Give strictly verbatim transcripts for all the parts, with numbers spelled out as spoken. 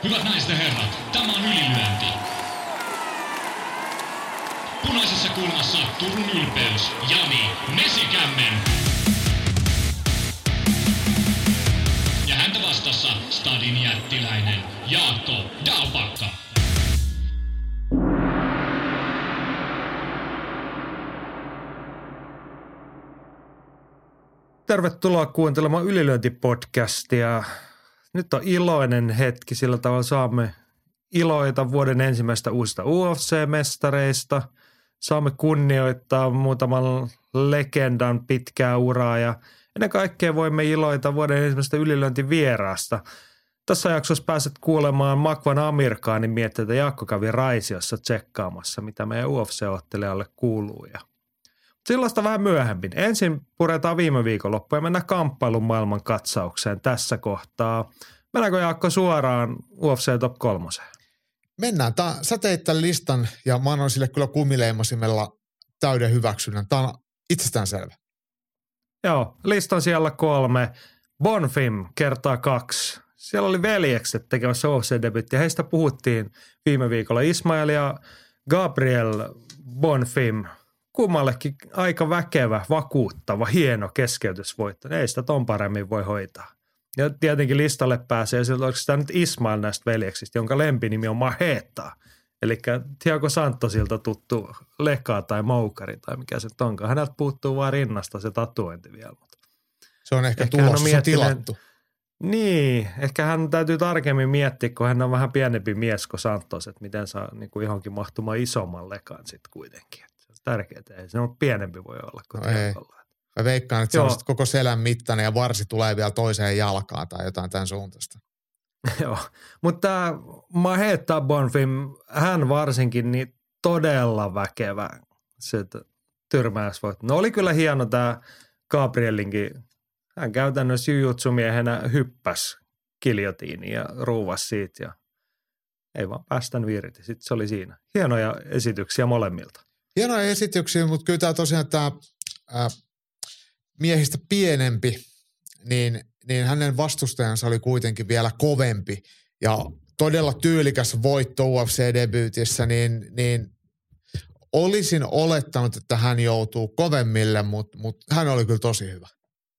Hyvät naiset ja herrat, tämä on Ylilyönti. Punaisessa kulmassa Turun ylpeys, Jani Mesikämmen. Ja häntä vastassa Stadin jättiläinen Jaakko Dalpakka. Tervetuloa kuuntelemaan Ylilyönti-podcastia. Nyt on iloinen hetki, sillä tavalla saamme iloita vuoden ensimmäistä uusista U F C-mestareista. Saamme kunnioittaa muutaman legendan pitkää uraa ja ennen kaikkea voimme iloita vuoden ensimmäistä Ylilyönti-vieraasta. Tässä jaksossa pääset kuulemaan Makwan Amirkhanin mietteitä. Jaakko kävi Raisiossa tsekkaamassa, mitä meidän U F C-ottelijalle kuuluu ja sellaista vähän myöhemmin. Ensin puretaan viime viikonloppu ja mennään kamppailun maailman katsaukseen tässä kohtaa. Mennäänkö Jaakko suoraan U F C Top kolmoseen? Mennään. Tämä, sä teit tämän listan ja mä annan sille kyllä kumileimasimella täyden hyväksynnän. Tämä on itsestäänselvä. Joo, listan siellä kolme. Bonfim kertaa kaksi. Siellä oli veljekset tekemässä U F C-debyttiä. Heistä puhuttiin viime viikolla. Ismail ja Gabriel Bonfim. Kummallekin aika väkevä, vakuuttava, hieno keskeytysvoitto. Ei sitä ton paremmin voi hoitaa. Ja tietenkin listalle pääsee, siltä onko sitä nyt Ismail näistä veljeksistä, jonka lempinimi on Maheta. Eli Thiago Santosilta tuttu Leka tai Moukari tai mikä se onkaan. Häneltä puuttuu vaan rinnasta se tatuointi vielä. Se on ehkä, ehkä tulossa on tilattu. Niin, ehkä hän täytyy tarkemmin miettiä, kun hän on vähän pienempi mies kuin Santos, että miten saa niin kuin johonkin mahtumaan isomman Lekan sitten kuitenkin. Tärkeää, ei se on pienempi voi olla kuin no ei. Mä veikkaan, että se on koko selän mittainen ja varsi tulee vielä toiseen jalkaan tai jotain tämän suuntaista. Joo, mutta tämä Maheta Bonfim, hän varsinkin niin todella väkevä se tyrmäysvoitto. No oli kyllä hieno tämä Gabrielinkin, hän käytännössä jujutsu-miehenä hyppäsi kiljotiiniin ja ruuvasi siitä ja ei vaan päästänyt irti. Sitten se oli siinä. Hienoja esityksiä molemmilta. Hienoja esityksiä, mutta kyllä tämä tosiaan tämä ää, miehistä pienempi, niin, niin hänen vastustajansa oli kuitenkin vielä kovempi ja todella tyylikäs voitto U F C-debyytissä, niin, niin olisin olettanut, että hän joutuu kovemmille, mutta, mutta hän oli kyllä tosi hyvä.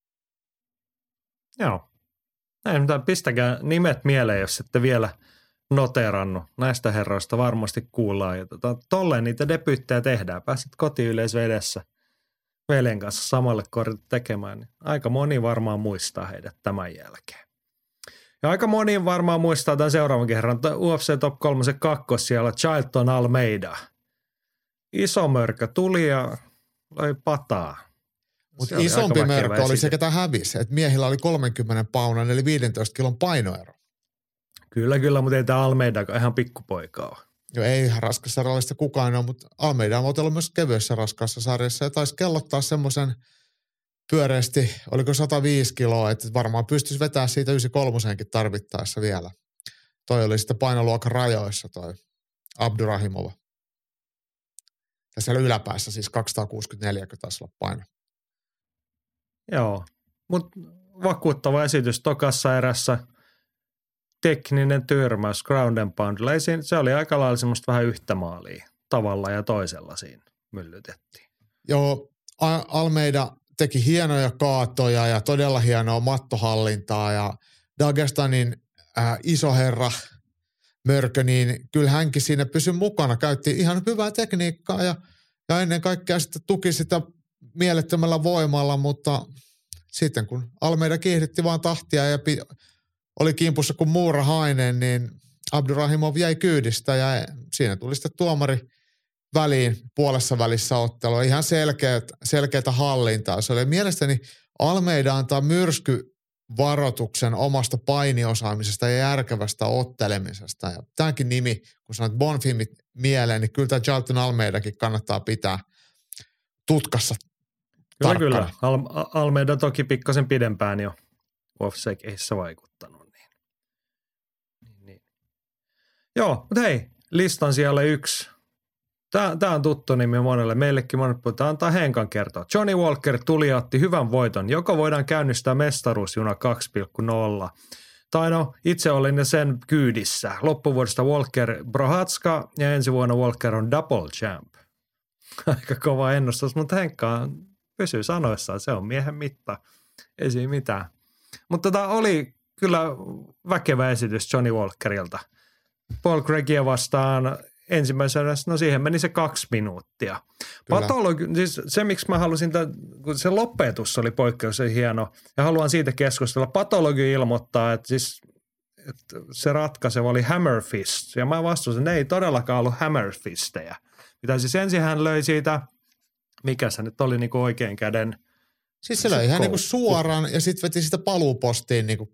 Joo. Ei mitään, pistäkää nimet mieleen, jos ette vielä noterannut. Näistä herroista varmasti kuullaan. Ja tota, tolleen niitä debyyttejä tehdään. Pääsit kotiyleisö edessä veljen kanssa samalle korille tekemään. Niin aika moni varmaan muistaa heidät tämän jälkeen. Ja aika moni varmaan muistaa tämän seuraavan kerran. U F C Top kolme kakkos siellä Charlton Almeida. Iso mörkö tuli ja löi pataa. Mutta isompi mörkö oli se, ketä hävisi. Että miehillä oli kolmenkymmenen paunan eli viisitoista kilon painoero. Kyllä, kyllä, mutta ei tämä Almeida ihan pikkupoika ole. Joo, ei raskassa sarjassa kukaan ole, mutta Almeida on otellut myös kevyessä raskassa sarjassa ja taisi kellottaa semmoisen pyöreästi, oliko sata viisi kiloa, että varmaan pystyisi vetämään siitä yhdeksänkymmentäkolme tarvittaessa vielä. Toi oli sitten painoluokan rajoissa toi Abdurahimova. Tässä yläpäässä siis kaksisataakuusikymmentäneljä, kun taisi olla paino. Joo, mutta vakuuttava esitys tokassa erässä. Tekninen tyrmäys ground and poundilla. Se oli aika lailla semmoista vähän yhtä maalia tavalla ja toisella siinä myllytettiin. Joo, Almeida teki hienoja kaatoja ja todella hienoa mattohallintaa ja Dagestanin äh, iso herra Mörkö, niin kyllä hänkin siinä pysyi mukana. Käytti ihan hyvää tekniikkaa ja, ja ennen kaikkea sitten tuki sitä mielettömällä voimalla, mutta sitten kun Almeida kiihdytti vaan tahtia ja pi- oli kimpussa kuin muurahainen, niin Abdurahimov jäi kyydistä ja siinä tuli sitten tuomari väliin puolessa välissä ottelua. Ihan selkeät, selkeätä hallintaa. Se oli mielestäni Almeida antaa myrskyvaroituksen omasta painiosaamisesta ja järkevästä ottelemisesta. Ja tämäkin nimi, kun sanot Bonfimit mieleen, niin kyllä tämä Charlton Almeidakin kannattaa pitää tutkassa Kyllä, tarkkana. Kyllä. Al- Almeida toki pikkasen pidempään jo U F C-kehissä vaikuttanut. Niin. Niin, niin. Joo, mutta hei, listan siellä yksi. Tämä, tämä on tuttu nimi monelle. Meillekin monet puhutaan, antaa Henkan kertoa. Johnny Walker tuli ja otti hyvän voiton, joka voidaan käynnistää mestaruusjuna kaksi piste nolla. Tai no, itse olin sen kyydissä. Loppuvuodesta Walker Prohatska ja ensi vuonna Walker on double champ. Aika kova ennustus, mutta Henkka pysyy sanoissaan. Se on miehen mitta. Ei siinä mitään. Mutta tota oli kyllä väkevä esitys Johnny Walkerilta. Paul Craigia vastaan ensimmäisenä, no siihen meni se kaksi minuuttia. Patologi, siis se miksi mä halusin, tämän, kun se lopetus oli poikkeuksellisen hieno ja haluan siitä keskustella. Patologi ilmoittaa, että siis että se ratkaiseva oli hammer fist ja mä vastusin, ne ei todellakaan ollut hammer fistejä. Mitä siis ensin hän löi siitä, mikä se nyt oli niinku oikein käden. Siis se löi ihan niinku suoraan ja sitten veti sitä paluupostiin niinku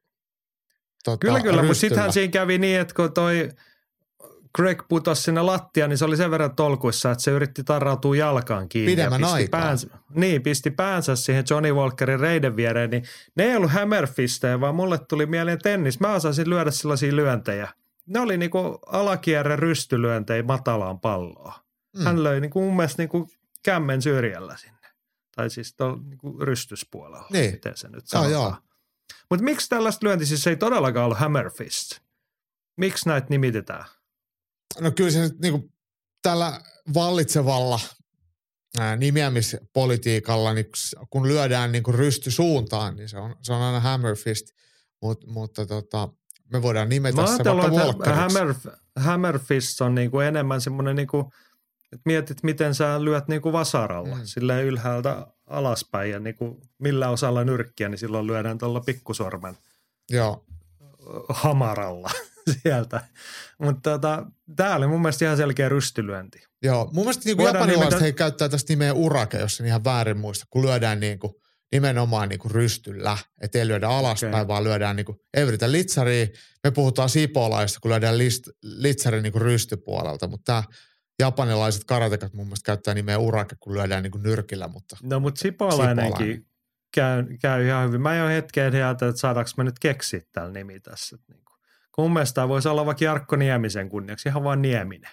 tota, Kyllä, kyllä, mutta rystyllä. sittenhän siinä kävi niin, että kun toi Craig putosi sinne lattiaan, niin se oli sen verran tolkuissa, että se yritti tarrautua jalkaan kiinni. Pidemmän ja pisti aikaa. Päänsä, niin, pisti päänsä siihen Johnny Walkerin reiden viereen, niin ne ei ollut hammerfistejä, vaan mulle tuli mieleen tennis. Mä osasin lyödä sellaisia lyöntejä. Ne oli niinku alakierre rystylyöntejä matalaan palloon. Mm. Hän löi niinku mun mielestä niinku kämmen syrjällä sinne. Tai siis tuolla niinku rystyspuolella. Niin. Miten se nyt Joo, sanotaan. Mutta miksi tällaista lyöntiä siis ei todellakaan ollut hammerfist? Miksi näitä nimitetään? No kyllä se nyt niinku tällä vallitsevalla ää, nimeämispolitiikalla, niin kun lyödään niinku rystysuuntaan, niin se on, se on aina hammer fist, Mut, mutta tota, me voidaan nimetä se vaikka Walkeriksi. Hammer, hammer fist on niinku enemmän semmoinen, niinku, että mietit miten sä lyöt niinku vasaralla, mm. silleen ylhäältä alaspäin ja niinku millä osalla nyrkkiä, niin silloin lyödään tuolla pikkusormen Joo. hamaralla sieltä. Mutta tota, tää oli mun mielestä ihan selkeä rystylyönti. Joo, mun mielestä niin japanilaiset nimetä... he käyttää tästä nimeä urake, jos en ihan väärin muista, kun lyödään niin kuin, nimenomaan niin kuin rystyllä, että ei lyödä alaspäin, okay. vaan lyödään niin kuin, ei yritä litsaria. Me puhutaan sipolaista, kun lyödään list, litsarin niin kuin rystypuolelta, mutta tämä japanilaiset karatekat mun mielestä käyttää nimeä urake, kun lyödään niin kuin nyrkillä, mutta no mutta sipolainenkin käy, käy ihan hyvin. Mä jo hetken ajattelin, että saadaanko me nyt keksiä tällä nimi tässä. Kun mun mielestä tämä voisi olla vaikka Jarkko Niemisen kunniaksi, ihan vaan Nieminen.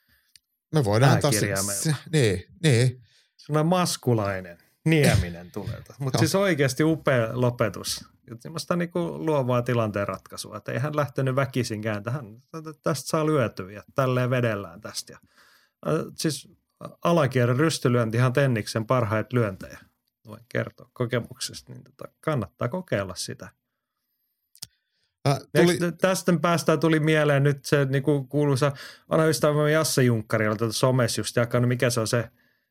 Me voidaan taas, niin, niin. Sellainen maskulainen Nieminen tulee. Mutta siis oikeasti upea lopetus. Semmoista niinku luovaa tilanteen ratkaisua. Että ei hän lähtenyt väkisinkään tähän. Tästä saa lyötyä ja tälleen vedellään tästä. Ja, äh, siis alakierren rystylyönti ihan Tenniksen parhaita lyöntejä. Voin kertoa kokemuksesta. Niin tota, kannattaa kokeilla sitä. Äh, tuli... Tästä päästään tuli mieleen nyt se niinku kuuluisa vanha ystävämme Jasse Junkkarilla tätä somessa just jakanut, mikä se on se,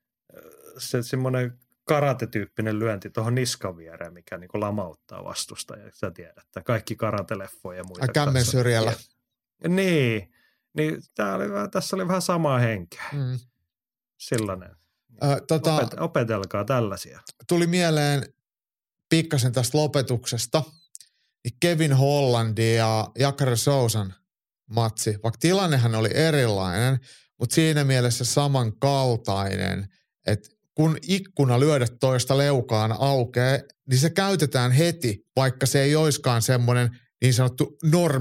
se semmoinen karate-tyyppinen lyönti tuohon niskan viereen, mikä niinku lamauttaa vastustajaa. Sä tiedät, että kaikki karateleffoja ja muita. Kämmen syrjällä. Niin, niin tää oli, tässä oli vähän samaa henkeä. Mm. Sellainen. Äh, tota, Opet, opetelkaa tällaisia. Tuli mieleen pikkasen tästä lopetuksesta. Kevin Hollandin ja Jacare Souzan matsi, vaikka tilannehan oli erilainen, mutta siinä mielessä samankaltainen, että kun ikkuna lyödä toista leukaan aukeaa, niin se käytetään heti, vaikka se ei oiskaan semmoinen niin sanottu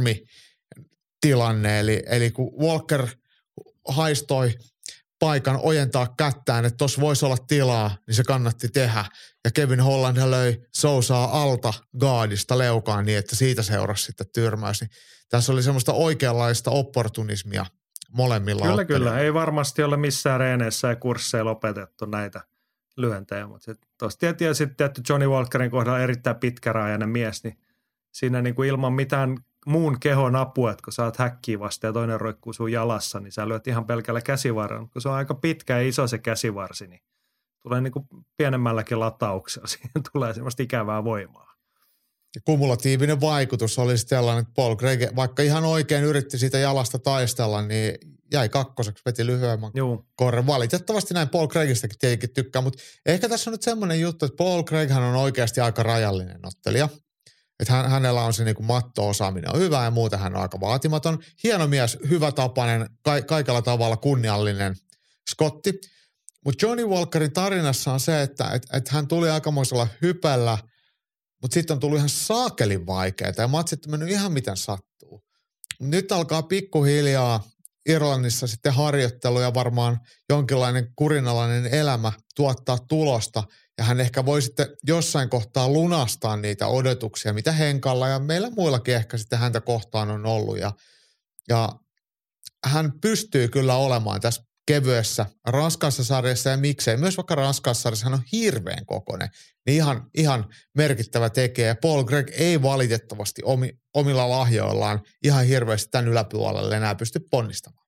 normitilanne. Eli, eli kun Walker haistoi paikan ojentaa kättään, että tuossa voisi olla tilaa, niin se kannatti tehdä. Ja Kevin Holland löi Souzaa alta gaadista leukaan niin, että siitä seurasi sitten tyrmäys. Niin tässä oli semmoista oikeanlaista opportunismia molemmilla Kyllä, ottelijoilla. kyllä. Ei varmasti ole missään reeneissä ja kursseilla opetettu näitä lyöntejä. Mutta tuosta tietää sitten, että Johnny Walkerin kohdalla erittäin pitkäraajainen mies, niin siinä niin kuin ilman mitään muun kehon apua, että kun sä oot häkkiä vasta ja toinen roikkuu sun jalassa, niin sä lyöt ihan pelkällä käsivarrella. Kun se on aika pitkä ja iso se käsivarsi, niin tulee niin kuin pienemmälläkin latauksella. Siihen tulee semmoista ikävää voimaa. Ja kumulatiivinen vaikutus oli sellainen, että Paul Craig, vaikka ihan oikein yritti siitä jalasta taistella, niin jäi kakkoseksi, veti lyhyemmän korren. Valitettavasti näin Paul Craigistäkin tietenkin tykkää, mutta ehkä tässä on nyt semmoinen juttu, että Paul Craighan on oikeasti aika rajallinen ottelija. Että hän, hänellä on se niin kuin matto-osaaminen on hyvä ja muuten hän on aika vaatimaton. Hieno mies, hyvätapainen, ka- kaikella tavalla kunniallinen skotti. Mutta Johnny Walkerin tarinassa on se, että et, et hän tuli aikamoisella hypällä, mutta sitten on tullut ihan saakelin vaikeaa ja matsit on mennyt ihan miten sattuu. Nyt alkaa pikkuhiljaa Irlannissa sitten harjoittelu ja varmaan jonkinlainen kurinalainen elämä tuottaa tulosta. ja hän ehkä voi sitten jossain kohtaa lunastaa niitä odotuksia, mitä Henkalla ja meillä muillakin ehkä sitten häntä kohtaan on ollut. Ja, ja hän pystyy kyllä olemaan tässä kevyessä, raskaassa sarjassa ja miksei. Myös vaikka raskaassa sarjassa hän on hirveän kokoinen, niin ihan, ihan merkittävä tekijä. Paul Craig ei valitettavasti omi, omilla lahjoillaan ihan hirveästi tämän yläpuolelle enää pysty ponnistamaan.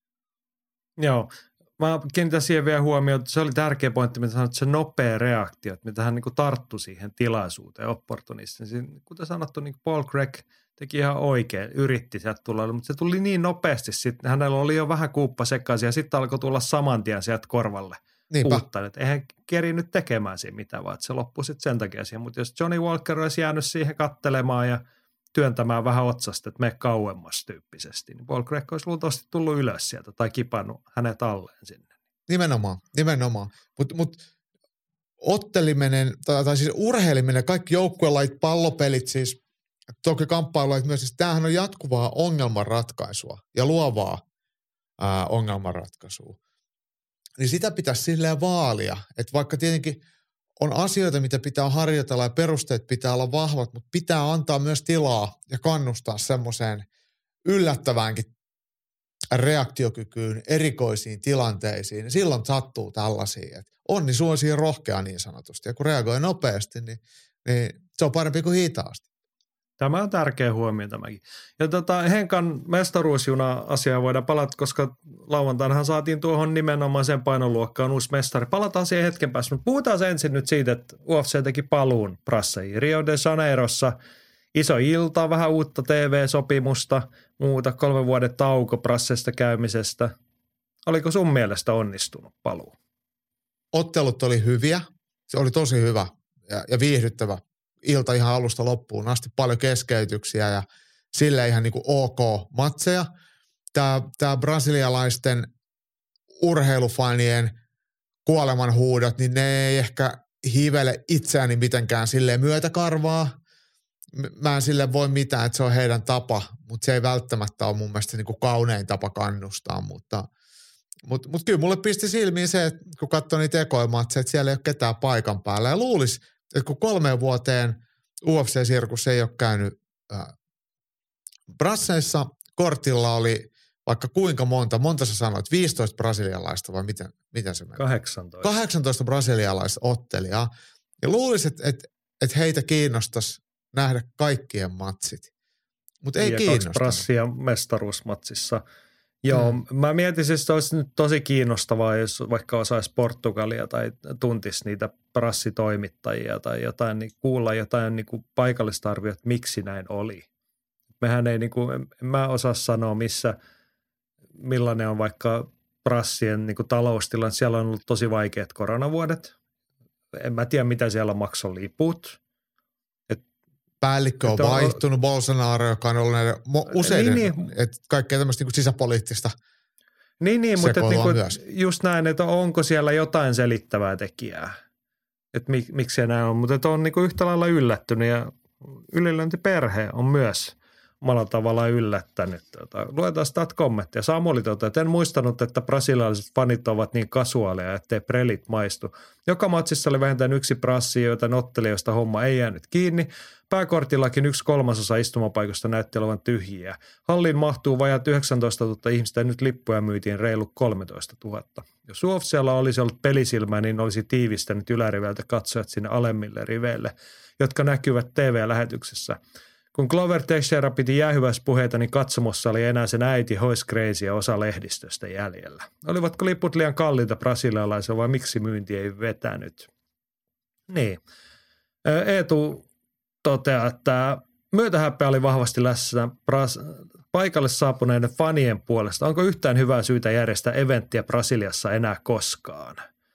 Joo. Mä kiinnitän siihen vielä huomioon, että se oli tärkeä pointti, mitä sanoit, se nopea reaktio, että mitä hän niin kuin tarttui siihen tilaisuuteen opportunistiin. Kuten sanottu, niin Paul Craig teki ihan oikein, yritti sieltä tulla, mutta se tuli niin nopeasti sitten. Hänellä oli jo vähän kuuppa sekaisin ja sitten alkoi tulla saman tien sieltä korvalle uutta. Että eihän kerinyt tekemään siinä mitään, vaan että se loppui sitten sen takia siihen. Mutta jos Johnny Walker olisi jäänyt siihen kattelemaan ja työntämään vähän otsasta, että mene kauemmas tyyppisesti, niin Paul Craig olisi luultavasti tullut ylös sieltä tai kipannut hänet alleen sinne. Nimenomaan, nimenomaan. Mutta mut, otteliminen, tai, tai siis urheiliminen, kaikki joukkuelajit, pallopelit siis, toki kamppailulajit myös, siis tämähän on jatkuvaa ongelmanratkaisua ja luovaa ää, ongelmanratkaisua. Niin sitä pitäisi silleen vaalia, että vaikka tietenkin on asioita, mitä pitää harjoitella ja perusteet pitää olla vahvat, mutta pitää antaa myös tilaa ja kannustaa semmoiseen yllättäväänkin reaktiokykyyn, erikoisiin tilanteisiin. Silloin sattuu tällaisia, että onni suosii rohkea niin sanotusti. Ja kun reagoi nopeasti, niin, niin se on parempi kuin hitaasti. Tämä on tärkeä huomio tämäkin. Ja tota, Henkan mestaruusjuna-asiaa voidaan palata, koska lauantainahan saatiin tuohon nimenomaiseen painoluokkaan uusi mestari. Palataan siihen hetken päästä, mutta puhutaan ensin nyt siitä, että U F C teki paluun prasseihin. Rio de Janeirossa iso ilta, vähän uutta T V-sopimusta, muuta kolmen vuoden tauko prasseista käymisestä. Oliko sun mielestä onnistunut paluu? Ottelut oli hyviä, se oli tosi hyvä ja, ja viihdyttävä. Ilta ihan alusta loppuun asti, paljon keskeytyksiä ja sille ihan niin kuin ok matseja. Tämä, tämä brasilialaisten urheilufanien kuolemanhuudot, niin ne ei ehkä hivele itseäni mitenkään silleen myötäkarvaa. Mä en sille voi mitään, että se on heidän tapa, mutta se ei välttämättä ole mun mielestä niin kuin kaunein tapa kannustaa, mutta Mutta mut kyllä mulle pisti silmiin se, että kun katsoi niitä ekoimatseja, että siellä ei ole ketään paikan päällä. Ja luulisi, että kun kolmeen vuoteen U F C-sirkus ei ole käynyt äh, brasseissa, kortilla oli vaikka kuinka monta, monta sä sanoit, viisitoista brasilialaista vai miten, miten se meni? kahdeksantoista. kahdeksantoista brasilialaista ottelijaa. Ja luulisi, että et, et heitä kiinnostaisi nähdä kaikkien matsit. Mutta ei kiinnosta. Kaksi brassia mestaruusmatsissa. Joo, hmm. mä mietin siis, että olisi nyt tosi kiinnostavaa, jos vaikka osaisi Portugalia tai tuntisi niitä prassitoimittajia tai jotain, niin kuulla jotain niin kuin paikallista arviota, että miksi näin oli. Mehän ei, niin kuin, en mä osaa sanoa, missä, millainen on vaikka prassien niin kuin taloustilanne. Siellä on ollut tosi vaikeat koronavuodet. En mä tiedä, mitä siellä maksoi liput. Päällikkö on vaihtunut, Bolsonaro, joka on ollut näiden useiden, niin, niin. että kaikkea tämmöistä niin sisäpoliittista Niin, niin mutta niin kuin, just näin, että onko siellä jotain selittävää tekijää, että mik, miksi se näin on. Mutta on niin kuin yhtä lailla yllättynyt ja ylilöintiperhe on myös omalla tavalla yllättänyt. Luetaan sitä kommenttia. Samuli toteaa, että en muistanut, että brasilialaiset fanit ovat niin kasuaaleja, ettei prelit maistu. Joka matsissa oli vähintään yksi prassi, joita ottelijoista homma ei jäänyt kiinni. Pääkortillakin yksi kolmasosa istumapaikoista näytti olevan tyhjiä. Halliin mahtuu vajat yhdeksäntoistatuhatta ihmistä ja nyt lippuja myytiin reilu kolmetoistatuhatta. Jos U F C:llä olisi ollut pelisilmä, niin olisi tiivistänyt yläriveiltä katsojat sinne alemmille riveille, jotka näkyvät T V-lähetyksessä. Kun Glover Teixeira piti jäähyväispuheita, niin katsomossa oli enää sen äiti Royce Gracie ja osa lehdistöstä jäljellä. Olivatko liput liian kalliita brasilialaisilla vai miksi myynti ei vetänyt? Niin. Eetu toteaa, että myötähäpeä oli vahvasti läsnä paikalle saapuneiden fanien puolesta. Onko yhtään hyvää syytä järjestää eventtiä Brasiliassa enää koskaan?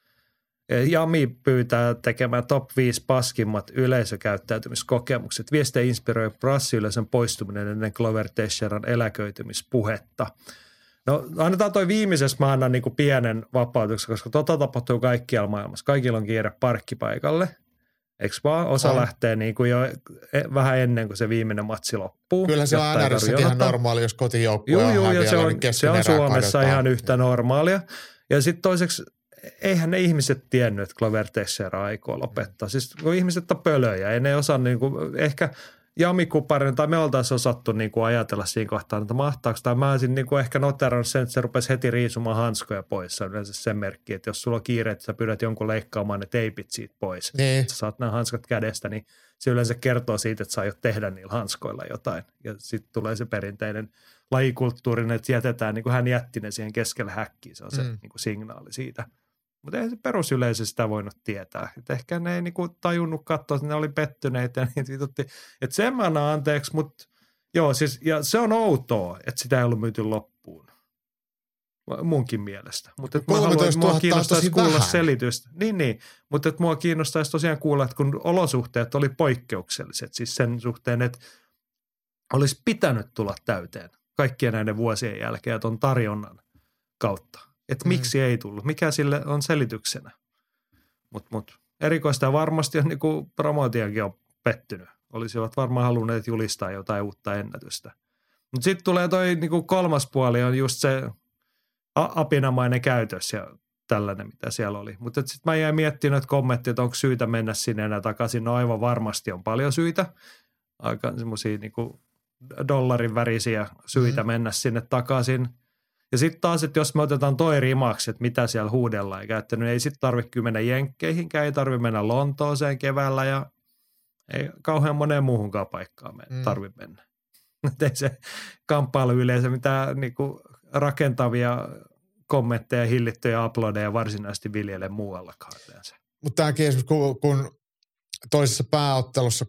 Jami pyytää tekemään top viisi paskimmat yleisökäyttäytymiskokemukset. Viestejä inspiroi brassiyleisön poistuminen ennen Glover Teixeiran eläköitymispuhetta. No annetaan toi viimeisessä, mä annan niinku pienen vapautuksen, koska tota tapahtuu kaikkialla maailmassa. Kaikilla on kiire parkkipaikalle. Eikö vaan? Osa on. lähtee niinku jo vähän ennen kuin se viimeinen matsi loppuu. Kyllä se on N R:ssä ihan normaali, jos kotijoukkue on häviällä, niin se on Suomessa kadotaan. Ihan yhtä normaalia. Ja sitten toiseksi eihän ne ihmiset tiennyt, että Glover Teixeira aikoo lopettaa. Siis kun ihmiset on pölöjä, ei ne osaa niin kuin, ehkä Jami Kuparinen tai me oltaisiin osattu niin kuin ajatella siinä kohtaa, että mahtaako tämä. Mä olisin niin kuin ehkä noterannut sen, että se rupesi heti riisumaan hanskoja pois. Se on yleensä sen merkki, että jos sulla on kiire, että sä pyydät jonkun leikkaamaan ne teipit siitä pois, niin. että sä saat nämä hanskat kädestä, niin se yleensä kertoo siitä, että sä aiot tehdä niillä hanskoilla jotain. Ja sitten tulee se perinteinen lajikulttuurinen, että jätetään, niin kuin hän jätti ne siihen keskelle häkkiin. Se on se mm. niin kuin signaali siitä. Mutta ei se perusyleisö sitä voinut tietää. Et ehkä ne ei niinku tajunnut katsoa, että ne oli pettyneitä ja niitä vitutti. Että sen mä annan anteeksi, mutta joo siis, ja se on outoa, että sitä ei ollut myyty loppuun. Munkin mielestä. Mutta mä haluan, että mua kiinnostaisi kuulla vähän selitystä. Niin, niin. Mutta että mua kiinnostaisi tosiaan kuulla, että kun olosuhteet oli poikkeukselliset, siis sen suhteen, että olisi pitänyt tulla täyteen kaikkien näiden vuosien jälkeen ton tarjonnan kautta. Että miksi mm. ei tullut, mikä sille on selityksenä. Mutta mut, erikoista varmasti on niinku promootiakin on pettynyt. Olisivat varmaan halunneet julistaa jotain uutta ennätystä. Mutta sitten tulee toi niinku kolmas puoli on just se apinamainen käytös ja tällainen, mitä siellä oli. Mutta sitten mä jäin miettimään että kommentti, että onko syytä mennä sinne enää takaisin. No aivan varmasti on paljon syitä. Aika semmoisia niinku dollarin värisiä syitä mm. mennä sinne takaisin. Ja sitten taas, että jos me otetaan toi rimaksi, että mitä siellä huudellaan ja käyttänyt, ei sitten tarvitse kyllä mennä Jenkkeihinkään, ei tarvitse mennä Lontooseen keväällä ja ei kauhean moneen muuhunkaan paikkaan me mm. tarvitse mennä. Ei se kamppailu yleensä mitään niinku rakentavia kommentteja, hillittyjä uploadeja varsinaisesti viljele muuallakaan yleensä. Mutta tämäkin esimerkiksi, kun, kun toisessa pääottelussa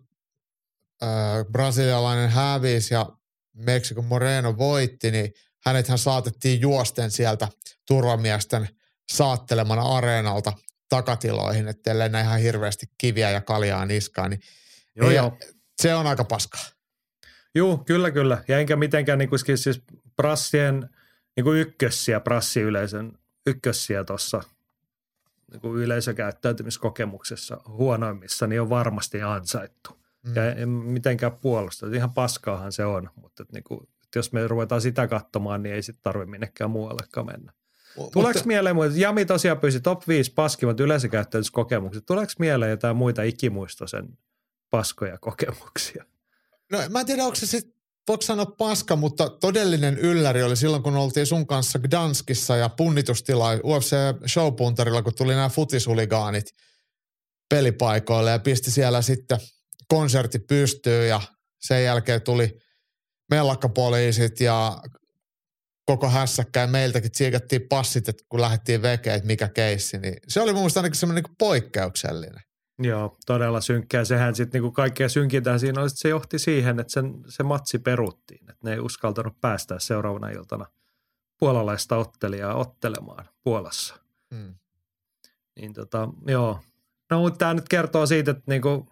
ää, brasilialainen hävisi ja Meksikon Moreno voitti, niin hänethän saatettiin juosten sieltä turvamiesten saattelemana areenalta takatiloihin, ettei lennä ihan hirveästi kiviä ja kaljaa niskaan. Niin joo, joo. Se on aika paskaa. Joo, kyllä, kyllä. Ja enkä mitenkään niin kuin siis prassien niin kuin ykkössiä, prassiyleisön ykkössiä tuossa niin kuin yleisökäyttäytymiskokemuksessa huonoimmissa, niin on varmasti ansaittu. Mm. Ja en mitenkään puolusta. Ihan paskaahan se on, mutta niin kuin jos me ruvetaan sitä katsomaan, niin ei sitten tarvitse minnekään muuallekaan mennä. M- Tuleeko mutta mieleen, että Jami tosiaan pyysi top viisi paskimmat yleisökäyttäytymiskokemukset. Tuleeko mieleen jotain muita ikimuistoisen paskoja kokemuksia? No mä en tiedä, onko se sitten, voiko sanoa paska, mutta todellinen ylläri oli silloin, kun oltiin sun kanssa Gdanskissa ja punnitustila U F C-showpuntarilla, kun tuli nämä futishuligaanit pelipaikoille ja pisti siellä sitten konsertti pystyyn ja sen jälkeen tuli mellakkapoliisit ja koko hässäkkä ja meiltäkin tsiikattiin passit, että kun lähdettiin vekeen, että mikä keissi, niin se oli mun mielestä ainakin semmoinen niin poikkeuksellinen. Joo, todella synkkää. Sehän sitten niin kaikkea synkintää siinä oli, että se johti siihen, että sen, se matsi peruttiin, että ne ei uskaltanut päästää seuraavana iltana puolalaista ottelijaa ottelemaan Puolassa. Hmm. Niin tota, joo. No mutta tämä nyt kertoo siitä, että niinku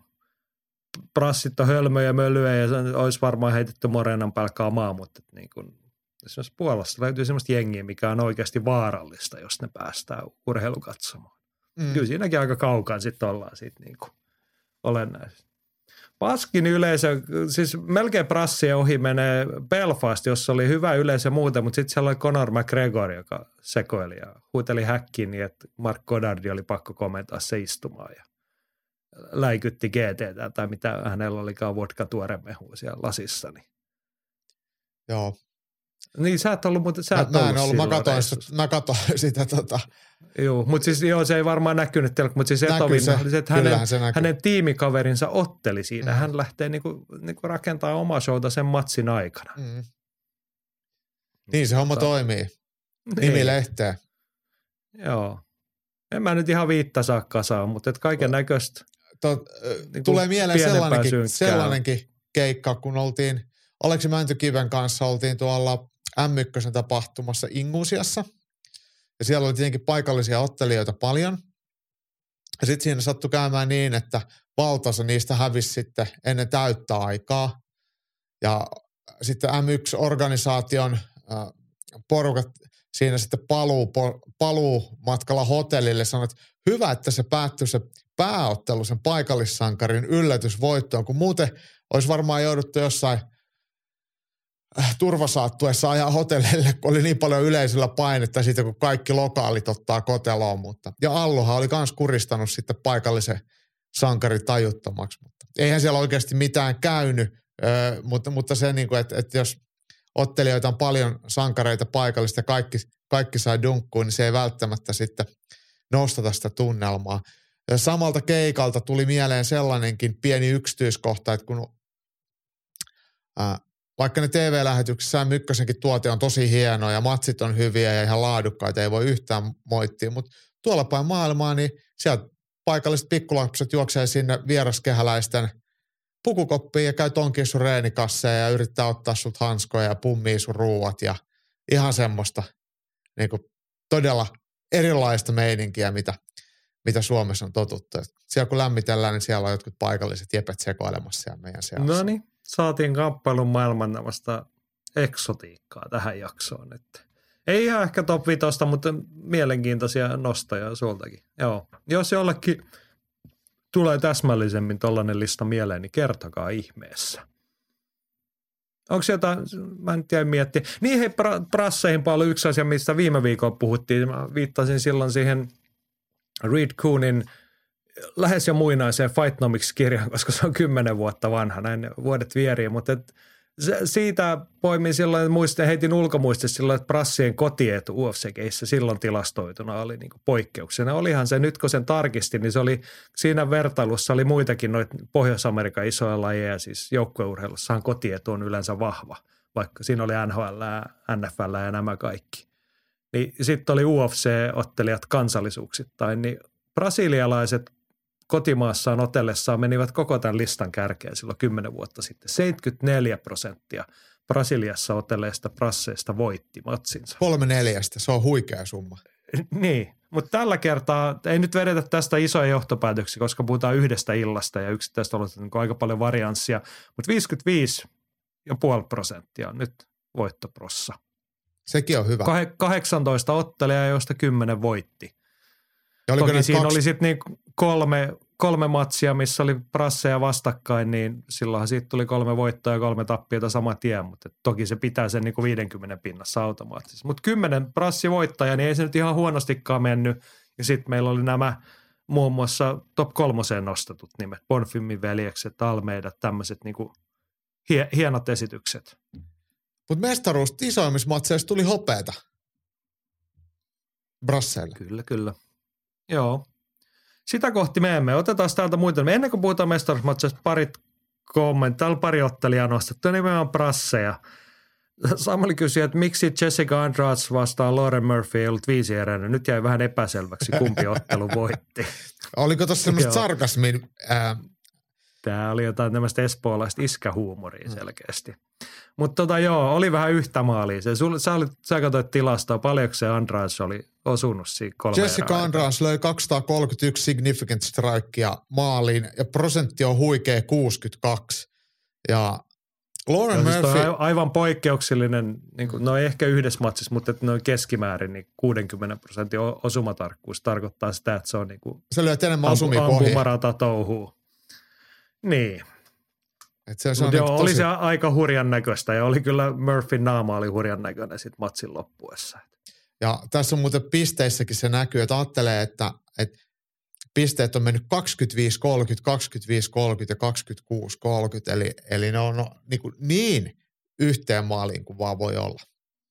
prassit on hölmöjä ja mölyjä ja olisi varmaan heitetty Morenan palkkaamaan, mutta niin kuin, esimerkiksi Puolassa löytyy sellaista jengiä, mikä on oikeasti vaarallista, jos ne päästään urheilukatsomaan. Mm. Kyllä siinäkin aika kaukaan sitten ollaan siitä niin kuin olennaisesti. Paskin yleisö, siis melkein prassien ohi menee Belfast, jossa oli hyvä yleisö muuten, mutta sitten siellä oli Conor McGregor, joka sekoili ja huuteli häkkiin niin, että Mark Goddardi oli pakko komentaa se istumaan ja läikytti G T:tä tai mitä hänellä olikaan vodka tuoremehua siellä lasissa. Niin. Joo. Niin sä et ollut, mutta sä et mä, ollut mä en ollut, mä katoin, mä katoin sitä tota. Joo, mutta siis joo, se ei varmaan näkynyt teille, mutta siis Etovin, se, että hänen, hänen tiimikaverinsa otteli siinä. Mm. Hän lähtee niinku, niinku rakentamaan omaa showta sen matsin aikana. Mm. Niin se homma toimii. Nimi lehteen. Joo. En mä nyt ihan viittä saa kasaan, mutta et kaiken näköistä. Niin tulee mieleen sellainenkin, sellainenkin keikka, kun oltiin Aleksi Mäntykiven kanssa oltiin tuolla M yksi tapahtumassa Ingusiassa. Ja siellä oli tietenkin paikallisia ottelijoita paljon. Ja sitten siinä sattui käymään niin, että valtaosa niistä hävisi sitten ennen täyttä aikaa. Ja sitten M yksi-organisaation äh, porukat siinä sitten paluu, paluu matkalla hotellille sanoi, että hyvä, että se päättyi se pääottelu sen paikallissankarin yllätysvoittoon, kun muuten olisi varmaan jouduttu jossain turvasaattuessa ajaa hotellille, kun oli niin paljon yleisöllä painetta siitä, kun kaikki lokaalit ottaa koteloon. Mutta. Ja Alluhan oli myös kuristanut sitten paikallisen sankarin tajuttomaksi. Mutta eihän siellä oikeasti mitään käynyt, öö, mutta, mutta se, niin kuin, että, että jos ottelijoita on paljon sankareita paikallista ja kaikki, kaikki sai dunkkuun, niin se ei välttämättä sitten nostata sitä tunnelmaa. Ja samalta keikalta tuli mieleen sellainenkin pieni yksityiskohta, että kun ää, vaikka ne T V-lähetyksissä Mykkäsenkin tuote on tosi hieno ja matsit on hyviä ja ihan laadukkaita, ei voi yhtään moittia, mutta tuolla päin maailmaa, niin sieltä paikalliset pikkulapset juoksee sinne vieraskehäläisten pukukoppiin ja käy tonkin sun reenikasseja ja yrittää ottaa sut hanskoja ja pummii sun ruuat ja ihan semmoista niin kuin todella erilaista meininkiä, mitä, mitä Suomessa on totuttu. Siellä kun lämmitellään, niin siellä on jotkut paikalliset jepet sekoilemassa ja meidän seassa. No niin, saatiin kamppailun maailman tämmöistä eksotiikkaa tähän jaksoon. Että ei ihan ehkä top vitosta, mutta mielenkiintoisia nostoja sultakin. Joo, jos jollekin tulee täsmällisemmin tollainen lista mieleen, niin kertokaa ihmeessä. Onko jotain, mä nyt jäin miettiä. Niin hei, prasseihin paljon yksi asia, mistä viime viikolla puhuttiin. Mä viittasin silloin siihen Reed Coonin lähes jo muinaiseen Fightnomics-kirjaan, koska se on kymmenen vuotta vanha, näin vuodet vieriä, mutta et se, siitä poimin silloin, muistin, heitin ulkomuistissa silloin, että prassien kotietu U F C-keissä silloin tilastoituna oli niin kuin poikkeuksena. Olihan se, nyt kun sen tarkistin, niin se oli, siinä vertailussa oli muitakin noita Pohjois-Amerikan isoja lajeja, siis joukkueurheilussahan kotietu on yleensä vahva, vaikka siinä oli N H L, N F L ja nämä kaikki. Niin sitten oli U F C-ottelijat kansallisuuksittain, niin brasilialaiset kotimaassaan otellessaan menivät koko tämän listan kärkeen silloin kymmenen vuotta sitten. seitsemänkymmentäneljä prosenttia Brasiliassa otelleista prasseista voitti matsinsa. Kolme neljästä, se on huikea summa. Niin, mutta tällä kertaa ei nyt vedetä tästä isoja johtopäätöksiä, koska puhutaan yhdestä illasta ja yksittäistä ollut niin aika paljon varianssia, mutta viisikymmentäviisi pilkku viisi prosenttia on nyt voittoprossa. Sekin on hyvä. Kah- kahdeksantoista ottelijaa, joista kymmenen voitti. Ja toki siinä kaksi... oli sitten niin kolme, kolme matsia, missä oli prasseja vastakkain, niin silloinhan siitä tuli kolme voittoa ja kolme tappiota sama tien, mutta toki se pitää sen niin kuin viidenkymmenen pinnassa automaattisesti. Mutta kymmenen prassivoittajaa, niin ei se nyt ihan huonostikaan mennyt. Ja sitten meillä oli nämä muun muassa top kolmoseen nostetut nimet, Bonfimmin veljekset, Almeidat, tämmöiset niin kuin hie, hienot esitykset. Mutta mestaruus isoimmissa matseissa tuli hopeeta brasseille. Kyllä, kyllä. Joo. Sitä kohti me emme. Otetaan täältä muita. Ennen kuin puhutaan mestaruusmatseista, parit kommentteja. Täällä on pari ottelijaa nostettu. Nimenomaan brasseja. Samuli kysyi, että miksi Jessica Andrade vastaan Lauren Murphy ei ollut viisi eränä. Nyt jäi vähän epäselväksi, kumpi ottelu voitti. Oliko tuossa semmoista sarkasmin? Ää... Tämä oli jotain tämmöistä espoolaista iskähuumoria selkeästi. Mutta tota joo, oli vähän yhtä maalia. Se, sul, sä, olit, sä katsoit tilastoa, paljonko se Andrade oli osunut siinä kolme Jessica Andrade löi kaksisataakolmekymmentäyksi significant strikea maaliin ja prosentti on huikea kuusikymmentäkaksi. Ja Lauren no, Murphy... Siis aivan poikkeuksellinen, niin kuin, no ehkä yhdessä matsissa, mutta noin keskimäärin niin kuudenkymmenen prosentin osumatarkkuus tarkoittaa sitä, että se on niin kuin se lyöt enemmän osumia pohjia. Ampumarata touhuu. Niin. Se, se Mutta joo, tosi... oli se aika hurjan näköistä ja oli kyllä Murphyn naama oli hurjan näköinen sitten matsin loppuessa. Ja tässä on muuten pisteissäkin se näkyy, että ajattelee, että, että pisteet on mennyt kaksikymmentäviisi kolmekymmentä, kaksikymmentäviisi kolmekymmentä ja kaksikymmentäkuusi kolmekymmentä, eli, eli ne on no, niin, kuin niin yhteen maaliin kuin vaan voi olla.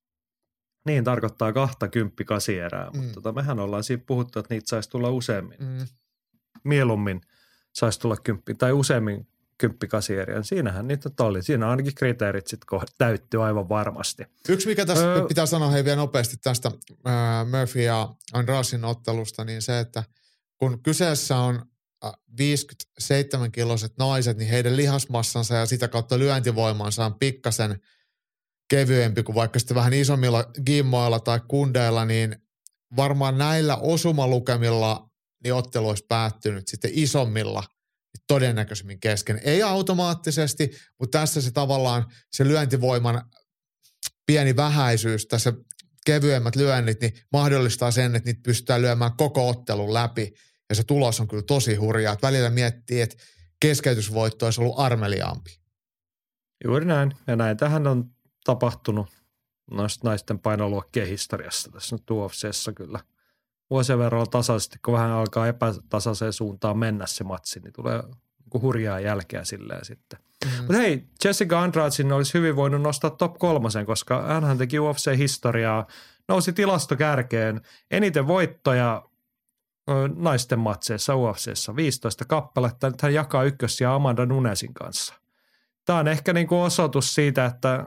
Niin, tarkoittaa kahta kymppikasi erää, mm. mutta tota, mehän ollaan siitä puhuttu, että niitä saisi tulla useammin. Mm. Mieluummin saisi tulla kymppi, tai useammin kymppikasieriä. Siinähän niitä oli. Siinä ainakin kriteerit sitten täyttyy aivan varmasti. Yksi, mikä tässä öö, pitää sanoa hei vielä nopeasti tästä äh, Murphy ja Andrasin ottelusta, niin se, että kun kyseessä on äh, viisikymmentäseitsemän kiloiset naiset, niin heidän lihasmassansa ja sitä kautta lyöntivoimansa on pikkasen kevyempi kuin vaikka sitten vähän isommilla gimmoilla tai kundeilla, niin varmaan näillä osumalukemilla niin ottelu olisi päättynyt sitten isommilla todennäköisemmin kesken. Ei automaattisesti, mutta tässä se tavallaan se lyöntivoiman pieni vähäisyys, tässä kevyemmät lyönnit, niin mahdollistaa sen, että niitä pystytään lyömään koko ottelun läpi. Ja se tulos on kyllä tosi hurjaa. Että välillä miettii, että keskeytysvoitto olisi ollut armeliaampi. Juuri näin. Ja näin tähän on tapahtunut noista naisten painoluokkien historiassa tässä nyt U F C:ssä kyllä. Vuosien verran tasaisesti, kun vähän alkaa epätasaiseen suuntaan mennä se matsi, niin tulee hurjaa jälkeä silleen sitten. Mm. Mutta hei, Jessica Andradesin olisi hyvin voinut nostaa top kolmosen, koska hänhän teki U F C-historiaa, nousi tilastokärkeen, eniten voittoja naisten matseissa U F C:ssä, viisitoista kappaletta, nyt hän jakaa ykkössiä Amanda Nunesin kanssa. Tämä on ehkä niin kuin osoitus siitä, että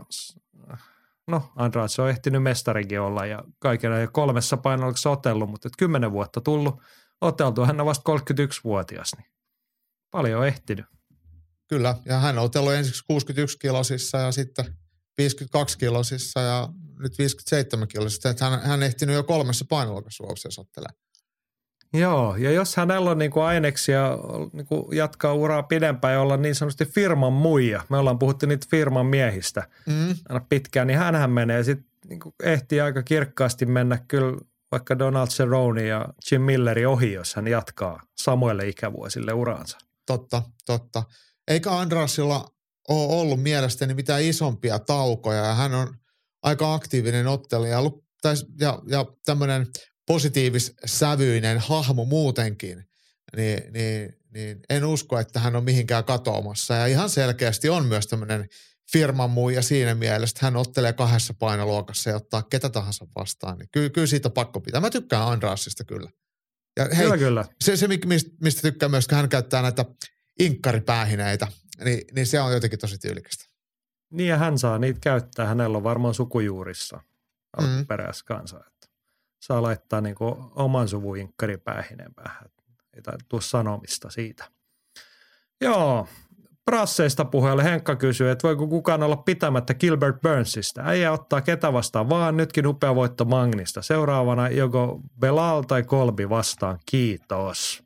no Andrade on ehtinyt mestarikin olla ja kaikena ja kolmessa painoluokassa otellut, mutta et kymmenen vuotta tullut oteltua, hän on vasta kolmekymmentäyksivuotias, niin paljon on ehtinyt. Kyllä, ja hän on otellut ensiksi kuusikymmentäyksi-kilosissa ja sitten viisikymmentäkaksi-kilosissa ja nyt viisikymmentäseitsemän-kilosissa. Että hän, hän ehtinyt jo kolmessa painoluokassa U F C:ssä ottelemaan. Joo, ja jos hänellä on niinku aineksia niinku jatkaa uraa pidempään ja olla niin sanotusti firman muija, me ollaan puhuttu niitä firman miehistä mm. aina pitkään, niin hänhän menee sitten niinku ehtii aika kirkkaasti mennä kyllä vaikka Donald Cerrone ja Jim Milleri ohi, jos hän jatkaa samoille ikävuosille uraansa. Totta, totta. Eikä Andrasilla ole ollut mielestäni mitään isompia taukoja ja hän on aika aktiivinen ottelija ja, ja, ja tämmöinen positiivis-sävyinen hahmo muutenkin, niin, niin, niin en usko, että hän on mihinkään katoamassa. Ja ihan selkeästi on myös tämmöinen firman muija siinä mielessä, että hän ottelee kahdessa painoluokassa ja ottaa ketä tahansa vastaan. Niin kyllä, kyllä siitä on pakko pitää. Mä tykkään Andrasista kyllä. Ja hei, kyllä, kyllä. Se, se, mistä tykkään myös, kun hän käyttää näitä inkkaripäähineitä, niin, niin se on jotenkin tosi tyylikästä. Niin ja hän saa niitä käyttää. Hänellä on varmaan sukujuurissa alkuperäiskansa. Mm. Saa laittaa niin kuin oman suvun inkkaripäihineen päähän. Ei tule sanomista siitä. Joo, brasseista puheelle Henkka kysyy, että voiko kukaan olla pitämättä Gilbert Burnsista. Äijä ottaa ketä vastaan, vaan nytkin upea voitto Magnista. Seuraavana joko Belal tai Colby vastaan. Kiitos.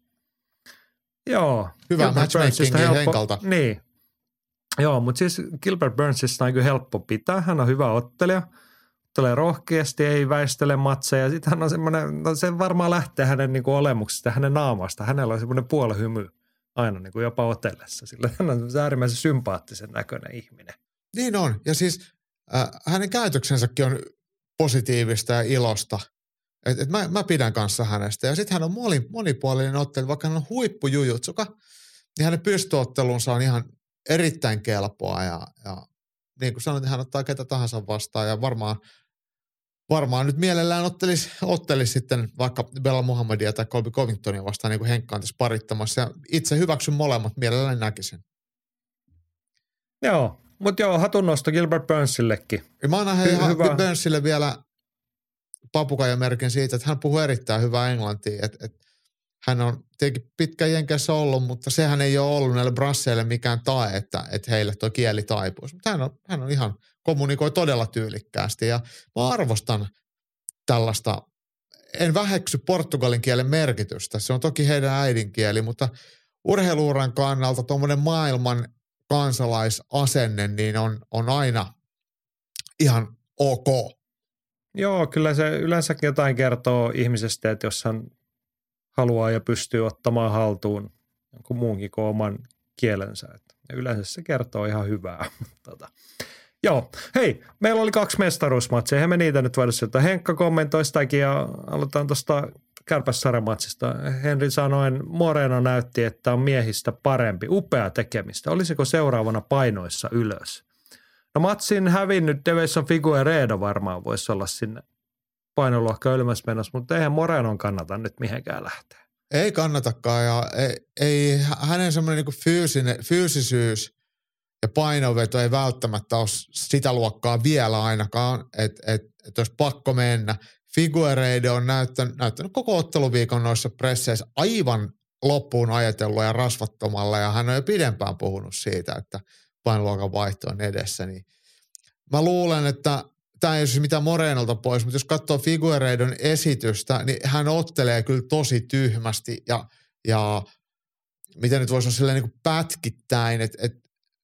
Joo. Hyvä matchmakingia Henkalta. Niin. Joo, mutta siis Gilbert Burnsista on kyllä helppo pitää. Hän on hyvä ottelija. Tulee rohkeasti, ei väistele matseja. Sitten hän on semmoinen, no se varmaan lähtee hänen niin kuin olemuksesta, hänen naamasta. Hänellä on semmoinen puolihymy aina niin kuin jopa otellessa. Sillä hän on äärimmäisen sympaattisen näköinen ihminen. Niin on. Ja siis äh, hänen käytöksensäkin on positiivista ja ilosta. Et, et mä, mä pidän kanssa hänestä. Ja sitten hän on moni, monipuolinen ottelija, vaikka hän on huippujujutsuka, niin hänen pystyottelunsa on ihan erittäin kelpoa. Ja, ja niin kuin sanoin, hän ottaa ketä tahansa vastaan ja varmaan Varmaan nyt mielellään ottelisi, ottelisi sitten vaikka Belal Muhammadia tai Colby Covingtonia vastaan, niin kuin Henkka on tässä parittamassa. Ja itse hyväksyn molemmat, mielellään näkisin. Joo, mutta joo, hatunnosto Gilbert Burnsillekin. Ja mä annan hei, Hy- Burnsille vielä papukaijamerkin siitä, että hän puhuu erittäin hyvää englantia. Että et hän on tietenkin pitkän Jenkeissä ollut, mutta sehän ei ole ollut näille brasseille mikään tae, että, että heille tuo kieli taipuisi. Mutta hän on, hän on ihan kommunikoi todella tyylikkäästi ja mä arvostan tällaista, en väheksy portugalin kielen merkitystä, se on toki heidän äidinkieli, mutta urheiluuran kannalta tuommoinen maailman kansalaisasenne niin on, on aina ihan ok. Joo, kyllä se yleensäkin jotain kertoo ihmisestä, että jos hän haluaa ja pystyy ottamaan haltuun jonkun muunkin kuin oman kielensä. Ja yleensä se kertoo ihan hyvää. tota. Joo, hei, meillä oli kaksi mestaruusmatsia, eihän me niitä nyt voida sieltä. Henkka kommentoi sitäkin ja aloitetaan tuosta Kärpäs-sarjamatsista. Henri sanoen, Moreno näytti, että on miehistä parempi, upea tekemistä. Olisiko seuraavana painoissa ylös? No matsin hävinnyt Deveson Figueiredo varmaan voisi olla sinne painoluokka ylemmässä menossa, mutta eihän Morenon kannata nyt mihinkään lähteä. Ei kannatakaan ja ei, ei hänen semmoinen niin fyysinen, fyysisyys ja painoveto ei välttämättä ole sitä luokkaa vielä ainakaan, että et, et olisi pakko mennä. Figueiredo on näyttänyt, näyttänyt koko otteluviikon noissa presseissä aivan loppuun ajatellut ja rasvattomalla ja hän on jo pidempään puhunut siitä, että painoluokan vaihto on edessä. Niin mä luulen, että tämä ei ole siis mitään Morenolta pois, mutta jos katsoo Figueiredon esitystä, niin hän ottelee kyllä tosi tyhmästi ja, ja miten nyt voisi olla silleen niin kuin pätkittäin, että, että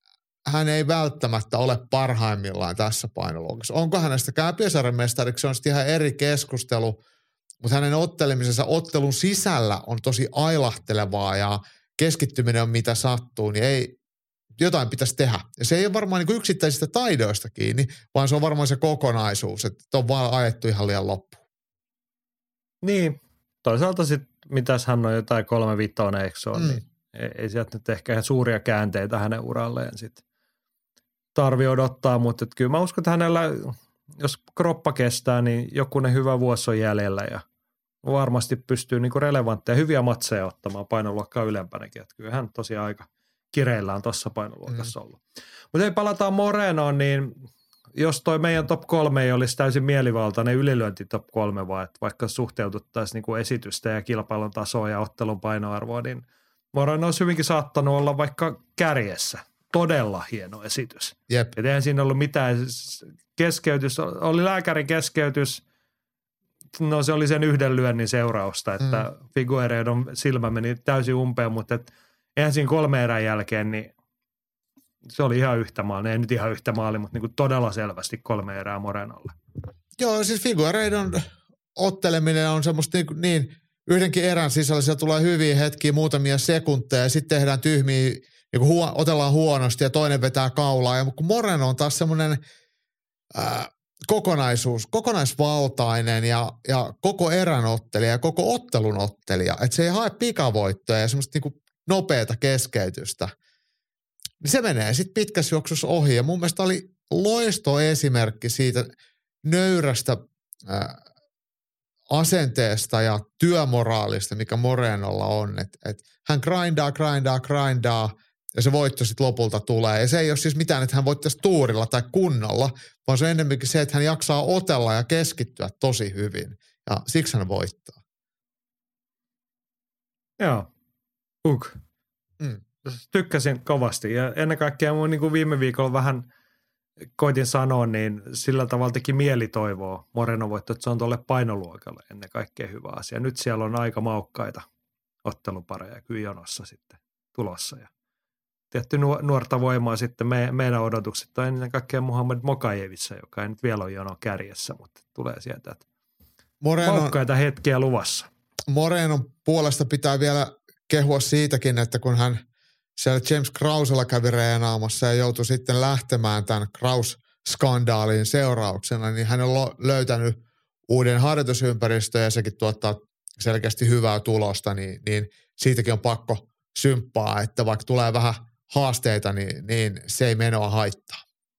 hän ei välttämättä ole parhaimmillaan tässä painoluokassa. Onko hänestä Kääpiösaaren mestariksi, se on sitten ihan eri keskustelu, mutta hänen ottelemisensa ottelun sisällä on tosi ailahtelevaa ja keskittyminen on mitä sattuu, niin ei, jotain pitäisi tehdä. Ja se ei ole varmaan niin kuin yksittäisistä taidoista kiinni, vaan se on varmaan se kokonaisuus, että on vaan ajettu ihan liian loppuun. Niin, toisaalta sitten mitäs hän on jotain kolme vitonen, eikö se ole, mm. niin ei, ei sieltä nyt ehkä ihan suuria käänteitä hänen uralleen sitten tarvitse odottaa, mutta kyllä mä uskon, että hänellä, jos kroppa kestää, niin jokunen hyvä vuosi on jäljellä ja varmasti pystyy niinku relevantteja, hyviä matseja ottamaan painoluokkaa ylempänäkin. Että kyllä hän tosiaan aika kireillään tuossa painoluokassa mm. ollut. Mutta ei palataan Morenoon, niin jos toi meidän top kolme ei olisi täysin mielivaltainen ylilyönti top kolme, vaan että vaikka suhteututtaisiin niinku esitystä ja kilpailun tasoa ja ottelun painoarvoa, niin Moreno olisi hyvinkin saattanut olla vaikka kärjessä. Todella hieno esitys. Jep. Et eihän siinä ollut mitään keskeytys, oli lääkärin keskeytys, no se oli sen yhden lyönnin seurausta, että mm. Figueiredon silmä meni täysin umpeen, mutta et, eihän siinä kolme erän jälkeen, niin se oli ihan yhtä maali, ei nyt ihan yhtä maali, mutta niin todella selvästi kolme erää Morenolle. Joo, siis Figueiredon otteleminen on semmoista niin, niin yhdenkin erän sisällä, siellä tulee hyviä hetkiä, muutamia sekunteja ja sitten tehdään tyhmiä, niin huo, otellaan huonosti ja toinen vetää kaulaa. Ja kun Moreno on taas semmoinen ää, kokonaisuus, kokonaisvaltainen ja, ja koko erän ottelija ja koko ottelun ottelija. Että se ei hae pikavoittoja ja semmoista niin nopeata keskeytystä. Niin se menee sitten pitkässä juoksussa ohi. Ja mun mielestä oli loisto esimerkki siitä nöyrästä ää, asenteesta ja työmoraalista, mikä Morenolla on. Että et hän grindaa, grindaa, grindaa. Ja se voitto sitten lopulta tulee. Ja se ei ole siis mitään, että hän voittaisi tuurilla tai kunnolla, vaan se on enemmänkin se, että hän jaksaa otella ja keskittyä tosi hyvin. Ja siksi hän voittaa. Joo. Uk. Mm. Tykkäsin kovasti. Ja ennen kaikkea mun niin kuin viime viikolla vähän koitin sanoa, niin sillä tavalla teki mieli toivoa Moreno voitto, että se on tuolle painoluokalle ennen kaikkea hyvä asia. Nyt siellä on aika maukkaita ottelupareja kyllä jonossa sitten tulossa ja tietty nuorta voimaa sitten me, meidän odotukset on ennen kaikkea Muhammad Mokajevissa, joka ei nyt vielä ole jono kärjessä, mutta tulee sieltä, että Moreno, maukkaita hetkiä luvassa. Morenon puolesta pitää vielä kehua siitäkin, että kun hän siellä James Krausella kävi reenaamassa ja joutui sitten lähtemään tämän Kraus-skandaalin seurauksena, niin hän on löytänyt uuden harjoitusympäristön ja sekin tuottaa selkeästi hyvää tulosta, niin, niin siitäkin on pakko symppaa, että vaikka tulee vähän haasteita, niin, niin se ei menoa haittaa.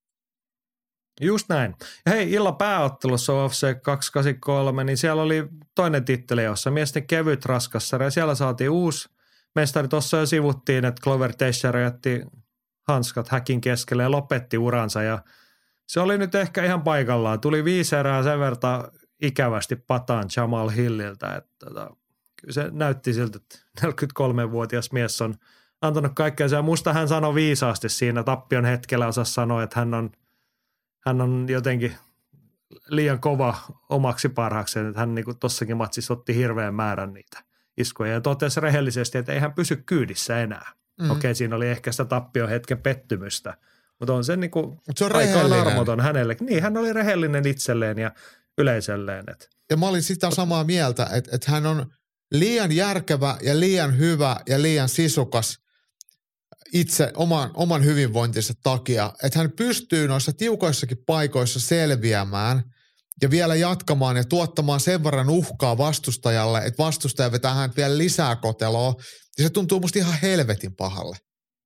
Just näin. Ja hei, illan pääottelussa U F C kaksisataakahdeksankymmentäkolme, niin siellä oli toinen titteli, jossa miesten kevyt raskassarja. Siellä saatiin uusi mestari. Tuossa jo sivuttiin, että Glover Teixeira jätti hanskat häkin keskelle ja lopetti uransa. Ja se oli nyt ehkä ihan paikallaan. Tuli viisi erää sen verran ikävästi pataan Jamal Hilliltä. Että tota, se näytti siltä, että neljäkymmentäkolmevuotias mies on antanut kaikkea. Ja musta hän sanoi viisaasti siinä tappion hetkellä, osasi sanoa, että hän on Hän on jotenkin liian kova omaksi parhaakseen, että hän niin kuin tossakin matsissa otti hirveän määrän niitä iskuja ja totesi rehellisesti, että ei hän pysy kyydissä enää. Mm. Okei, siinä oli ehkä sitä tappion hetken pettymystä, mutta on se niin kuin se on aika armoton hänelle. Niin, hän oli rehellinen itselleen ja yleisölleen. Että. Ja mä olin sitä samaa mieltä, että, että hän on liian järkevä ja liian hyvä ja liian sisukas itse oman, oman hyvinvointinsa takia, että hän pystyy noissa tiukoissakin paikoissa selviämään ja vielä jatkamaan ja tuottamaan sen verran uhkaa vastustajalle, että vastustaja vetää häntä vielä lisää koteloa, ja se tuntuu musta ihan helvetin pahalle.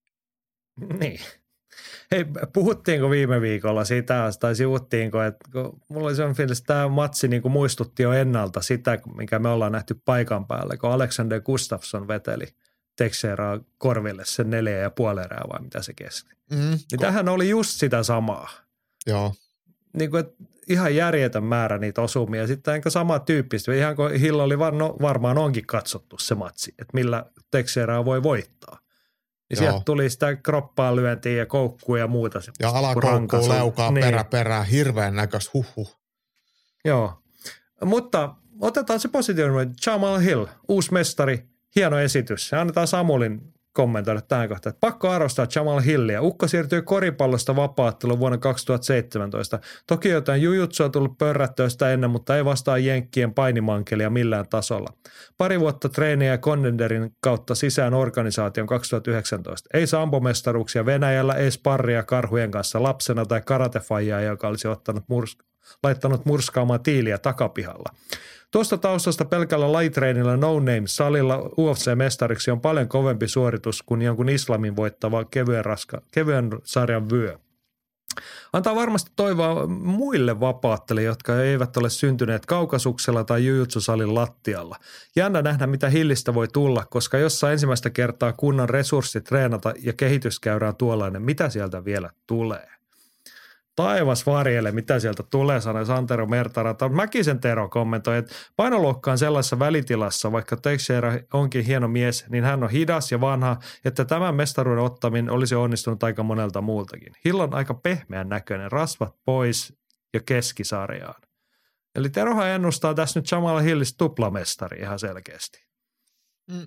Niin. Hei, puhuttiinko viime viikolla siitä, tai sivuttiinko, että kun mulla oli sellainen fiilis, että tämä matsi niin kuin muistutti jo ennalta sitä, mikä me ollaan nähty paikan päällä, kun Alexander Gustafsson veteli Teixeiraa korville sen neljä ja puoli erää vai mitä se kesti. Mm, niin tämähän oli just sitä samaa. Joo. Niin kuin, ihan järjetön määrä niitä osumia. Sitten enkä sama tyyppistä. Ihan kuin Hill oli var, no, varmaan onkin katsottu se matsi, että millä Teixeiraa voi voittaa. Niin sieltä tuli sitä kroppaa lyöntiä ja koukkuu ja muuta. Ja alakoukkuu, leukaa, niin. perä, perää, hirveän näköistä, huhhuh. Joo, mutta otetaan se positiivinen. Jamal Hill, uusi mestari, hieno esitys. Ja annetaan Samulin kommentoida tähän kohtaan, että pakko arvostaa Jamal Hillia. Ukko siirtyi koripallosta vapaaotteluun vuonna kaksituhattaseitsemäntoista. Toki jotain jujutsua tullut pörrättyä sitä ennen, mutta ei vastaa jenkkien painimankelia millään tasolla. Pari vuotta treeniä ja Contenderin kautta sisään organisaation kaksituhattayhdeksäntoista. Ei sampomestaruuksia Venäjällä, ei sparria karhujen kanssa lapsena tai karatefajaa, joka olisi ottanut murs- laittanut murskaamaan tiiliä takapihalla. Tuosta taustasta pelkällä lajitreenillä No Name salilla U F C-mestariksi on paljon kovempi suoritus kuin jonkun islamin voittava kevyen, raska, kevyen sarjan vyö. Antaa varmasti toivoa muille vapaattelijoille, jotka eivät ole syntyneet kaukasuksella tai jujutsusalin lattialla. Jännä nähdä, mitä Hillistä voi tulla, koska jossain ensimmäistä kertaa kunnan resurssi treenata ja kehityskäyrä on tuollainen, mitä sieltä vielä tulee. Taivas varjelle, mitä sieltä tulee, sanoi Santero Mertaranta. Mäkisen Tero kommentoi, että painoluokka on sellaisessa välitilassa, vaikka Teixeira onkin hieno mies, niin hän on hidas ja vanha, että tämän mestaruuden ottaminen olisi onnistunut aika monelta muultakin. Hill on aika pehmeän näköinen, rasvat pois ja keskisarjaan. Eli Terohan ennustaa tässä nyt Jamal Hillistä tuplamestari ihan selkeästi. Mm.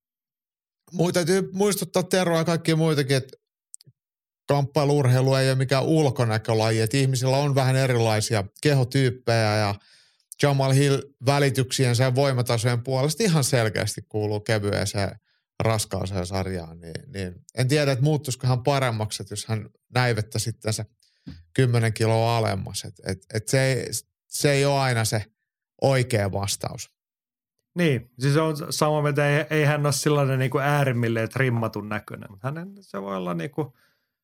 Täytyy muistuttaa Teroa ja kaikkia muitakin, että kamppailu-urheilu ei ole mikään ulkonäkölaji, että ihmisillä on vähän erilaisia kehotyyppejä ja Jamal Hill välityksien sen voimatasojen puolesta ihan selkeästi kuuluu kevyeseen raskaaseen sarjaan, niin, niin en tiedä, että muuttuisiko hän paremmaksi, että jos hän näivettä sitten se kymmenen kiloa alemmas, että et, et se, ei, se ei ole aina se oikea vastaus. Niin, siis on sama, että ei, ei hän ole sellainen niin kuin äärimmilleen trimmatun näköinen, mutta hänen se voi olla niin kuin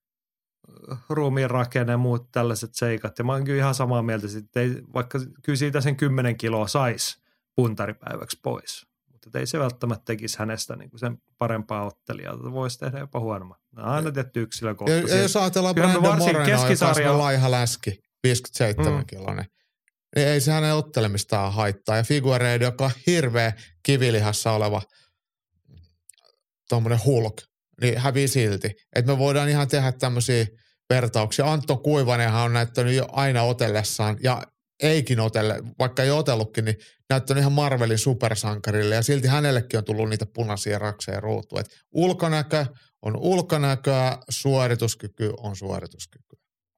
ruumiin rakenne ja muut tällaiset seikat. Ja mä oon kyllä ihan samaa mieltä, että ei, vaikka kyllä siitä sen kymmenen kiloa saisi puntaripäiväksi pois. Mutta ei se välttämättä tekisi hänestä niin kuin sen parempaa ottelijaa. Voisi tehdä jopa huonomman. No, aina tietty yksilökohtaisia. Ja jos ajatellaan Brandon Morenoa, joka on laiha läski, viisikymmentäseitsemän kiloinen, niin ei se hänen ottelemistaan haittaa. Ja Figueiredo, joka on hirveä kivilihassa oleva tuommoinen Hulk, niin hävii silti. Että me voidaan ihan tehdä tämmöisiä vertauksia. Antto Kuivanenhan on näyttänyt jo aina otellessaan, ja eikin otelle, vaikka ei otellutkin, niin näyttänyt ihan Marvelin supersankarille, ja silti hänellekin on tullut niitä punaisia rakseja ruutuun. Että ulkonäkö on ulkonäköä, suorituskyky on suorituskyky.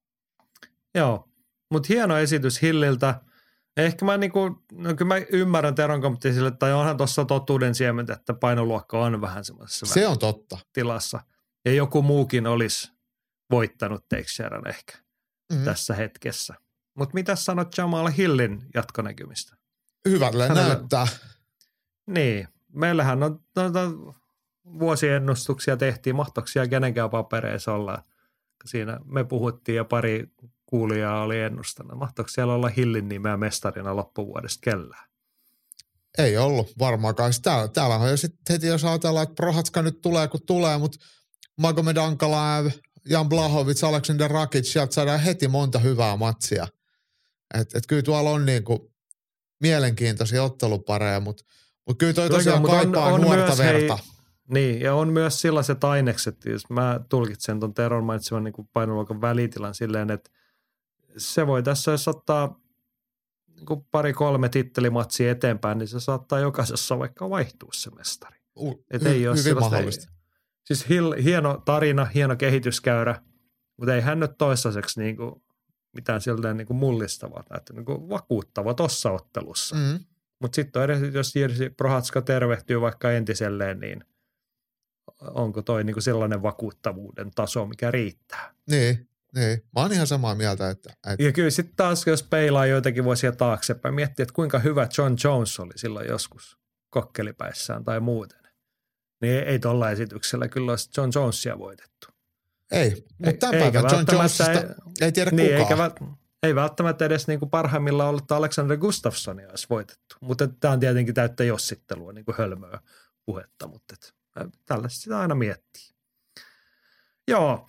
Joo, mutta hieno esitys Hilliltä. Ehkä mä niinku, no kyllä mä ymmärrän Teron kommentin sille, tai onhan tuossa totuuden siementä, että painoluokka on vähän semmoisessa Se on totta. tilassa. Ja joku muukin olisi voittanut Teixeiran ehkä mm-hmm. tässä hetkessä. Mutta mitä sanot Jamal Hillin jatkonäkymistä? Hyvälle Hänellä, näyttää. Niin, meillähän on noita vuosiennustuksia tehtiin, mahtoksia kenenkään papereissa olla. Siinä me puhuttiin ja pari kuulijaa oli ennustanut. Mahtoiko siellä olla Hillin nimeä mestarina loppuvuodesta kellään? Ei ollut varmaankaan. Täällä, täällä on jo sitten heti, jos ajatellaan, että Prohatska nyt tulee kun tulee, mutta Magomed Ankalaev, Jan Blachowicz, Alexander Rakic, sieltä saadaan heti monta hyvää matsia. Että et kyllä tuolla on niinku mielenkiintoisia ottelupareja, mutta mut kyllä toi tosiaan kaipaa on, on nuorta verta. Hei, niin, ja on myös sellaiset ainekset, jos mä tulkitsen tuon Teron mainitsevan niin painoluokan välitilan silleen, että se voi tässä, jos ottaa niin pari-kolme tittelimatsia eteenpäin, niin se saattaa jokaisessa vaikka vaihtua se mestari. Uh, Että ei hy, ole hyvin mahdollista. Ei, siis hil, hieno tarina, hieno kehityskäyrä, mutta ei hän nyt toistaiseksi niin kuin mitään sieltä niin kuin mullistavaa, että niin kuin vakuuttava tuossa ottelussa. Mm-hmm. Mutta sitten jos Jerzy Prohatska tervehtyy vaikka entiselleen, niin onko toi niin kuin sellainen vakuuttavuuden taso, mikä riittää? Niin, niin. Mä oon ihan samaa mieltä. Että, että... Ja kyllä sitten taas, jos peilaa joitakin vuosia taaksepäin, miettii, että kuinka hyvä John Jones oli silloin joskus kokkelipäissään tai muuten. Niin ei tuolla esityksellä kyllä olisi John Jonesia voitettu. Ei, mutta tämän päivän John Jonesista ei, ei tiedä niin, kukaan. Eikä, ei välttämättä edes niin kuin parhaimmillaan ollut, että Alexander Gustafssonia olisi voitettu. Mutta tämä on tietenkin täyttä jossittelua, niin kuin hölmöä puhetta, mutta tällaista sitä aina miettii. Joo,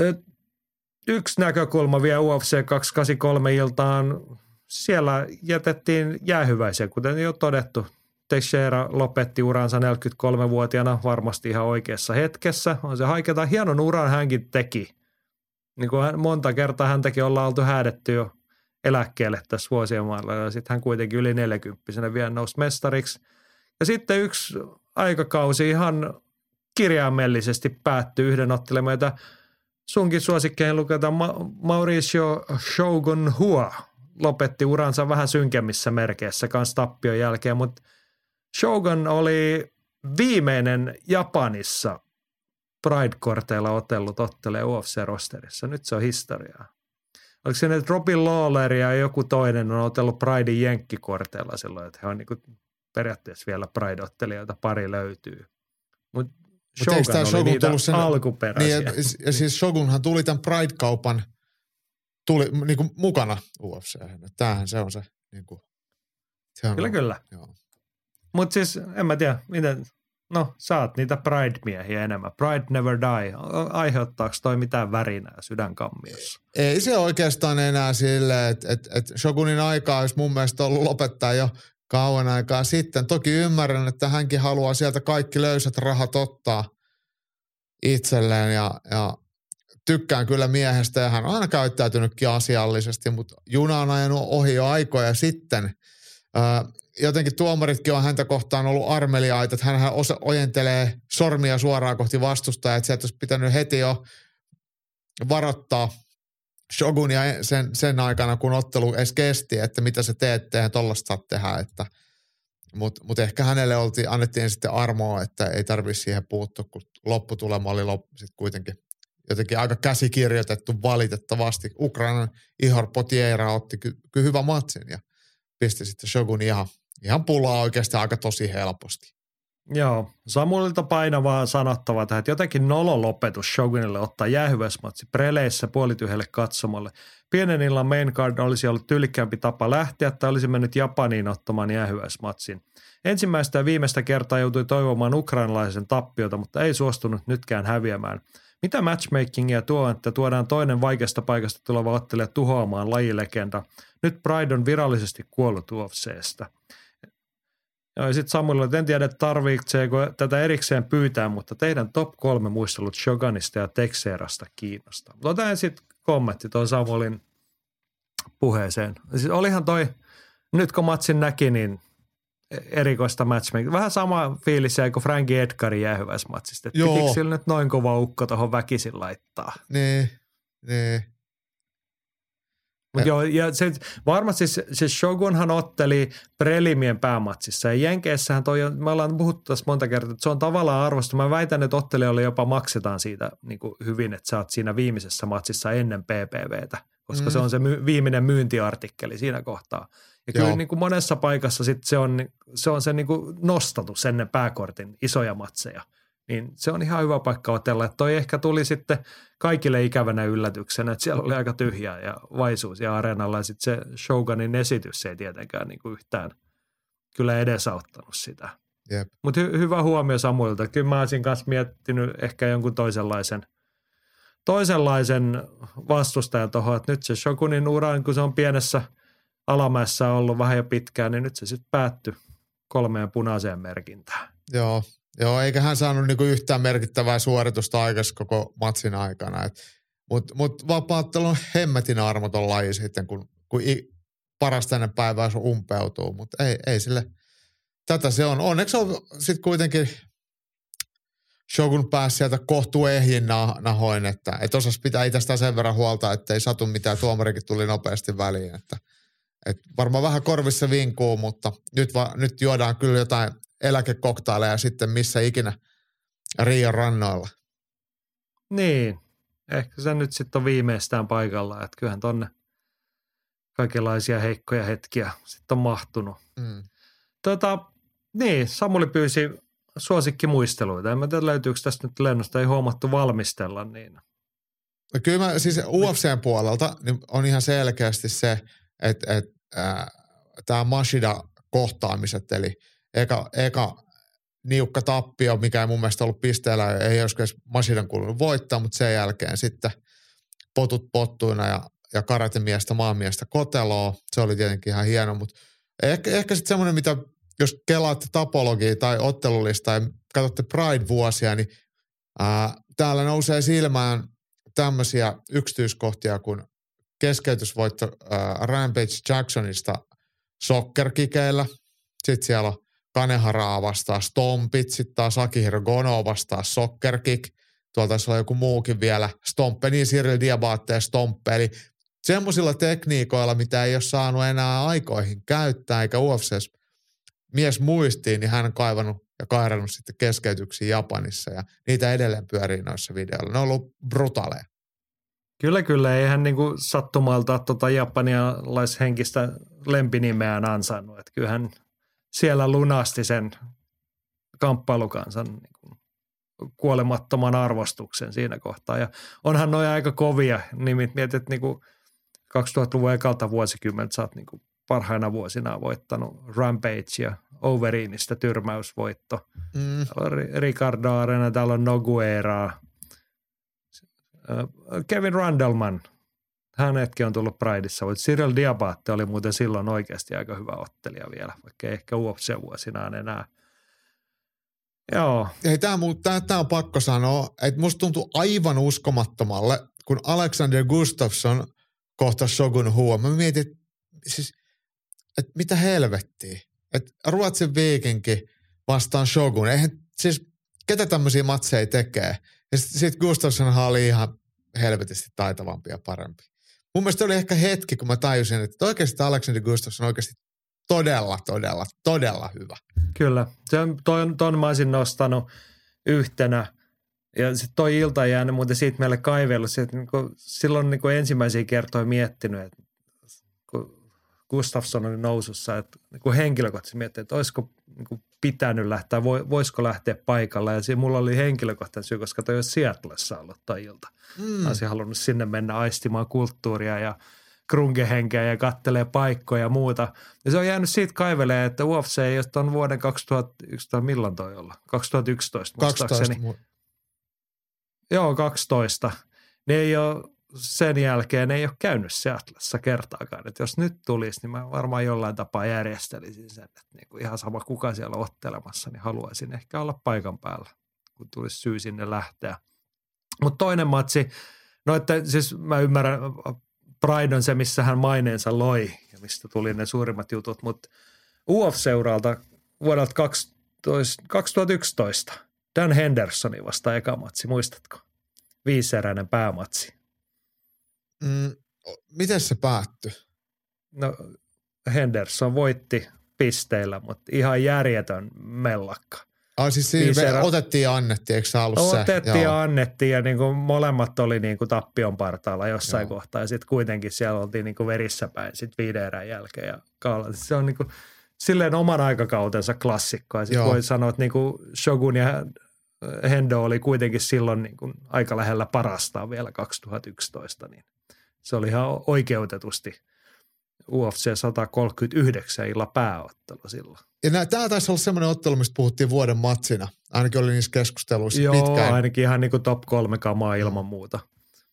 yksi näkökulma vielä U F C kaksisataakahdeksankymmentäkolme iltaan. Siellä jätettiin jäähyväisiä, kuten jo todettu. Teixeira lopetti uransa neljäkymmentäkolmevuotiaana varmasti ihan oikeassa hetkessä. On se haikeata. Hienon uran hänkin teki. Niin kuin hän, monta kertaa häntäkin ollaan oltu häädetty jo eläkkeelle tässä vuosien mailla. Ja sitten hän kuitenkin yli neljäkymppisenä vielä nousi mestariksi. Ja sitten yksi aikakausi ihan kirjaimellisesti päättyi yhden ottelemaan, jota sunkin suosikkeihin luketaan Ma- Mauricio Shogun Hua lopetti uransa vähän synkemmissä merkeissä kanssa tappion jälkeen, mutta Shogun oli viimeinen Japanissa Pride-korteilla otellut ottelee U F C-rosterissa. Nyt se on historiaa. Oliko se, että Robin Lawler ja joku toinen on otellut Pridein jenkkikorteilla silloin, että he on niinku periaatteessa vielä Pride-ottelijoita, pari löytyy. Mutta Shogun Mut oli Shogun niitä sen, alkuperäisiä. Niin, ja, ja siis Shogunhan tuli tämän Pride-kaupan tuli niinku mukana U F C:hen. Tämähän se on se. Niinku, se on kyllä, on, kyllä. Mutta siis en mä tiedä, miten, no saat niitä Pride-miehiä enemmän. Pride never die. Aiheuttaako toi mitään värinää sydänkammiossa? Ei se oikeastaan enää silleen, että et, et Shogunin aikaa olisi mun mielestä ollut lopettaa jo kauan aikaa sitten. Toki ymmärrän, että hänkin haluaa sieltä kaikki löysät rahat ottaa itselleen ja, ja tykkään kyllä miehestä ja hän on aina käyttäytynytkin asiallisesti, mutta juna on ajanut ohi jo aikoja sitten. Öö, jotenkin tuomaritkin on häntä kohtaan ollut armeliaita, että hänhän osa, ojentelee sormia suoraan kohti vastustajaa, että sieltä olisi pitänyt heti jo varoittaa Shogunia sen, sen aikana, kun ottelu edes kesti, että mitä sä teet, eihän tollaista saa tehdä, että mutta mut ehkä hänelle oltiin, annettiin sitten armoa, että ei tarvitse siihen puuttua, kun lopputulema oli lop, sitten kuitenkin jotenkin aika käsikirjoitettu valitettavasti. Ukrainan Ihor Potieira otti ky- kyllä hyvän matsin ja pisti sitten Shogun ihan, ihan pulaa oikeastaan aika tosi helposti. Joo, Samuelilta painavaa sanottavaa tähän, että jotenkin nolon lopetus Shogunille ottaa jäähyväismatsi preleissä puolityhjälle katsomalle. Pienen illan main card olisi ollut tyylikkäämpi tapa lähteä, että olisi mennyt Japaniin ottamaan jäähyväismatsin. Ensimmäistä ja viimeistä kertaa joutui toivomaan ukrainalaisen tappiota, mutta ei suostunut nytkään häviämään. Mitä matchmakingia tuo, että tuodaan toinen vaikeasta paikasta tuleva ottelija tuhoamaan lajilegenda? Nyt Pride on virallisesti kuollut U F C:stä. Ja sitten Samuel, en tiedä tarvitseeko tätä erikseen pyytää, mutta teidän top kolme muistelut Shogunista ja Texerasta kiinnostaa. Mutta otan sitten kommentti tuon Samuelin puheeseen. Siis olihan toi, nyt kun matsin näki, niin erikoista matchmaking. Vähän sama fiilis jäi kuin Frankie Edgarin jäähyväismatsista. Pitikö sillä nyt noin kova ukko tuohon väkisin laittaa? Niin, niin. Mut joo, ja se, varmasti se, se Shogunhan otteli prelimien päämatsissa ja Jenkeissähän toi, me ollaan puhuttu tässä monta kertaa, että se on tavallaan arvostu. Mä väitän, että ottelijoille jopa maksetaan siitä niin kuin hyvin, että sä oot siinä viimeisessä matsissa ennen P P V:tä, koska mm. se on se my, viimeinen myyntiartikkeli siinä kohtaa. Ja kyllä niin kuin monessa paikassa sit se on se, on se niin kuin nostatus ennen pääkortin isoja matseja. Niin se on ihan hyvä paikka otella. Että toi ehkä tuli sitten kaikille ikävänä yllätyksenä, että siellä oli aika tyhjää ja vaisuus ja areenalla. Ja sitten se Shogunin esitys ei tietenkään niin kuin yhtään kyllä edesauttanut sitä. Yep. Mutta hy- hyvä huomio Samuelta. Kyllä mä olisin kanssa miettinyt ehkä jonkun toisenlaisen, toisenlaisen vastustajan tuohon. Että nyt se Shogunin ura, kun se on pienessä alamäessä ollut vähän jo pitkään, niin nyt se sitten päättyi kolmeen punaiseen merkintään. Joo. Joo, eikä hän saanut niinku yhtään merkittävää suoritusta aikaisemmin koko matsin aikana. Mutta mut vapaattelun hemmetin armoton laji sitten, kun, kun i, parasta ennen päivää se umpeutuu. Mutta ei, ei sille, tätä se on. Onneksi on sitten kuitenkin Shogun pääsi sieltä kohtuu ehjin nahoin, että et osas pitää itsestään sen verran huolta, että ei satu mitään. Tuomarikin tuli nopeasti väliin. Että, et varmaan vähän korvissa vinkuu, mutta nyt, va, nyt juodaan kyllä jotain eläkekoktaileja sitten missä ikinä Rion rannoilla. Niin, ehkä se nyt sitten on viimeistään paikalla, että kyllähän tonne kaikenlaisia heikkoja hetkiä sitten on mahtunut. Mm. Tota, niin, Samuli pyysi suosikkimuisteluita. En mä tiedä, löytyykö tästä nyt lennosta, ei huomattu valmistella niin. No kyllä mä siis U F C:n puolelta niin on ihan selkeästi se, että, että äh, tämä Mashida-kohtaamiset, eli Eka, eka niukka tappio, mikä ei mun mielestä ollut pisteellä, ei olisi edes Mashidan kuulunut voittaa, mutta sen jälkeen sitten potut pottuina ja, ja karatemiestä maamiestä koteloa. Se oli tietenkin ihan hieno, mutta ehkä, ehkä sitten semmoinen, mitä jos kelaatte tapologia tai ottelulistaa ja katsotte Pride-vuosia, niin ää, täällä nousee silmään tämmöisiä yksityiskohtia, kun keskeytysvoitto ää, Rampage Jacksonista soccer-kikeillä. Sitten siellä on Kaneharaa vastaan stompit, sitten taas Akihiro Gono vastaan soccer kick. Tuolta taisi olla joku muukin vielä stomppe, niin Cyril Diabate stomppe. Eli semmoisilla tekniikoilla, mitä ei ole saanut enää aikoihin käyttää, eikä U F C:ssä mies muistiin, niin hän on kaivannut ja kairannut sitten keskeytyksiä Japanissa. Ja niitä edelleen pyörii noissa videoilla. Ne on ollut brutaaleja. Kyllä, kyllä. Eihän niinku sattumalta tuota japanialaishenkistä lempinimeään ansainnut. Että kyllähän siellä lunasti sen kamppailukansan niinku kuolemattoman arvostuksen siinä kohtaa. Ja onhan noin aika kovia nimit. Mietit, että niinku kaksituhattaluvun ekalta vuosikymmentä sä oot niinku parhaina vuosina voittanut Rampage ja Overeemistä tyrmäysvoitto. Mm. Täällä on Ricardo Arena, täällä on Nogueiraa. Kevin Randleman, hänetkin on tullut Prideissa, mutta Cyril Diabate oli muuten silloin oikeasti aika hyvä ottelija vielä, vaikka ei ehkä U F C-vuosinaan enää. Joo. Hei, tämä on pakko sanoa, että musta tuntuu aivan uskomattomalle, kun Alexander Gustafsson kohtasi Shogun Rua. Mä mietin, että siis, et mitä helvettiä, että Ruotsin viikinki vastaan Shogun, eihän siis ketä tämmöisiä matseja tekee. Ja sitten sit Gustafssonhan oli ihan helvetisti taitavampi ja parempi. Mun mielestä oli ehkä hetki, kun mä tajusin, että oikeasti Alexander Gustafsson on oikeasti todella, todella, todella hyvä. Kyllä. Ton, ton mä olisin nostanut yhtenä. Ja sitten toi ilta on jäänyt muuten siitä meille kaivellut. Että niinku, silloin niinku ensimmäisiä kertoja miettinyt, että kun Gustafsson oli nousussa, että niinku henkilökohtaisesti miettinyt, että olisiko niinku pitänyt lähteä, voisiko lähteä paikalla. Ja siinä mulla oli henkilökohtainen syy, koska toi olisi Seattleissa ollut toi ilta. Mm. Olisin halunnut sinne mennä aistimaan kulttuuria ja grunge-henkeä ja kattelee paikkoja ja muuta. Ja se on jäänyt siitä kaivelee, että U F C ei ole tuon vuoden kaksituhattayksitoista, milloin toi olla? kaksituhattayksitoista muistaakseni. kaksitoista Joo, kaksitoista. Ne ei ole, sen jälkeen ne ei ole käynyt Seattlessa kertaakaan. Että jos nyt tulisi, niin mä varmaan jollain tapaa järjestelisin sen. Että niin kuin ihan sama kuka siellä on ottelemassa, niin haluaisin ehkä olla paikan päällä, kun tulisi syy sinne lähteä. Mutta toinen matsi, no että siis mä ymmärrän, Pride on se, missä hän maineensa loi ja mistä tuli ne suurimmat jutut, mutta U F C-uralta vuodelta kaksituhattayksitoista Dan Hendersoni vasta eka matsi, muistatko? Viiseräinen päämatsi. Mm, miten se päättyi? No Henderson voitti pisteillä, mutta ihan järjetön mellakka. Ah, siis siinä Viiserä... otettiin ja annettiin, eikö se ollut otettiin se? Otettiin ja annettiin ja niin kuin molemmat oli niin kuin tappion partaalla jossain Joo. kohtaa. Ja sitten kuitenkin siellä oltiin niin kuin verissä päin sitten viiden erän jälkeen. Ja se on niin kuin silleen oman aikakautensa klassikko. Ja sitten voi sanoa, että niin kuin Shogun ja Hendo oli kuitenkin silloin niin kuin aika lähellä parastaan vielä kaksituhattayksitoista. Niin se oli ihan oikeutetusti U F C sata kolmekymmentäyhdeksän illa pääottelu silloin. Ja tämä taisi olla semmoinen ottelu, mistä puhuttiin vuoden matsina. Ainakin oli niissä keskusteluissa Joo, pitkään. Joo, ainakin ihan niin kuin top kolme kamaa ilman muuta.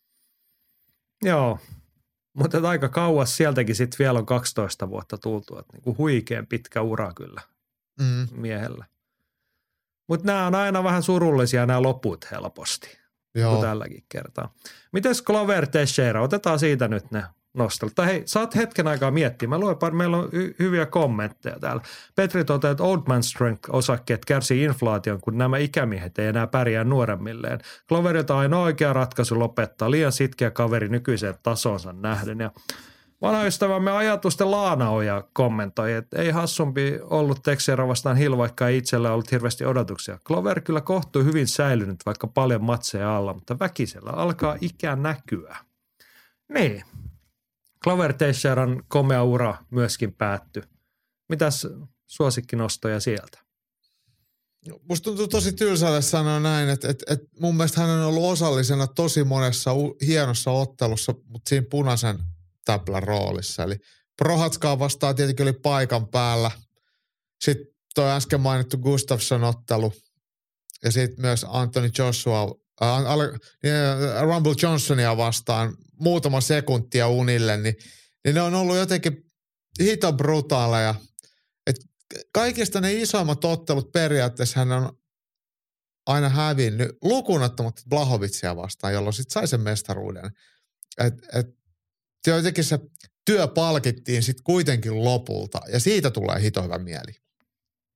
Joo, mutta aika kauas sieltäkin sitten vielä on kaksitoista vuotta tultu. Että niin kuin huikean pitkä ura kyllä mm. miehellä. Mutta nämä on aina vähän surullisia nämä loput helposti. Joo. Kuin tälläkin kertaa. Mites Glover Teixeira? Otetaan siitä nyt ne nostelut. Tai hei, saat hetken aikaa miettiä. Mä luen, meillä on y- hyviä kommentteja täällä. Petri toteaa, että Old Man Strength-osakkeet kärsii inflaation, kun nämä ikämiehet ei enää pärjää nuoremmilleen. Gloverilta ainoa oikea ratkaisu lopettaa liian sitkeä kaveri nykyiseen tasonsa nähden. Ja vanha ystävämme Ajatusten Laanaoja kommentoi, että ei hassumpi ollut Teixeira vastaan Hill, vaikka ei itsellä ollut hirveästi odotuksia. Glover kyllä kohtui hyvin säilynyt, vaikka paljon matseja alla, mutta väkisellä alkaa ikä näkyä. Niin. Glover Teixeiran komea ura myöskin päättyi. Mitäs suosikkinostoja sieltä? Musta tuntuu tosi tylsälle sanoa näin, että, että, että mun mielestä hän on ollut osallisena tosi monessa u- hienossa ottelussa, mutta siinä punaisen täplän roolissa. Eli Prohatskaa vastaan tietenkin oli paikan päällä. Sitten toi äsken mainittu Gustafsson-ottelu ja sitten myös Anthony Joshua, äh, äh, Rumble Johnsonia vastaan muutama sekuntia unille, niin, niin ne on ollut jotenkin hito brutaaleja. Et kaikista ne isoimmat ottelut periaatteessa hän on aina hävinnyt lukunottamatta Blachowiczia vastaan, jolloin sitten sai sen mestaruuden. Et, et, jotenkin se työ palkittiin sitten kuitenkin lopulta ja siitä tulee hito hyvä mieli.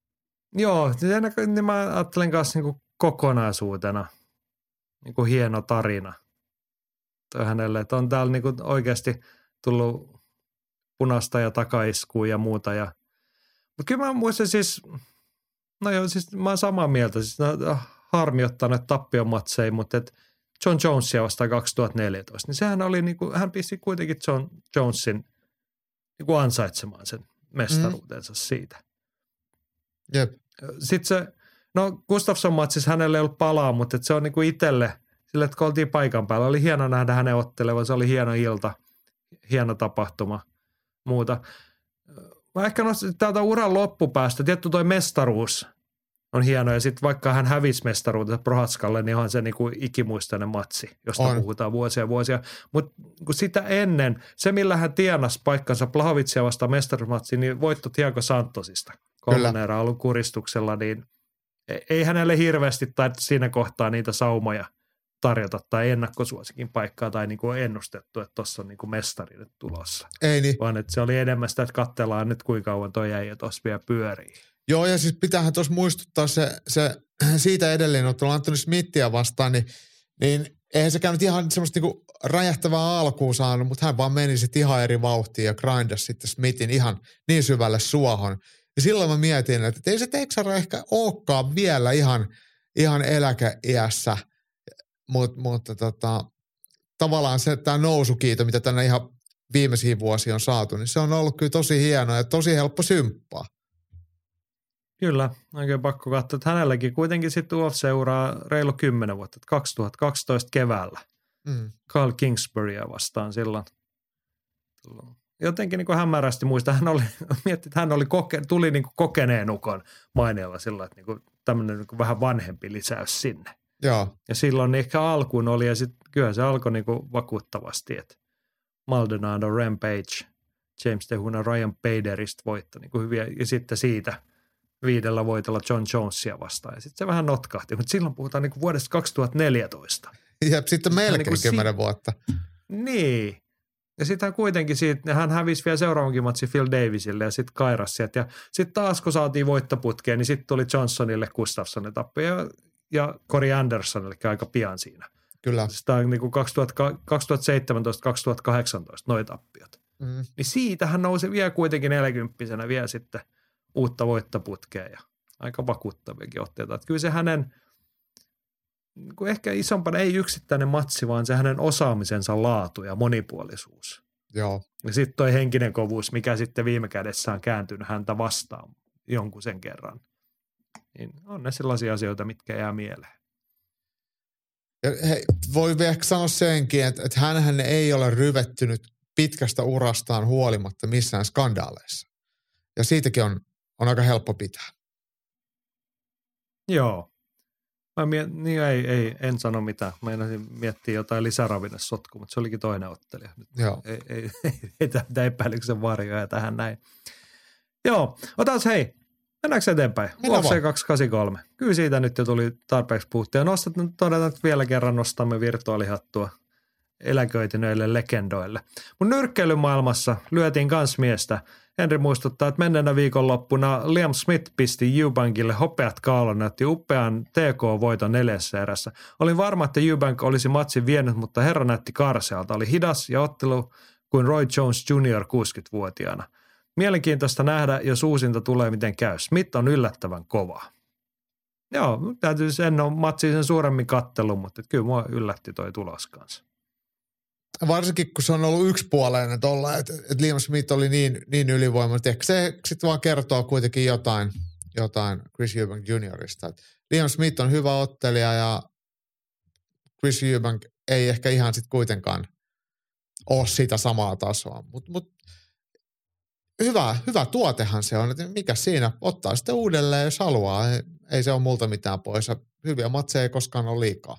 Joo, niin mä ajattelen kanssa niin kuin kokonaisuutena niin kuin hieno tarina toi hänelle, että on täällä niin kuin oikeasti tullut punasta ja takaiskua ja muuta. Ja, mutta kyllä mä muistan siis, no joo, siis mä oon samaa mieltä, siis no, harmi ottaa näitä tappiomatseja, mutta et John Jonesia vastaan kaksituhattaneljätoista, niin sehän oli niin kuin, hän pisti kuitenkin John Jonesin niin kuin ansaitsemaan sen mestaruutensa mm. siitä. Jep. Sitten se, no Gustafsson-matsissa hänelle ei ollut palaa, mutta se on niin kuin itselle, sille, että kun oltiin paikan päällä, oli hieno nähdä hänen ottelevan, se oli hieno ilta, hieno tapahtuma, muuta. Mä ehkä nostin täältä uran loppupäästä, tietty toi mestaruus on hieno ja sitten vaikka hän hävisi mestaruutensa Prohatskalle, niin onhan se niin kuin ikimuistainen matsi, josta on. Puhutaan vuosia vuosia. Mutta sitä ennen, se millä hän tienasi paikkansa Blahovitsia vastaan mestaruusmatsiin, niin voitto Thiago Santosista kolmannen erään alun kuristuksella, niin ei hänelle hirveästi tai siinä kohtaa niitä saumoja tarjota tai ennakkosuosikin paikkaa tai niin kuin ennustettu, että tuossa on niin kuin mestari nyt tulossa. Ei niin. Vaan että se oli enemmän sitä, että katsellaan nyt kuinka kauan toi jäi ja tuossa vielä pyörii. Joo, ja siis pitäähän tuossa muistuttaa se, se siitä edellinen ottelu Anthony Smithia vastaan, niin, niin eihän se käynyt ihan semmoista niinku räjähtävää alkuun saanut, mutta hän vaan meni sitten ihan eri vauhtiin ja grindasi sitten Smithin ihan niin syvälle suohon. Ja silloin mä mietin, että ei se Texara ehkä olekaan vielä ihan, ihan eläkeiässä, Mut, mutta tota, tavallaan se tämä nousukiito, mitä tänne ihan viimeisiin vuosiin on saatu, niin se on ollut kyllä tosi hienoa ja tosi helppo symppaa. Kyllä, oikein pakko katsoa, että hänelläkin kuitenkin sitten U F C-uraa reilu kymmenen vuotta, että kaksituhattakaksitoista keväällä mm. Carl Kingsburya vastaan silloin. Jotenkin niin kuin hämärästi muista, hän oli, mietti, että hän oli koke, tuli niin kuin kokeneen ukon maineella sillä, että niin kuin tämmöinen niin kuin vähän vanhempi lisäys sinne. Joo. Ja silloin ehkä alkuun oli, ja sitten kyllä se alkoi niinku vakuuttavasti, että Maldonado, Rampage, James Tehuna, Ryan Baderista voittoi niinku hyviä, ja sitten siitä viidellä voitolla John Jonesia vastaan. Ja sitten se vähän notkahti, mutta silloin puhutaan niinku vuodesta kaksituhattaneljätoista. Ja sitten melkein niinku kymmenen si- vuotta. Niin. Ja sitten kuitenkin siitä, hän hävisi vielä seuraavankin matsi Phil Davisille ja sitten kairasi sieltä. Ja sitten taas kun saatiin voittoputkeen, niin sitten tuli Johnsonille Gustafssonin tappio ja ja Corey Andersonillekin aika pian siinä. Kyllä. Sitä on niin kuin kaksituhattaseitsemäntoista kaksituhattakahdeksantoista noi tappiot. Mm. Niin siitähän nousi vielä kuitenkin neljäkymppisenä vielä sitten uutta voittoputkea ja aika vakuuttaviakin otteita. Että kyllä se hänen, niin ehkä isompana ei yksittäinen matsi, vaan se hänen osaamisensa laatu ja monipuolisuus. Joo. Ja sitten toi henkinen kovuus, mikä sitten viime kädessä on kääntynyt häntä vastaan jonkun sen kerran. Niin on ne sellaisia asioita, mitkä jää mieleen. Ja hei, voi ehkä sanoa senkin, että, että hänhän ei ole ryvettynyt pitkästä urastaan huolimatta missään skandaaleissa. Ja siitäkin on, on aika helppo pitää. Joo. Mä miet, niin ei, ei, en sano mitään. Mä meinasin miettiä jotain lisäravinnesotkua, mutta se olikin toinen ottelija. Nyt Joo. Ei, ei, ei, ei tätä epäilyksen varjoja tähän näin. Joo, otas hei. Mennäänkö eteenpäin? U F C kaksisataakahdeksankymmentäkolme. Kyllä siitä nyt jo tuli tarpeeksi puhuttua. Ja nostat nyt todeta, että vielä kerran nostamme virtuaalihattua eläköityneille legendoille. Mun nyrkkeilymaailmassa lyötiin kans miestä. Henri muistuttaa, että menneenä viikonloppuna Liam Smith pisti Eubankille hopeat kaulon, näytti upean T K-voiton neljässä erässä. Olin varma, että Eubank olisi matsin vienyt, mutta herra näytti karsealta. Oli hidas ja ottelu kuin Roy Jones junior kuusikymmentävuotiaana. Mielenkiintoista nähdä, jos uusinta tulee, miten käy. Smith on yllättävän kova. Joo, täytyy en ole matsia sen suuremmin kattelun, mutta kyllä mua yllätti toi tulos kanssa. Varsinkin, kun se on ollut yksipuoleinen tuolla, että, että Liam Smith oli niin, niin ylivoimainen. Ehkä se sitten vaan kertoo kuitenkin jotain, jotain Chris Eubank juniorista. Että Liam Smith on hyvä ottelija ja Chris Eubank ei ehkä ihan sitten kuitenkaan ole sitä samaa tasoa. Mutta mut, Hyvä, hyvä tuotehan se on, että mikä siinä, ottaa sitten uudelleen, jos haluaa. Ei, ei se ole multa mitään pois. Hyviä matseja ei koskaan ole liikaa.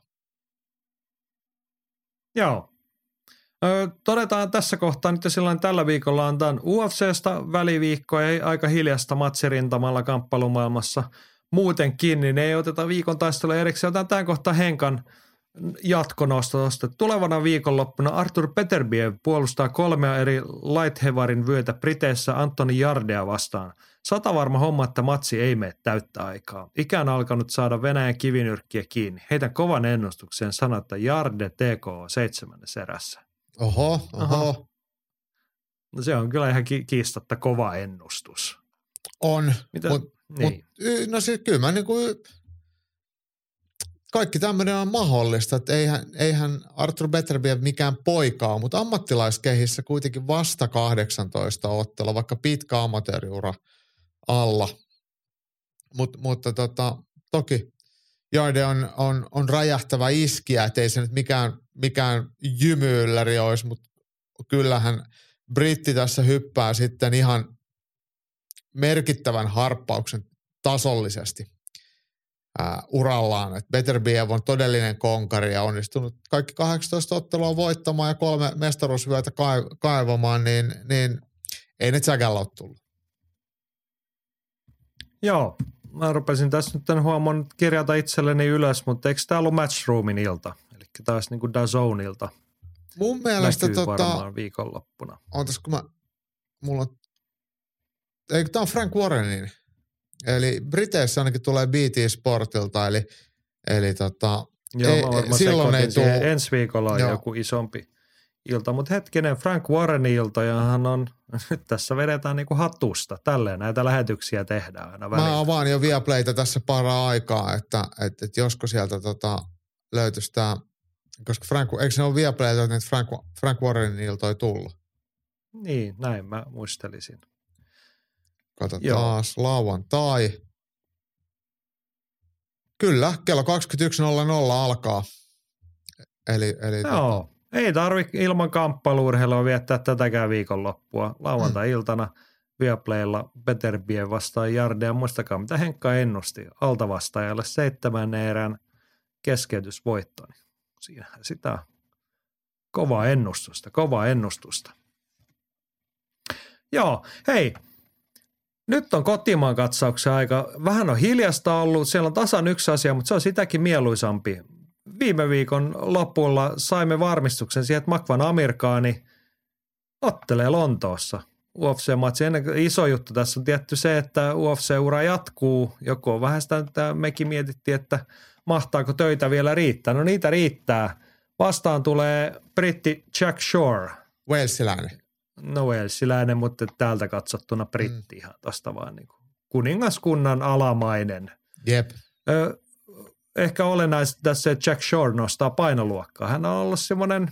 Joo. Ö, todetaan tässä kohtaa nyt jo silloin tällä viikolla on tämän U F C:stä väliviikko ja aika hiljasta matsirintamalla kamppailumaailmassa. Muutenkin, niin ei oteta viikon taistelua erikseen. Otetaan tämän kohtaa Henkan jatkonostosta. Tulevana viikonloppuna Artur Beterbiev puolustaa kolmea eri light hevarin vyötä Briteissä Anthony Yardea vastaan. Sata varma homma, että matsi ei mene täyttä aikaa. Ikä on alkanut saada Venäjän kivinyrkkiä kiinni. Heitän kovan ennustuksen sanoa, että Jarde T K on seitsemännes erässä. Oho, oho. oho. No se on kyllä ihan ki- kiistatta kova ennustus. On, Mitä? Mut, Niin. mut, no siis kyllä mä niinku, kaikki tämmöinen on mahdollista, että eihän, eihän Arthur Beterbiev mikään poikaa, mutta ammattilaiskehissä kuitenkin vasta kahdeksantoista ottelua, vaikka pitkä amatööriura alla. Mut, mutta tota, toki Jarde on, on, on räjähtävä iskiä, ettei se nyt mikään, mikään jymyylläri olisi, mutta kyllähän britti tässä hyppää sitten ihan merkittävän harppauksen tasollisesti ää, urallaan. Et Beterbiev on todellinen konkari ja onnistunut kaikki kahdeksantoista ottelua voittamaan ja kolme mestaruusvyötä kaivamaan, niin, niin ei ne tsäkällä ole tullut. Joo, mä rupesin tässä nyt huomaan kirjata itselleni ylös, mutta eikö tämä ollut Matchroomin ilta? Eli taas niin kuin D A Z N-ilta. Mun mielestä näkyy tota, varmaan viikonloppuna. Ootas, kun mä, mulla on, eikö tää on Frank Warrenin, eli Briteissä ainakin tulee B T Sportilta, eli, eli tota, Joo, ei, mä varmaan silloin ei tuu. Ensi viikolla on Joo. joku isompi ilta, mutta hetkinen, Frank Warrenin ilta, ja hän on, nyt tässä vedetään niinku hatusta, tälleen näitä lähetyksiä tehdään aina välillä. Mä avaan jo Viaplayta tässä paraa aikaa, että et, et josko sieltä tota, löytyisi tää, koska Frank, eikö se ole Viaplayta, että Frank, Frank Warrenin iltoi tullut? Niin, näin mä muistelisin. Kato Joo. taas, lauantai. Kyllä, kello kaksikymmentäyksi nolla nolla alkaa. Eli, eli Joo, tota, ei tarvitse ilman kamppailu-urheilua viettää tätäkään viikonloppua. Lauantai-iltana Viaplaylla Beterbiev vastaan Jarde, ja muistakaa mitä Henkka ennusti altavastaajalle seitsemän erän keskeytysvoitto. Siinähän sitä kovaa ennustusta, kovaa ennustusta. Joo, hei, nyt on kotimaan katsauksen aika. Vähän on hiljasta ollut, siellä on tasan yksi asia, mutta se on sitäkin mieluisampi. Viime viikon lopulla saimme varmistuksen siihen, että Makwan Amirkhani ottelee Lontoossa U F C-matsi. Iso juttu tässä on tietty se, että U F C-ura jatkuu. Joku on vähän sitä, että mekin mietittiin, että mahtaako töitä vielä riittää. No niitä riittää. Vastaan tulee britti Jack Shore. Walesiläinen. No walesiläinen, mutta täältä katsottuna britti ihan tosta vaan niin kuin kuningaskunnan alamainen. Jep. Ö, ehkä olennaista tässä, että Jack Shore nostaa painoluokkaa. Hän on ollut semmoinen,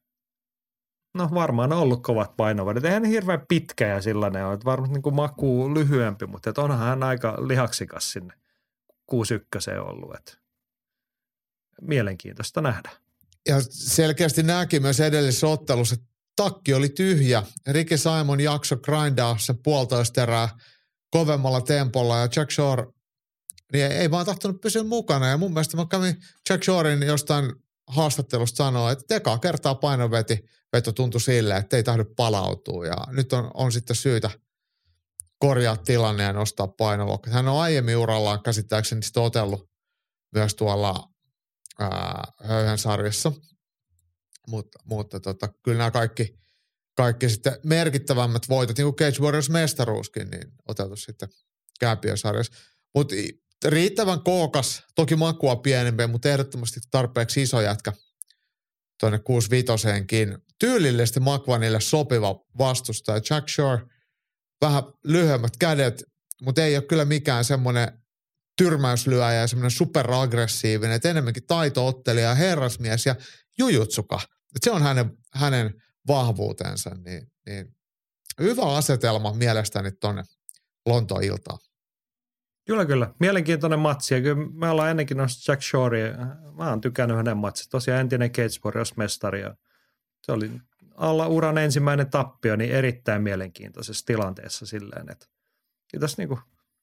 no varmaan on ollut kovat painovadet. Eihän hirveän pitkä ja sellainen ole, että varmasti niin kuin makuu lyhyempi, mutta että onhan hän aika lihaksikas sinne kuusi yksi ollut. Että mielenkiintoista nähdä. Ja selkeästi näki myös edellisessä ottelussa, että takki oli tyhjä. Ricky Simon jakso grindaa sen puolitoista erää kovemmalla tempolla ja Jack Shore niin ei vaan tahtonut pysyä mukana. Ja mun mielestä mä kävin Jack Shoren jostain haastattelusta sanoa, että tekaa kertaa painoveti veto tuntui silleen, että ei tahdo palautua. Ja nyt on, on sitten syytä korjaa tilanne ja nostaa painoluokka. Hän on aiemmin urallaan käsittääkseni sitten otellut myös tuolla ää, höyhen sarjassa. Mutta, mutta tota, kyllä nämä kaikki, kaikki sitten merkittävämmät voitot, niin kuin Cage Warriors mestaruuskin, niin oteltu sitten kääpiösarjassa. Mutta riittävän kookas, toki makua pienempi, mutta ehdottomasti tarpeeksi iso jätkä tuonne kuusi vitoseenkin. Tyylillisesti Makwanille sopiva vastustaja. Jack Shore, vähän lyhyemmät kädet, mutta ei ole kyllä mikään semmoinen tyrmäyslyöjä ja semmoinen superaggressiivinen, että enemmänkin taito-ottelija, herrasmies ja jujutsuka. Et se on hänen, hänen vahvuutensa, niin, niin hyvä asetelma mielestäni tuonne Lontoon iltaan. Kyllä, kyllä. Mielenkiintoinen matsi. Ja kyllä me ollaan ennenkin noista Jack Shorea. Mä oon tykännyt hänen matsista. Tosiaan entinen Cage Warriors-mestari. Ja se oli alla uran ensimmäinen tappio, niin erittäin mielenkiintoisessa tilanteessa silleen, että tässä niinku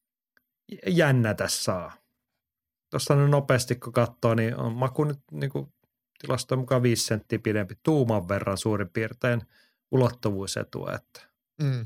jännätä saa. Tuosta nyt nopeasti kun katsoo, niin on maku nyt niinku tilastojen mukaan viisi senttiä pidempi, tuuman verran suurin piirtein ulottuvuusetua, että Mm.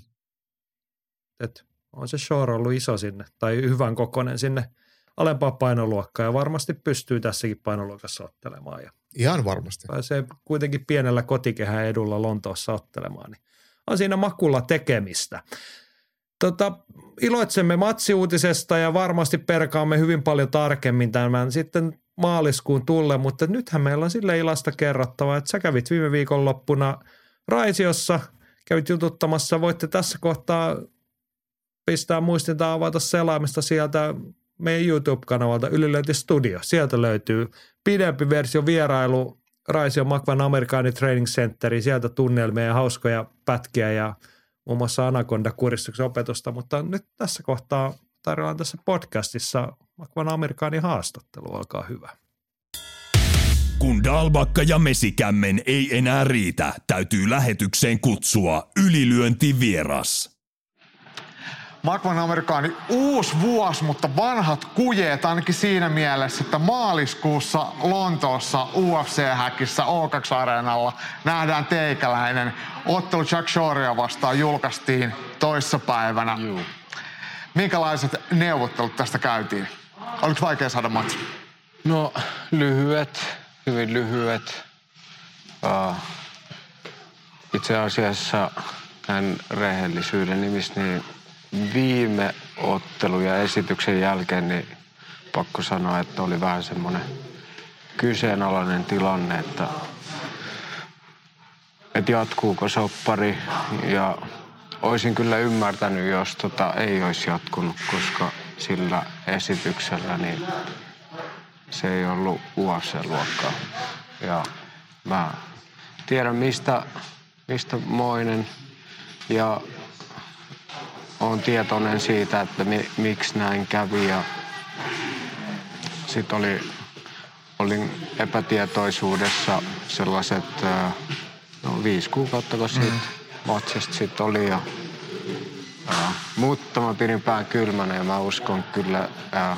et on se Shore ollut iso sinne, tai hyvän kokoinen sinne alempaa painoluokkaa, ja varmasti pystyy tässäkin painoluokassa ottelemaan. Ja Ihan varmasti. pääsee kuitenkin pienellä kotikehän edulla Lontoossa ottelemaan, niin on siinä makulla tekemistä. Tota, iloitsemme matsiuutisesta ja varmasti perkaamme hyvin paljon tarkemmin tämän sitten maaliskuun tulle, mutta nythän meillä on sille ilasta kerrottava, että sä kävit viime viikonloppuna Raisiossa, kävit jututtamassa, voitte tässä kohtaa pistää muistinta avata selaamista sieltä meidän YouTube-kanavalta Ylilöinti Studio. Sieltä löytyy pidempi versio vierailu Raision Makvan Amerikaani Training Centeriin, sieltä tunnelmia ja hauskoja pätkiä ja muun muassa Anaconda-kuristuksen opetusta, mutta nyt tässä kohtaa tarjoillaan tässä podcastissa Makvan Amerikaani haastattelu, olkaa hyvä. Kun Dalbakka ja Mesikämmen ei enää riitä, täytyy lähetykseen kutsua ylilyöntivieras. Makvan Amerikaani uusi vuosi, mutta vanhat kujeet ainakin siinä mielessä, että maaliskuussa Lontoossa U F C-häkissä O kaksi-areenalla nähdään teikäläinen. Ottelu Jack Shorea vastaan julkaistiin toissapäivänä. Juu. Minkälaiset neuvottelut tästä käytiin? Oliko vaikea saada matsi? No lyhyet, hyvin lyhyet. Uh, itse asiassa tämän rehellisyyden nimissä niin viime ottelu ja esityksen jälkeen niin pakko sanoa, että oli vähän semmoinen kyseenalainen tilanne, että, että jatkuuko soppari ja olisin kyllä ymmärtänyt, jos tota ei olisi jatkunut, koska sillä esityksellä niin se ei ollut U F C-luokkaa. Ja mä tiedän mistä, mistä moinen ja olen tietoinen siitä, että mi, miksi näin kävi ja sitten oli, olin epätietoisuudessa sellaiset no, viisi kuukautta, kun siitä matsista sitten oli. Ja, ää, mutta mä pidin pään kylmänä ja mä uskon kyllä ää,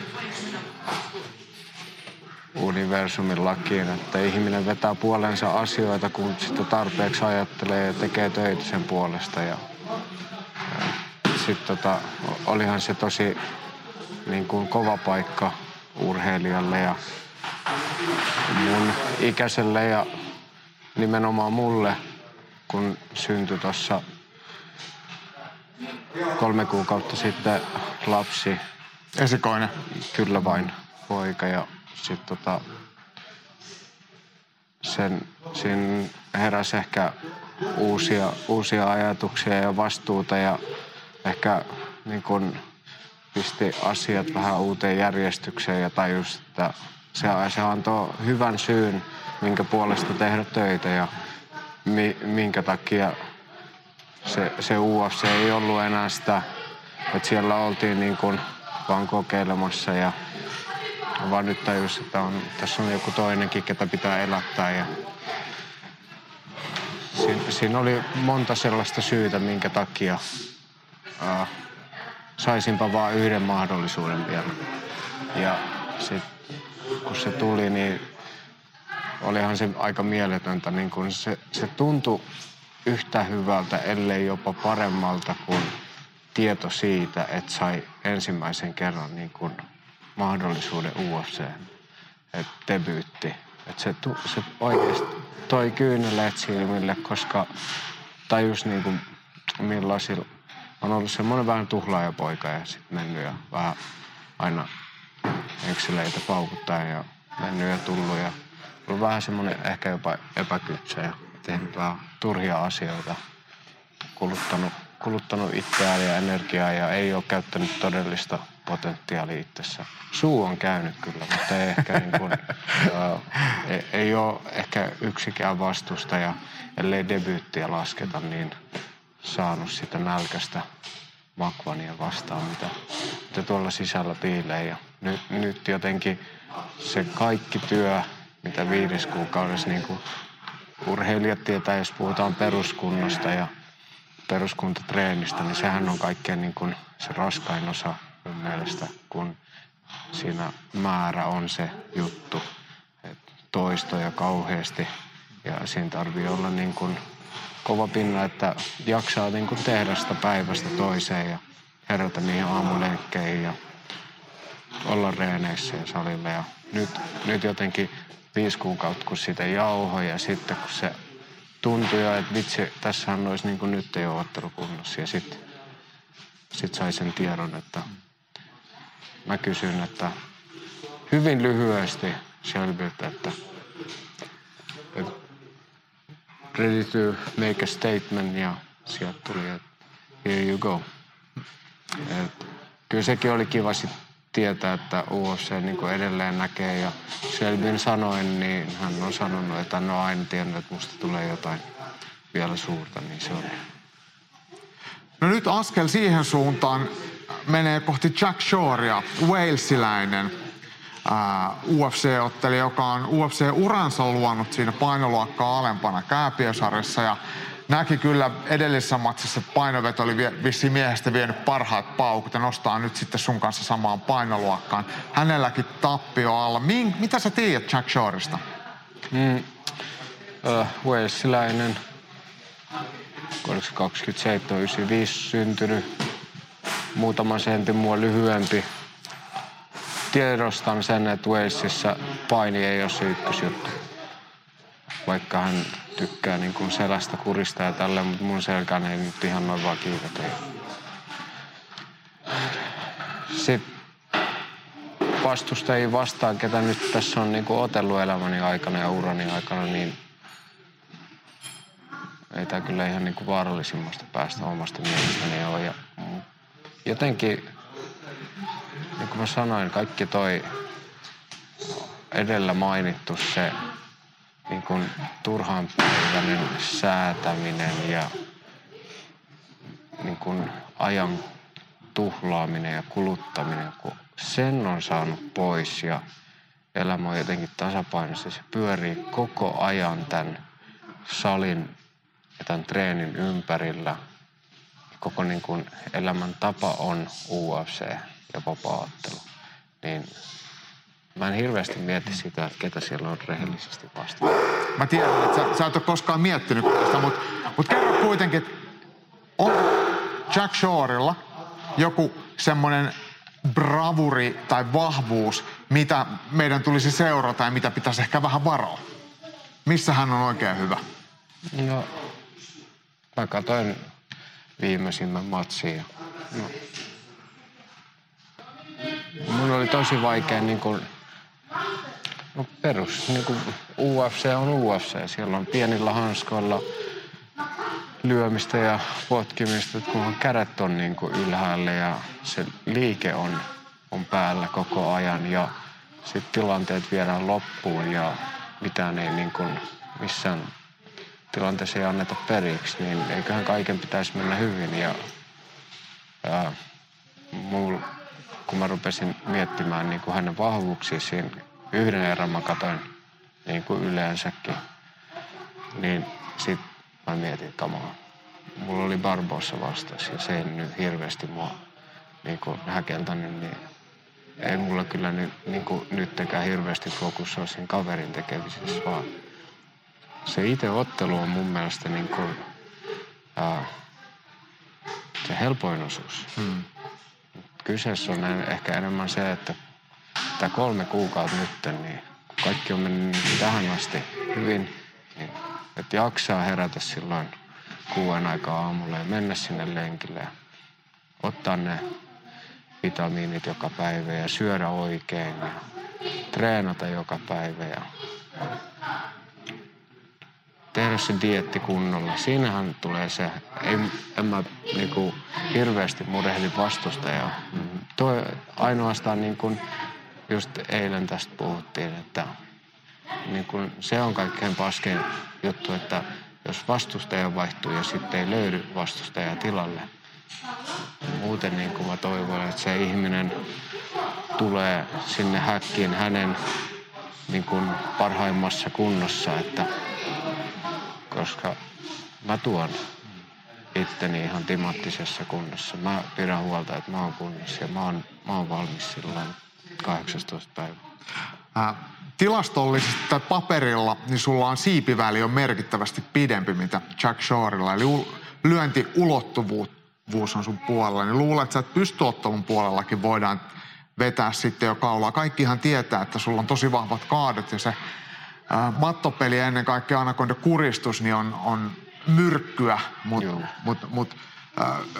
universumin lakiin, että ihminen vetää puolensa asioita, kun sitä tarpeeksi ajattelee ja tekee töitä sen puolesta. Ja, sitten tota, olihan se tosi niin kuin kova paikka urheilijalle ja mun ikäiselle ja nimenomaan mulle, kun syntyi tuossa kolme kuukautta sitten lapsi. Esikoinen. Kyllä vain, poika. Ja sitten tota, sen, siinä heräsi ehkä uusia, uusia ajatuksia ja vastuuta ja ehkä niin kun pisti asiat vähän uuteen järjestykseen ja tajusi, että se, se antoi hyvän syyn, minkä puolesta tehdä töitä ja mi, minkä takia se, se U F C ei ollut enää sitä, että siellä oltiin niin kun vaan kokeilemassa ja vaan nyt tajusi, että on, tässä on joku toinenkin, ketä pitää elättää ja siinä, siinä oli monta sellaista syytä, minkä takia Uh, saisinpa vaan yhden mahdollisuuden vielä. Ja sit, kun se tuli, niin olihan se aika mieletöntä. Niin kun se, se tuntui yhtä hyvältä, ellei jopa paremmalta kuin tieto siitä, että sai ensimmäisen kerran niin kun mahdollisuuden U F C:hen, että debyytti. Että se, se oikeasti toi kyyneleet silmille, koska tajus niin kun millaisilla on ollut semmoinen vähän tuhlaajapoika ja sitten mennyt ja vähän aina yksilöitä paukuttaa ja mennyt ja tullut ja ollut vähän semmoinen ehkä jopa epäkypsä ja tehnyt vähän turhia asioita, kuluttanut, kuluttanut itseään ja energiaa ja ei ole käyttänyt todellista potentiaalia itsessä. Suu on käynyt kyllä, mutta ei ehkä niin kuin, ää, ei, ei ole ehkä yksikään vastusta ja ellei debyyttiä lasketa, niin saanut sitä nälkästä Makvania vastaan, mitä, mitä tuolla sisällä piilee. Ja nyt, nyt jotenkin se kaikki työ, mitä viides kuukaudessa niin kuin urheilijat tietää, jos puhutaan peruskunnosta ja peruskuntatreenistä, niin sehän on kaikkein niin kuin se raskain osa mun mielestä, kun siinä määrä on se juttu, että toistoja kauheasti ja siinä tarvii olla niin kuin kova pinna, että jaksaa niin kuin tehdä sitä päivästä toiseen ja herätä niihin aamulenkkeihin ja olla reeneissä ja salilla. Ja nyt, nyt jotenkin viisi kuukautta, kun sitä jauhoi ja sitten kun se tuntui jo, että vitsi, tässähän olisi niin kuin nyt ei ole ottelukunnossa. Ja sitten sitten sai sen tiedon, että mä kysyin, että hyvin lyhyesti Shelbyltä, että ready to make a statement, ja sieltä tuli, että here you go. Et kyllä sekin oli kiva sit tietää, että U F C niin kuin edelleen näkee, ja Shelbyn sanoin, niin hän on sanonut, että hän on aina tiennyt, että musta tulee jotain vielä suurta, niin se on. No nyt askel siihen suuntaan menee kohti Jack Shorea, walesiläinen uh, U F C-otteli, joka on U F C-uransa luonut siinä painoluokkaa alempana kääpiösarjassa, ja näki kyllä edellisessä matsissa, että painoveto oli vissiin miehestä vienyt parhaat paukut ja nostaa nyt sitten sun kanssa samaan painoluokkaan. Hänelläkin tappio alla. Min, mitä sä tiedät Jack Shoresta? Mm, uh, walesiläinen, oliko se kaksikymmentäseitsemän yhdeksänkymmentäviisi syntynyt, muutaman sentin mua lyhyempi. Tiedostan sen, että Walesissa paini ei ole se ykkösjuttu. Vaikka hän tykkää niin kuin selästä kurista ja tälleen, mutta mun selkään ei nyt ihan noin vaan kiivetä. Sitten vastustajia vastaan, ketä nyt tässä on niin kuin otellut elämäni aikana ja urani aikana, niin ei tää kyllä ihan niin kuin vaarallisimmasta päästä omasta mielestäni ole. Ja jotenkin, niin kuin mä sanoin, kaikki toi edellä mainittu se niin kuin turhanpäiväinen säätäminen ja niin kuin ajan tuhlaaminen ja kuluttaminen, kun sen on saanut pois ja elämä on jotenkin tasapainossa. Se pyörii koko ajan tämän salin ja tämän treenin ympärillä. Koko niin kuin elämän tapa on U F C ja vapaa-ottelu. Niin mä en hirveästi mieti sitä, että ketä siellä on rehellisesti vastaan. Mä tiedän, että sä, sä et ole koskaan miettinyt tästä, mutta mut kerro kuitenkin, että on Jack Shorella joku semmoinen bravuri tai vahvuus, mitä meidän tulisi seurata ja mitä pitäisi ehkä vähän varoa? Missä hän on oikein hyvä? No, mä katsoin viimeisimmän matsin ja no, mun oli tosi vaikea niin kuin, no perus, niin kuin U F C on U F C. Siellä on pienillä hanskoilla lyömistä ja potkimista, kun kädet on niin kuin ylhäällä ja se liike on, on päällä koko ajan ja sitten tilanteet viedään loppuun ja mitään ei niin kuin missään tilanteessa ei anneta periksi, niin eiköhän kaiken pitäisi mennä hyvin ja ää, mul, kun mä rupesin miettimään niin kuin hänen vahvuuksia siinä yhden erän mä katsoin niin kuin yleensäkin, niin sit mä mietin, että kamaa. Mulla oli Barbossa vastaus ja se ei nyt hirveästi mua niin kuin häkeltänyt, niin ei mulla kyllä nyt, niin kuin nyttekään hirveästi fokus ole siinä kaverin tekemisessä, vaan se itse ottelu on mun mielestä niin kuin, ää, se helpoin osuus. Hmm. Kyseessä on ehkä enemmän se, että tämä kolme kuukautta nyt, niin kaikki on mennyt tähän asti hyvin, niin että jaksaa herätä silloin kuuden aikaa aamulla ja mennä sinne lenkille ja ottaa ne vitamiinit joka päivä ja syödä oikein ja treenata joka päivä ja tehdä se dieetti kunnolla. Siinähän tulee se, ei, en mä niinku hirveästi murehdi vastustajaa. Toi ainoastaan niin kuin just eilen tästä puhuttiin, että niin kuin se on kaikkein paskein juttu, että jos vastustaja vaihtuu ja sitten ei löydy vastustajaa tilalle. Muuten niin kuin mä toivon, että se ihminen tulee sinne häkkiin hänen niin kuin parhaimmassa kunnossa, että koska mä tuon itteni ihan timanttisessa kunnossa. Mä pidän huolta, että mä oon kunnossa ja mä oon, mä oon valmis silloin kahdeksastoista päivä. Äh, tilastollisesti tai paperilla, niin sulla on siipiväli on merkittävästi pidempi, mitä Jack Shorella. Eli u- lyöntiulottuvuus on sun puolella. Niin luulet, että sä et pystyottelun puolellakin voidaan vetää sitten jo kaulaa. Kaikkihan tietää, että sulla on tosi vahvat kaadet ja se äh, mattopeli ennen kaikkea anakonda kuristus niin on, on myrkkyä, mutta mut, mut, äh,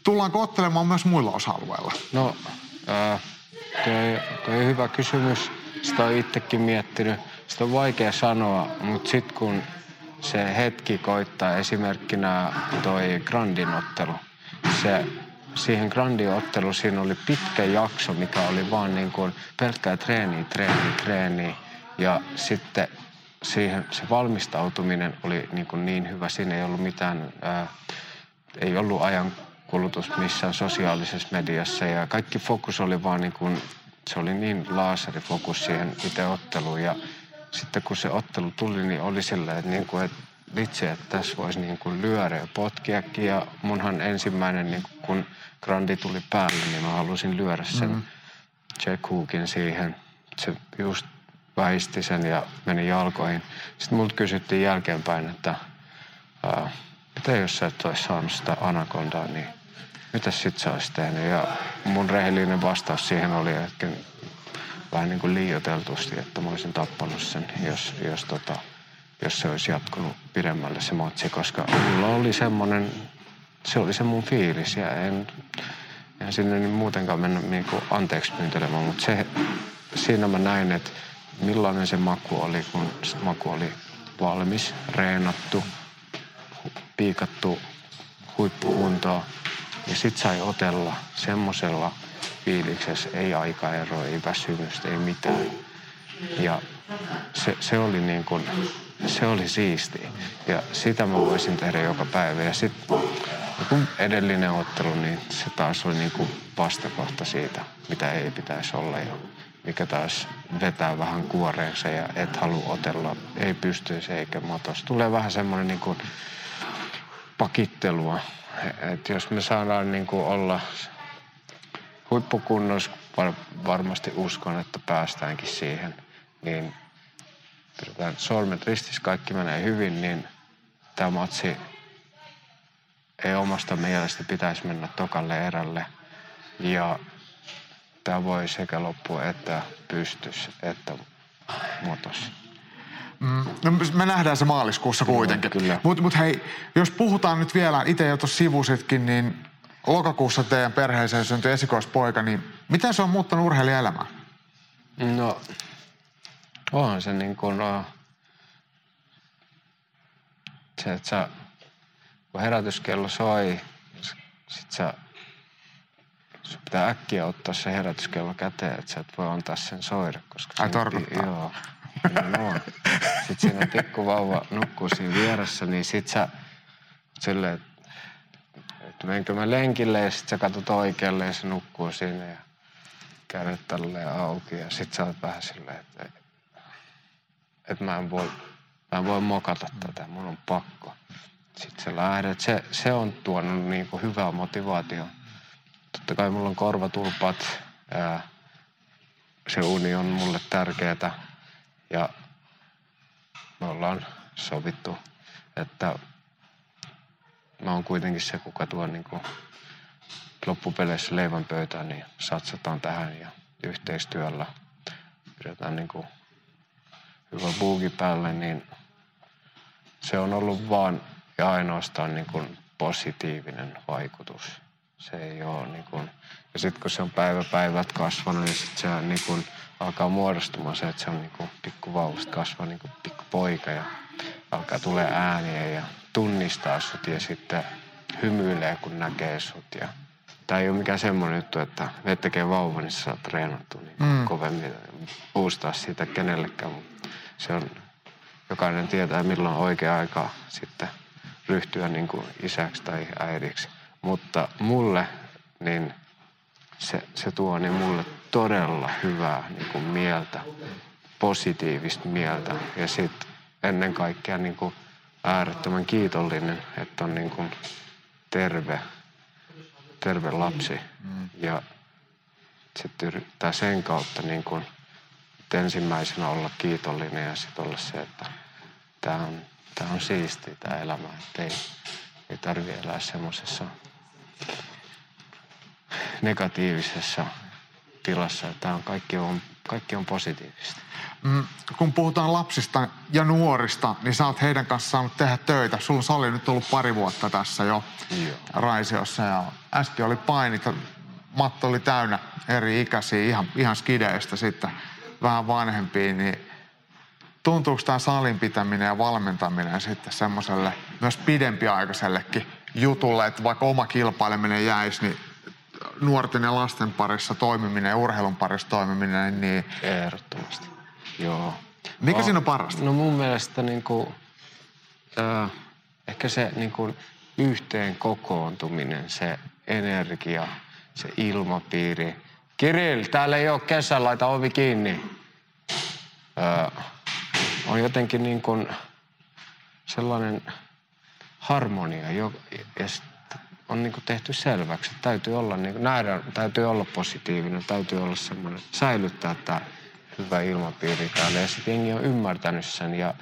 tullaanko ottelemaan myös muilla osa-alueilla? No, ää, toi, toi on hyvä kysymys. Sitä on itsekin miettinyt. Sitä on vaikea sanoa, mutta sitten kun se hetki koittaa, esimerkkinä toi Grandin ottelu. Se, siihen Grandin otteluun siinä oli pitkä jakso, mikä oli vaan niin kuin pelkkää treeniä, treeniä, treeniä. Ja sitten siihen se valmistautuminen oli niin, kuin niin hyvä. Siinä ei ollut mitään, ää, ei ollut ajankulutus missään sosiaalisessa mediassa. Ja kaikki fokus oli vaan niin kuin, se oli niin laaserifokus siihen itse otteluun. Ja sitten kun se ottelu tuli, niin oli silleen, että, niin kuin, että vitsi, että tässä voisi niin kuin lyödä ja potkiakin. Ja munhan ensimmäinen, niin kuin, kun Grandi tuli päälle, niin mä halusin lyödä sen mm-hmm. check hookin siihen. Se just väisti sen ja meni jalkoihin. Sitten multa kysyttiin jälkeenpäin, että ää, mitä jos sä et olisi saanut sitä anakondaa, niin mitä sit sä olisit tehnyt? Ja mun rehellinen vastaus siihen oli, että vähän niin kuin liioiteltusti, että mä olisin tappanut sen, jos, jos, tota, jos se olisi jatkunut pidemmälle se matsi, koska mulla oli semmoinen, se oli se mun fiilis ja en, en sinne niin muutenkaan mennä niin kuin anteeksi pyyntelemään, mutta se, siinä mä näin, että millainen se maku oli, kun se maku oli valmis, reenattu, piikattu huippukuntoa. Ja sit sai otella semmosella fiiliksessä, ei aikaeroa, ei väsymystä, ei mitään. Ja se, se oli niin kuin, se oli siistiä. Ja sitä mä voisin tehdä joka päivä. Ja sit kun edellinen ottelu, niin se taas oli niin kuin vastakohta siitä, mitä ei pitäisi olla. Ja mikä taas vetää vähän kuoreensa ja et halua otella, ei pystyisi eikä matos. Tulee vähän semmoinen niin kuin pakittelua. Että jos me saadaan niin kuin olla huippukunnossa, var, varmasti uskon, että päästäänkin siihen, niin pidetään sormet ristissä, kaikki menee hyvin, niin tämä matsi ei omasta mielestä pitäisi mennä tokalle erälle. Ja tämä voi sekä loppua että pystys, että motos. Mm, no me nähdään se maaliskuussa kuitenkin. Kyllä. Mutta mut hei, jos puhutaan nyt vielä, itse jo tuossa sivusitkin, niin lokakuussa teidän perheeseen syntyi esikoispoika, niin miten se on muuttanut urheilijaelämää? No, onhan se niin kuin, no, se, että sä, kun herätyskello soi, sit sä, sun pitää äkkiä ottaa se herätyskello käteen, että sä et voi antaa sen soida, koska... Ai tarkoittaa? Joo. No. Sitten siinä pikkuvauva nukkuu siinä vieressä, niin sit sä silleen, että et menkö mä lenkille ja sit sä katsot oikealle ja se nukkuu siinä ja kädet tälleen auki ja sit sä oot vähän silleen, että et mä en voi, mä en voi mokata tätä, mun on pakko. Sitten sä lähdet, se, se on tuonut niinku hyvää motivaatiota. Totta kai mulla on korvatulpat, ää, se uni on mulle tärkeetä. Ja me ollaan sovittu, että mä oon kuitenkin se, kuka tuo niin kuin loppupeleissä leivän pöytään, niin satsataan tähän ja yhteistyöllä pidetään niin kuin hyvä buugi päälle, niin se on ollut vaan ja ainoastaan niin kuin positiivinen vaikutus. Se ei ole niin kuin, ja sitten kun se on päivä päivät kasvanut ja sitten se on niin kuin alkaa muodostumaan se, että se on niin kuin pikkuvauvasta kasvaa niin kuin pikkupoika ja alkaa tulee ääniä ja tunnistaa sut ja sitten hymyilee, kun näkee sut. Ja tää ei ole mikään semmoinen juttu, että me tekee vauva, niin sä saat treenattua niin mm. kovemmin boostaa siitä kenellekään. Se on, jokainen tietää, milloin on oikea aika sitten ryhtyä niin kuin isäksi tai äidiksi. Mutta mulle, niin se, se tuo niin mulle todella hyvää niin kuin mieltä, positiivista mieltä. Ja sitten ennen kaikkea niin kuin äärettömän kiitollinen, että on niin kuin terve, terve lapsi. Mm. Ja sitten yrittää sen kautta niin kuin ensimmäisenä olla kiitollinen ja sitten olla se, että tämä on, tää on siistiä tämä elämä. Että ei, ei tarvitse elää semmoisessa negatiivisessa tilassa. Tämä on kaikki, on, kaikki on positiivista. mm, kun puhutaan lapsista ja nuorista, niin sä oot heidän kanssa saanut tehdä töitä. Sulla on sali nyt ollut pari vuotta tässä jo Joo. Raisiossa ja äsken oli painit. Matto oli täynnä eri ikäisiä, ihan, ihan skideistä sitten vähän vanhempia, niin tuntuuko tämä salin pitäminen ja valmentaminen sitten semmoiselle myös pidempiaikaisellekin jutulle, että vaikka oma kilpaileminen jäisi, niin nuorten ja lasten parissa toimiminen ja urheilun parissa toimiminen, niin... Ehdottomasti, joo. Mikä oh, siinä on parasta? No mun mielestä niinku, äh, ehkä se niinku yhteen kokoontuminen, se energia, se ilmapiiri. Kirill, täällä ei ole kesä, laita ovi kiinni. Öö, on jotenkin niin kuin sellainen harmonia, jo, ja on niin kuin tehty selväksi, että täytyy olla, niin kuin, nähdä, täytyy olla positiivinen, täytyy olla semmoinen, säilyttää tämä hyvä ilmapiiri täällä. Ja sitten jengi on ymmärtänyt sen. Ja,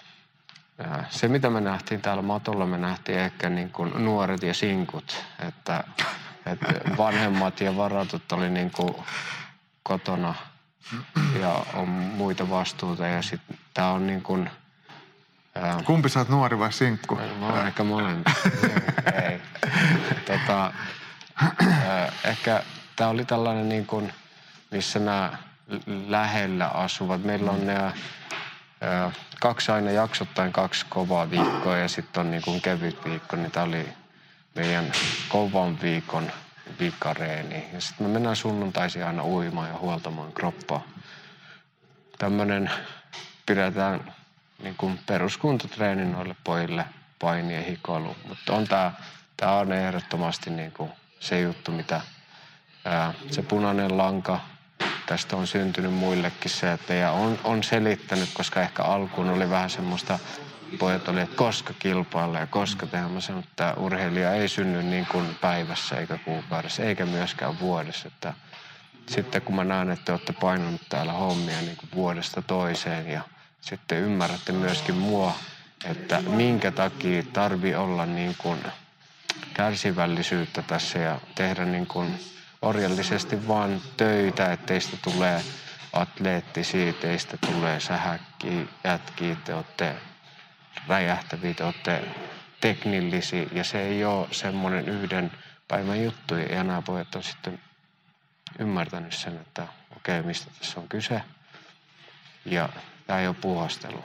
ja se, mitä me nähtiin täällä Matolla, me nähtiin ehkä niin kuin nuoret ja sinkut, että että vanhemmat ja varatut oli niin kuin kotona ja on muita vastuuta ja sitten tää on niin kuin... Ää, Kumpi sä oot, nuori vai sinkku? Mä oon ehkä molemmat. Ei. Tota, ää, ehkä tää oli tällainen niin kuin, missä nämä lähellä asuvat. Meillä on nämä ää, kaksi aina jaksottain kaksi kovaa viikkoa ja sitten on niin kuin kevyt viikko, niin tää oli meidän kovan viikon vikareeni. Ja sitten me mennään sunnuntaisin aina uimaan ja huoltamaan kroppaa. Tämmönen pidetään niin kuin peruskuntotreeni noille pojille, paini ja hikoilu. Mutta on tää, tää on ehdottomasti niin kuin se juttu, mitä ää, se punainen lanka, tästä on syntynyt muillekin se, että ja on, on selittänyt, koska ehkä alkuun oli vähän semmoista, pojat oli, että koska kilpailla ja koska tehdään. Mä sanon, että urheilija ei synny niin kuin päivässä eikä kuukaudessa eikä myöskään vuodessa. Että sitten kun mä näen, että te olette painanut täällä hommia niin kuin vuodesta toiseen ja sitten ymmärrätte myöskin mua, että minkä takia tarvii olla niin kuin kärsivällisyyttä tässä ja tehdä niin kuin orjallisesti vaan töitä, että teistä tulee atleettisia, teistä tulee sähäkkiä, jätkiä, te olette räjähtäviä, te olette teknillisiä ja se ei ole semmoinen yhden päivän juttu ja nämä pojat on sitten ymmärtänyt sen, että okei, okay, mistä tässä on kyse ja tämä ei ole puuhastelua.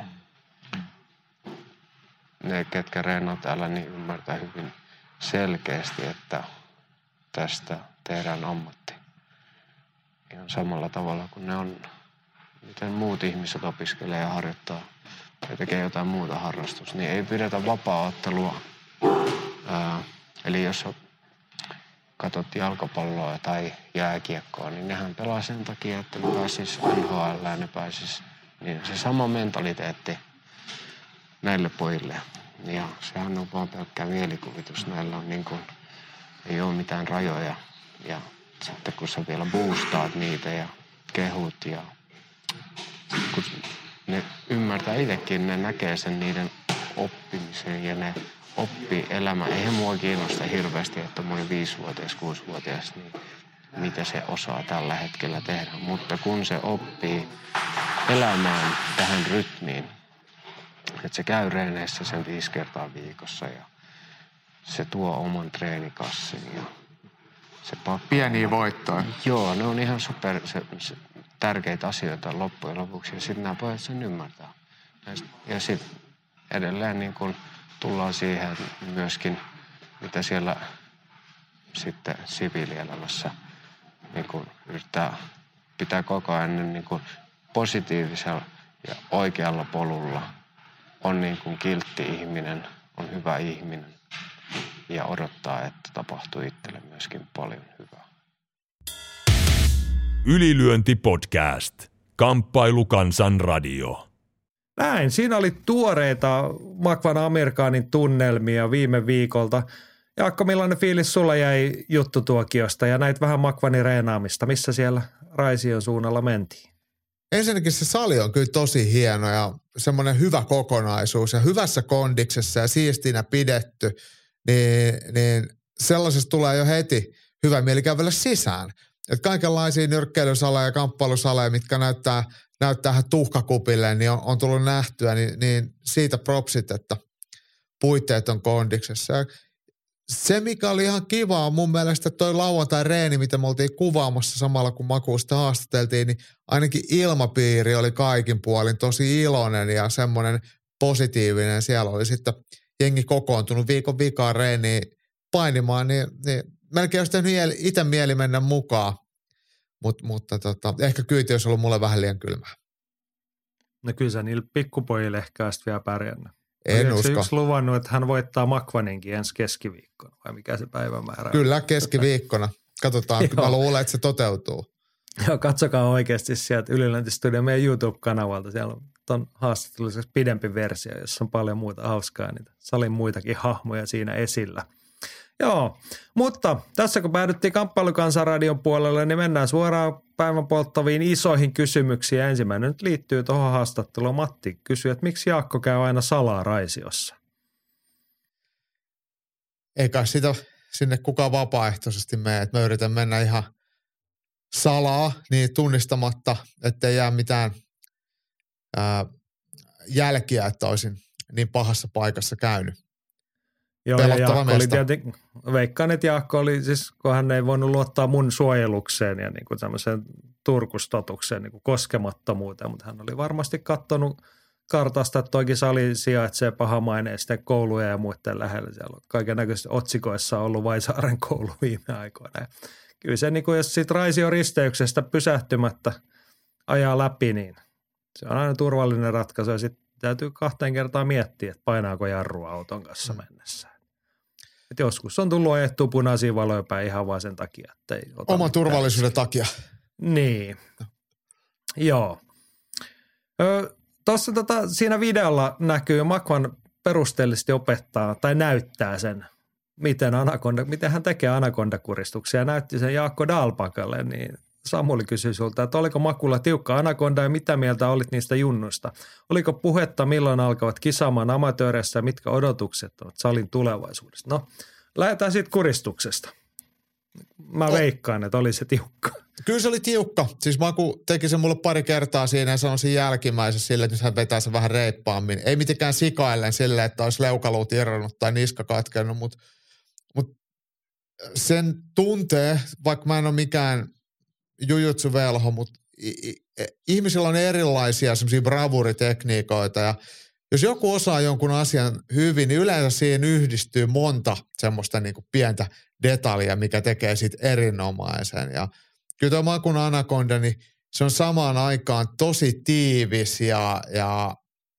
Ne, ketkä reenaa täällä, niin ymmärtää hyvin selkeästi, että tästä tehdään ammatti. Ihan samalla tavalla kuin ne on, miten muut ihmiset opiskelee ja harjoittaa ja tekee jotain muuta harrastusta, niin ei pidetä vapaa-ottelua. Ää, eli jos katsot jalkapalloa tai jääkiekkoa, niin nehän pelaa sen takia, että ne pääsis N H L ja ne pääsis, niin se sama mentaliteetti näille pojille. Ja sehän on vaan pelkkää mielikuvitus. Näillä on niin kuin, ei ole mitään rajoja. Ja sitten kun sä vielä boostaat niitä ja kehut ja kun ne ymmärtää itsekin, ne näkee sen niiden oppimisen ja ne oppii elämään. Eihän mua kiinnosta hirveästi, että moni viisivuotias, kuusivuotias, niin mitä se osaa tällä hetkellä tehdä. Mutta kun se oppii elämään tähän rytmiin, että se käy reeneissä sen viisi kertaa viikossa ja se tuo oman treenikassin ja se pakkaa. Pieniä voittoja. Joo, ne on ihan super se, se, tärkeitä asioita loppujen lopuksi ja sitten nämä pojat sen ymmärtää. Ja, ja sitten edelleen niin kun tullaan siihen myöskin, mitä siellä sitten siviilielämässä niin kun yrittää pitää koko ajan niin kun positiivisella ja oikealla polulla. On niin kuin kiltti ihminen, on hyvä ihminen ja odottaa, että tapahtuu itselle myöskin paljon hyvää. Ylilyönti podcast. Kamppailu Kansan radio. Näin, siinä oli tuoreita Makvan Amerikaanin tunnelmia viime viikolta. Jaakko, millainen fiilis sulla jäi juttutuokiosta ja näitä vähän Makvanin reenaamista? Missä siellä Raision suunnalla mentiin? Ensinnäkin se sali on kyllä tosi hieno ja semmoinen hyvä kokonaisuus ja hyvässä kondiksessa ja siistinä pidetty, niin, niin sellaisesta tulee jo heti hyvä mieli kävellä sisään. Että kaikenlaisia nyrkkeilysaleja ja kamppailusaleja, mitkä näyttää näyttää ihan tuhkakupille, niin on, on tullut nähtyä, niin, niin siitä propsit, että puitteet on kondiksessa. Ja se, mikä oli ihan kiva, on mun mielestä toi lauantai-reeni, mitä me oltiin kuvaamassa samalla, kun Makuusta haastateltiin, niin ainakin ilmapiiri oli kaikin puolin tosi iloinen ja semmoinen positiivinen. Siellä oli sitten jengi kokoontunut viikon vikaan reeniin painimaan, niin, niin melkein olisi tehnyt itse mieli mennä mukaan. Mut, mutta tota, ehkä kyyti olisi ollut mulle vähän liian kylmää. No kyllä sä niillä pikkupojille ehkä olisi vielä pärjännyt. En Oliko usko. se yksi luvannut, että hän voittaa Makvaninkin ensi keskiviikkona, vai mikä se päivämäärä on? Kyllä, keskiviikkona. Katsotaan, mä luulen, että se toteutuu. Joo, katsokaa oikeasti sieltä Ylilöntistudio meidän YouTube-kanavalta. Siellä on ton haastattelussa pidempi versio, jossa on paljon muuta hauskaa, niitä salin muitakin hahmoja siinä esillä. Joo, mutta tässä kun päädyttiin Kamppailukansanradion puolelle, niin mennään suoraan päivän polttaviin isoihin kysymyksiin. Ensimmäinen nyt liittyy tuohon haastatteluun. Matti kysyi, että miksi Jaakko käy aina salaa Raisiossa? Ei kai sitä sinne kukaan vapaaehtoisesti mene, että mä yritän mennä ihan salaa niin tunnistamatta, ettei jää mitään ää, jälkiä, että olisin niin pahassa paikassa käynyt. Joo, ja Jaakko oli tietenkin, veikkaan, että Jaakko oli siis, kun hän ei voinut luottaa mun suojelukseen ja niin kuin tämmöiseen turkustotukseen, niin kuin koskemattomuuteen, mutta hän oli varmasti katsonut kartasta, että toikin sali sijaitsee pahamaineisten kouluja ja muiden lähellä. Siellä on kaiken näköisesti otsikoissa ollut Vaisaaren koulu viime aikoina. Ja kyllä se, niin kuin jos siitä Raision risteyksestä pysähtymättä ajaa läpi, niin se on aina turvallinen ratkaisu ja sitten täytyy kahteen kertaan miettiä, että painaako jarrua auton kanssa mennessä. Et joskus on tullut ajettua punaisia valoja päin ihan vaan sen takia, että ei ota oman turvallisuuden takia. Niin. Joo. Tuossa tota, siinä videolla näkyy Makvan perusteellisesti opettaa tai näyttää sen, miten, anakonda, miten hän tekee anakondakuristuksia. Ja näytti sen Jaakko Dalpakalle, niin Samuli kysyi sulta, että oliko Makulla tiukka anakonda ja mitä mieltä olit niistä junnuista? Oliko puhetta, milloin alkavat kisaamaan amatööreissä ja mitkä odotukset ovat salin tulevaisuudesta? No, lähdetään siitä kuristuksesta. Mä veikkaan, että oli se tiukka. Kyllä se oli tiukka. Siis Maku teki sen mulle pari kertaa siinä ja sanoi siinä jälkimmäisessä sille, että hän vetää sen vähän reippaammin. Ei mitenkään sikaillen silleen, että olisi leukaluut irronnut tai niska katkennut, mutta mut sen tuntee, vaikka mä en ole mikään jujutsu-velho, mutta ihmisillä on erilaisia semmoisia bravuritekniikoita ja jos joku osaa jonkun asian hyvin, niin yleensä siihen yhdistyy monta semmoista niinku pientä detaljia, mikä tekee siitä erinomaisen. Ja kyllä tuo Makun anakonda, niin se on samaan aikaan tosi tiivis ja, ja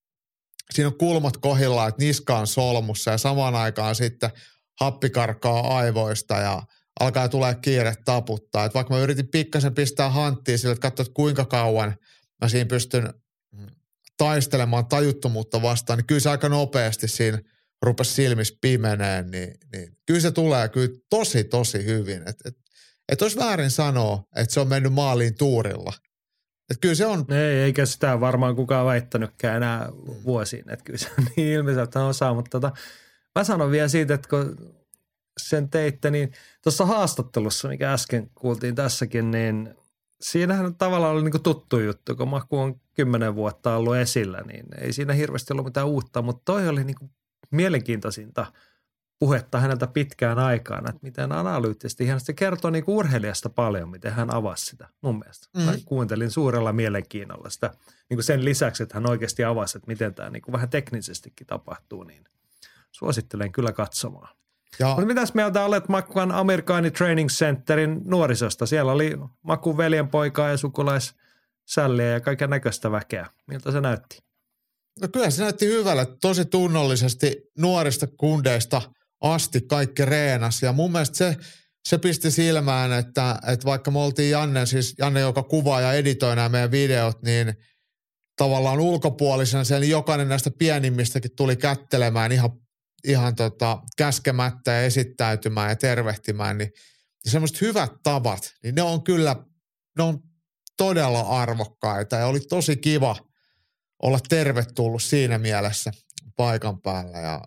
siinä on kulmat kohdillaan, että niska on solmussa ja samaan aikaan sitten happi karkaa aivoista ja alkaa tulee kiire taputtaa. Et vaikka mä yritin pikkasen pistää hanttiin sille, että katsoa, että kuinka kauan mä siinä pystyn taistelemaan tajuttomuutta vastaan, niin kyllä se aika nopeasti siinä rupesi silmissä pimeneen, niin, niin kyllä se tulee kyllä tosi, tosi hyvin. Että et, et olisi väärin sanoa, että se on mennyt maaliin tuurilla. Että kyllä se on... Ei, eikä sitä varmaan kukaan väittänytkään enää vuosiin. Että kyllä se on niin ilmeisesti, että osaa, mutta tota, mä sanon vielä siitä, että kun sen teitte, niin tuossa haastattelussa, mikä äsken kuultiin tässäkin, niin siinähän tavallaan oli niinku tuttu juttu, kun Maku on kymmenen vuotta ollut esillä, niin ei siinä hirveästi ollut mitään uutta, mutta toi oli niinku mielenkiintoisinta puhetta häneltä pitkään aikaan, että miten analyyttisesti hän sitten kertoo niinku urheilijasta paljon, miten hän avasi sitä mun mielestä. Mm. Mä kuuntelin suurella mielenkiinnolla sitä niinku sen lisäksi, että hän oikeasti avasi, että miten tämä niinku vähän teknisestikin tapahtuu, niin suosittelen kyllä katsomaan. Ja. Mutta mitäs mieltä olet Makvan Amerikaani Training Centerin nuorisosta? Siellä oli Makun veljenpoikaa ja sukulaissälliä ja kaiken näköistä väkeä. Miltä se näytti? No kyllä se näytti hyvälle. Tosi tunnollisesti nuorista kundeista asti kaikki reenas. Ja mun mielestä se, se pisti silmään, että, että vaikka me oltiin Janne, siis Janne, joka kuvaa ja editoi nämä meidän videot, niin tavallaan ulkopuolisena siellä jokainen näistä pienimmistäkin tuli kättelemään ihan ihan tota, käskemättä ja esittäytymään ja tervehtimään, niin semmoiset hyvät tavat, niin ne on kyllä, ne on todella arvokkaita ja oli tosi kiva olla tervetullut siinä mielessä paikan päällä ja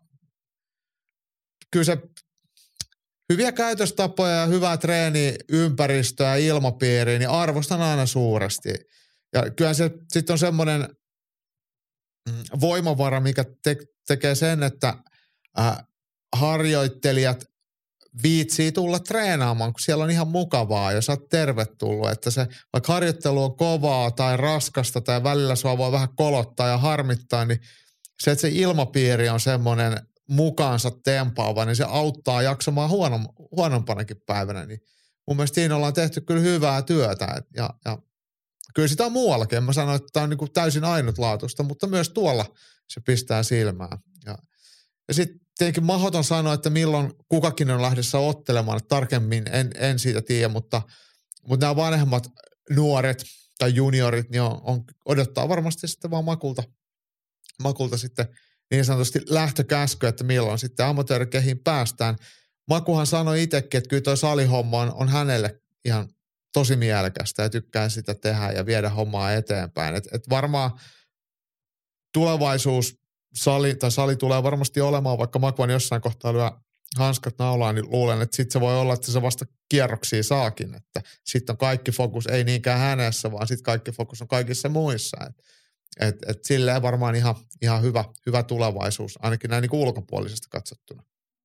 kyllä se hyviä käytöstapoja ja hyvää treeniympäristöä ja ilmapiiriä, niin arvostan aina suuresti. Ja kyllähän se sitten on semmoinen voimavara, mikä te- tekee sen, että äh, harjoittelijat viitsii tulla treenaamaan, kun siellä on ihan mukavaa ja sä oot tervetullut. Että se, vaikka harjoittelu on kovaa tai raskasta tai välillä sua voi vähän kolottaa ja harmittaa, niin se, että se ilmapiiri on semmoinen mukaansa tempaava, niin se auttaa jaksamaan huonom, huonompanakin päivänä. Niin mun mielestä siinä ollaan tehty kyllä hyvää työtä. Et, ja, ja kyllä sitä on muuallakin. En mä sano, että tämä on niin kuin täysin ainutlaatuista, mutta myös tuolla se pistää silmään. Ja, ja sitten tietenkin mahdoton sanoa, että milloin kukakin on lähdössä ottelemaan, että tarkemmin en, en siitä tiedä, mutta, mutta nämä vanhemmat nuoret tai juniorit niin on, on, odottaa varmasti sitten vaan makulta, makulta sitten niin sanotusti lähtökäsky, että milloin sitten amatöörikehiin päästään. Makuhan sanoi itsekin, että kyllä toi salihomma on, on hänelle ihan tosi mielekästä ja tykkää sitä tehdä ja viedä hommaa eteenpäin. Et, et varmaan tulevaisuus sali, tai sali tulee varmasti olemaan, vaikka Makuan jossain kohtaa lyö hanskat naulaan, niin luulen, että sitten se voi olla, että se vasta kierroksia saakin. Että sitten on kaikki fokus, ei niinkään hänessä, vaan sitten kaikki fokus on kaikissa muissa. Et, et, et silleen varmaan ihan, ihan hyvä, hyvä tulevaisuus, ainakin näin niin kuin ulkopuolisesti katsottuna.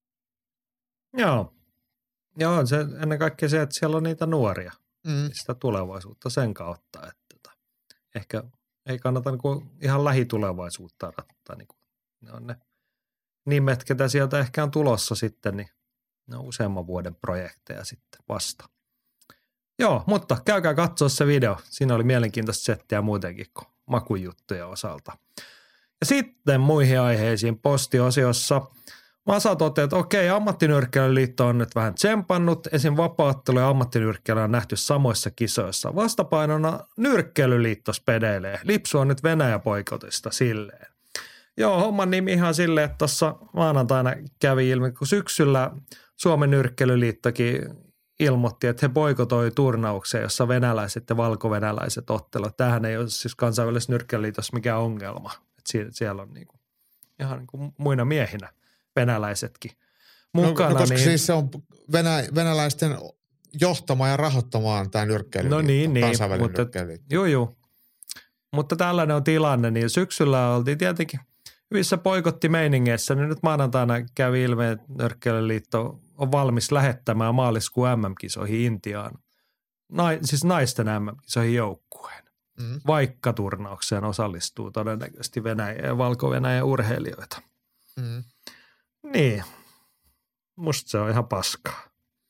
Joo. Joo, se ennen kaikkea se, että siellä on niitä nuoria. Mm. Sitä tulevaisuutta sen kautta, että, että ehkä ei kannata niinku ihan lähitulevaisuutta odottaa. Niinku, ne on ne nimet, ketä sieltä ehkä on tulossa sitten, niin ne on useamman vuoden projekteja sitten vasta. Joo, mutta käykää katsoa se video. Siinä oli mielenkiintoista settiä muutenkin kuin makujuttujen osalta. Ja sitten muihin aiheisiin postiosiossa Masa toteaa, että okei, ammattinyrkkeilyliitto on nyt vähän tsempannut. Esim. Vapaattelu ja ammattinyrkkeily on nähty samoissa kisoissa. Vastapainona nyrkkeilyliitto spedeilee. Lipsu on nyt Venäjä-poikotista silleen. Joo, homman nimi ihan silleen, että tuossa maanantaina kävi ilmi, kun syksyllä Suomen nyrkkeilyliittokin ilmoitti, että he boikotoi turnauksia, jossa venäläiset ja valkovenäläiset ottelevat. Tämähän ei ole siis kansainvälisessä nyrkkeilyliitossa mikään ongelma. Että siellä on niinku, ihan niin kuin muina miehinä venäläisetkin mukana. No, no koska niin, siis se on venä, venäläisten johtamaan ja rahoittamaan tämä nyrkkeilyliitto. No niin, niin. Kansainvälinen Mutta, nyrkkeilyliitto. juu, juu. Mutta tällainen on tilanne, niin syksyllä oltiin tietenkin hyvissä poikottimeiningeissä, niin nyt maanantaina kävi ilme, että nyrkkeilyliitto on valmis lähettämään maaliskuun M M-kisoihin Intiaan. Nai, siis naisten M M-kisoihin joukkueen. Mm. Vaikka turnaukseen osallistuu todennäköisesti Venäjä ja Valko-Venäjän urheilijoita. Mm. Niin, musta se on ihan paskaa.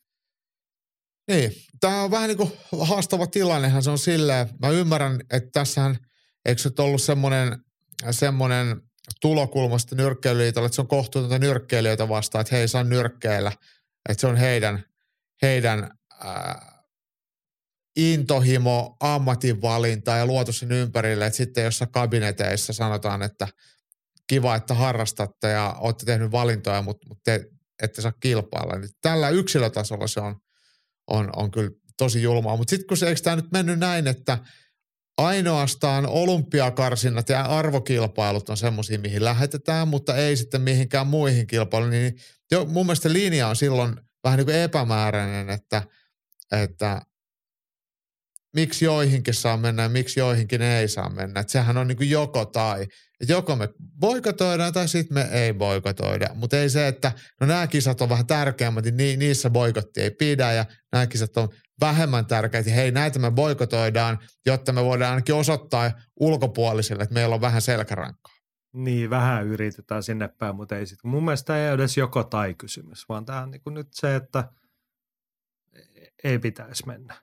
Niin, tämä on vähän niin kuin haastava tilannehan se on silleen. Mä ymmärrän, että tässähän, eikö se ollut semmoinen, semmoinen tulokulmasta nyrkkeilyliitolle, että se on kohtuutonta nyrkkeilijöitä vastaan, että he ei saa nyrkkeillä, että se on heidän, heidän ää, intohimo, ammatinvalinta ja luotu sen ympärille, että sitten jossain kabineteissa sanotaan, että kiva, että harrastatte ja olette tehnyt valintoja, mutta, mutta te ette saa kilpailla. Niin tällä yksilötasolla se on, on, on kyllä tosi julmaa. Mutta sitten kun se, eikö tämä nyt mennyt näin, että ainoastaan olympiakarsinnat ja arvokilpailut on semmoisia, mihin lähetetään, mutta ei sitten mihinkään muihin kilpailuihin. Niin jo, mun mielestä linja on silloin vähän niin kuin epämääräinen, että, että miksi joihinkin saa mennä ja miksi joihinkin ei saa mennä. Että sehän on niin kuin joko tai. Että joko me boikotoidaan tai sitten me ei boikotoida. Mutta ei se, että no nämä kisat on vähän tärkeämmät, niin niissä boikotti ei pidä ja nämä kisat on vähemmän tärkeitä. Hei, näitä me boikotoidaan, jotta me voidaan ainakin osoittaa ulkopuolisille, että meillä on vähän selkärankkaa. Niin, vähän yritetään sinne päin, mutta ei sitten. Mun mielestä ei ole edes joko tai kysymys, vaan tämä on niin kuin nyt se, että ei pitäisi mennä.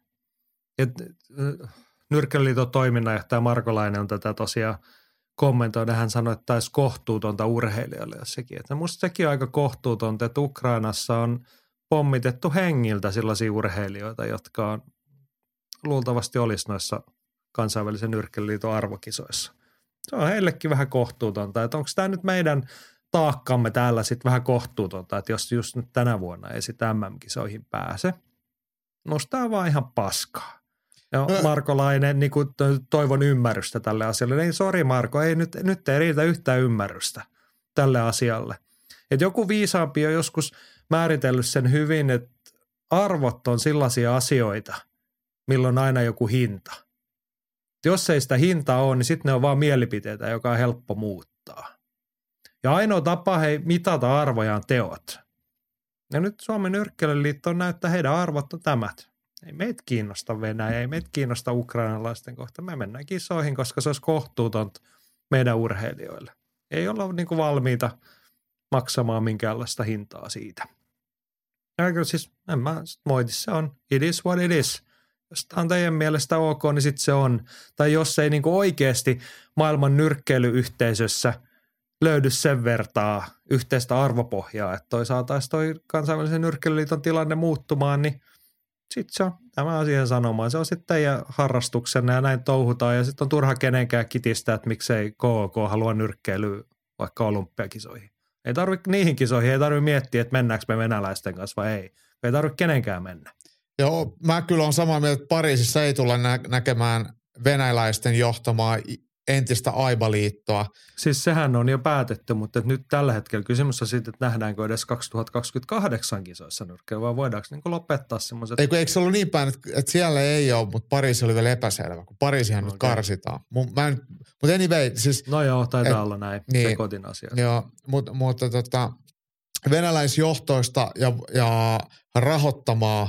Nyrkkeilyliiton toiminnanjohtaja Markolainen on tätä tosiaan kommentoida. Hän sanoi, että tämä olisi kohtuutonta urheilijoille jossakin. Että musta sekin on aika kohtuutonta, että Ukrainassa on pommitettu hengiltä sellaisia urheilijoita, jotka on, luultavasti olisi noissa kansainvälisen nyrkkeilyliiton arvokisoissa. Se on heillekin vähän kohtuutonta, että onko tämä nyt meidän taakkamme täällä sitten vähän kohtuutonta, että jos just nyt tänä vuonna ei sitten M M-kisoihin pääse. Musta tämä on vaan ihan paskaa. Ja Markolainen, niin kuin toivon ymmärrystä tälle asialle. Niin sori Marko, ei nyt, nyt ei riitä yhtään ymmärrystä tälle asialle. Että joku viisaampi on joskus määritellyt sen hyvin, että arvot on sellaisia asioita, milloin on aina joku hinta. Jos ei sitä hintaa ole, niin sitten ne on vaan mielipiteitä, joka on helppo muuttaa. Ja ainoa tapa he mitata arvojaan teot. Ja nyt Suomen Nyrkkeilyliitto näyttää heidän arvot on tämät. Ei meitä kiinnosta Venäjä, ei meitä kiinnosta ukrainalaisten kohta. Me mennään kisoihin, koska se olisi kohtuutonta meidän urheilijoille. Ei olla niin kuin valmiita maksamaan minkäänlaista hintaa siitä. Ja kyllä siis, en mä moiti, se on it is what it is. Jos tämä on teidän mielestä ok, niin sitten se on. Tai jos ei niin kuin oikeasti maailman nyrkkeilyyhteisössä löydy sen vertaa yhteistä arvopohjaa, että toi saataisiin toi kansainvälisen nyrkkeilyliiton tilanne muuttumaan, niin sitten se on tämä asia sanomaan. Se on sitten teidän harrastuksena ja näin touhutaan ja sitten on turha kenenkään kitistää, että miksei K O K halua nyrkkeilyä vaikka olympiakisoihin. Ei tarvitse niihin kisoihin, ei tarvitse miettiä, että mennäänkö me venäläisten kanssa vai ei. Ei tarvitse kenenkään mennä. Joo, mä kyllä olen samaa mieltä, että Pariisissa ei tulla nä- näkemään venäläisten johtamaa entistä AIBA-liittoa. Siis sehän on jo päätetty, mutta nyt tällä hetkellä kysymys on siitä, että nähdäänkö edes kaksituhattakaksikymmentäkahdeksan kisoissa nyrkkeily, vai voidaanko niin lopettaa semmoiset? Eikö, eikö se ollut niin päin, että, että siellä ei ole, mutta Pariisi oli vielä epäselvä, kun Pariisihan okay. nyt karsitaan. Mutta anyway, siis... No joo, taitaa et, olla näin, niin, sekoitin asiat. Joo, mutta, mutta tota, venäläisjohtoista ja, ja rahoittamaa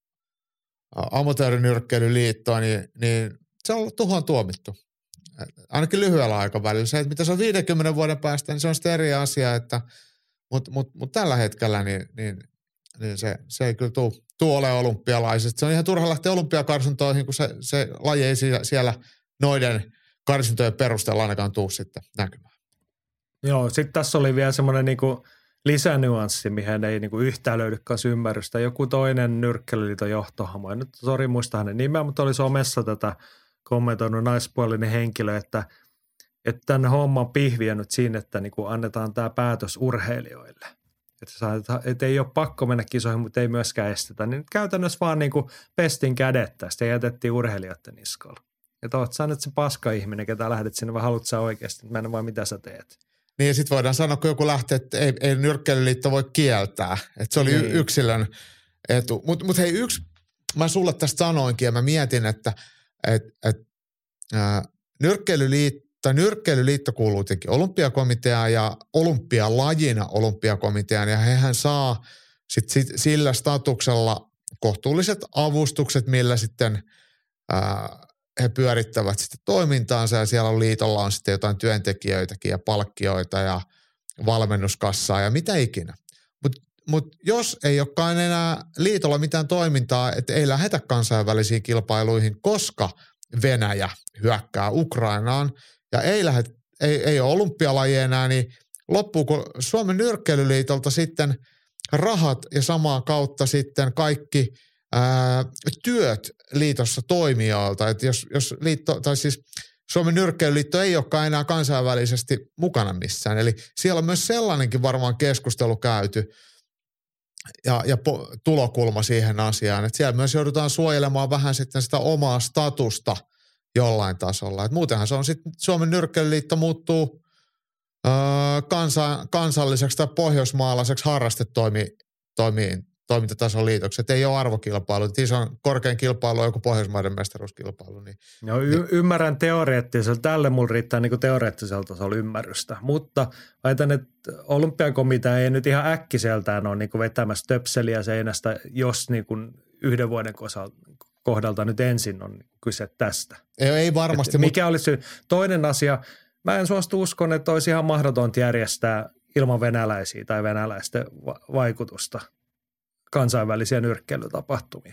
amatöörinyrkkeilyliittoa, niin, niin se on ollut tuhoon tuomittu. Ainakin lyhyellä aikavälillä. Se, että mitä se on viidenkymmenen vuoden päästä, niin se on sitten eri asia, että mutta mut, mut tällä hetkellä niin, niin, niin se, se ei kyllä tule tuu ole olympialaisesta. Se on ihan turha lähteä olympiakarsintoihin, kun se, se laji ei siellä noiden karsintojen perusteella ainakaan tule sitten näkymään. Joo, sitten tässä oli vielä semmoinen niinku lisänyanssi, mihin ei niinku yhtään löydy kanssa ymmärrystä. Joku toinen nyrkkeilyliiton johtohamo, en nyt sori muista hänen nimeä, mutta oli somessa tätä kommentoinut naispuolinen henkilö, että, että tämän homman pihviä nyt siinä, että niin kuin annetaan tämä päätös urheilijoille. Että, että ei ole pakko mennä kisoihin, mutta ei myöskään estetä. Niin käytännössä vaan niin kuin pestin kädet tästä ja jätettiin urheilijoiden niskalla. Että oot sä nyt se paska ihminen, ketä lähdet sinne, vai haluat sä oikeasti, että mennä vaan mitä sä teet. Niin ja sitten voidaan sanoa, kun joku lähtee, että ei, ei nyrkkeilyliitto voi kieltää. Että se oli niin. yksilön etu. Mutta mut hei yksi, mä sulle tästä sanoinkin ja mä mietin, että Et, et, ää, nyrkkeilyliitto, nyrkkeilyliitto kuuluu tietenkin olympiakomiteaan ja olympialajina olympiakomiteaan ja hehän saa sit, sit sillä statuksella kohtuulliset avustukset, millä sitten ää, he pyörittävät sitten toimintaansa ja siellä on liitolla on sitten jotain työntekijöitäkin ja palkkioita ja valmennuskassaa ja mitä ikinä. Mutta mut jos ei olekaan enää liitolla mitään toimintaa, että ei lähetä kansainvälisiin kilpailuihin, koska Venäjä hyökkää Ukrainaan ja ei, lähet, ei, ei ole olympialaji enää, niin loppuuko Suomen Nyrkkeilyliitolta sitten rahat ja samaa kautta sitten kaikki ää, työt liitossa toimijoilta. Että jos, jos liitto, tai siis Suomen Nyrkkeilyliitto ei olekaan enää kansainvälisesti mukana missään. Eli siellä on myös sellainenkin varmaan keskustelu käyty, ja, ja po, tulokulma siihen asiaan, että siellä myös joudutaan suojelemaan vähän sitten sitä omaa statusta jollain tasolla. Et muutenhan se on sitten, Suomen Nyrkkeilyliitto muuttuu öö, kansa, kansalliseksi tai pohjoismaalaiseksi harrastetoimintatason liitoksi. Et ei ole arvokilpailu. Et iso korkein kilpailu on joku Pohjoismaiden mestaruuskilpailu. Niin, no, y- niin. Ymmärrän teoreettisella. Tälle mulla riittää niinku teoreettisella tasolla ymmärrystä. Mutta väitän, että olympiakomitea ei nyt ihan äkkiseltään ole niinku vetämässä töpseliä seinästä, jos niinku yhden vuoden kohdalta nyt ensin on kyse tästä. Ei, ei varmasti. Et mikä olisi toinen asia? Mä en suostu uskon, että olisi ihan mahdotonta järjestää ilman venäläisiä tai venäläisten va- vaikutusta kansainvälisiä nyrkkeilytapahtumia.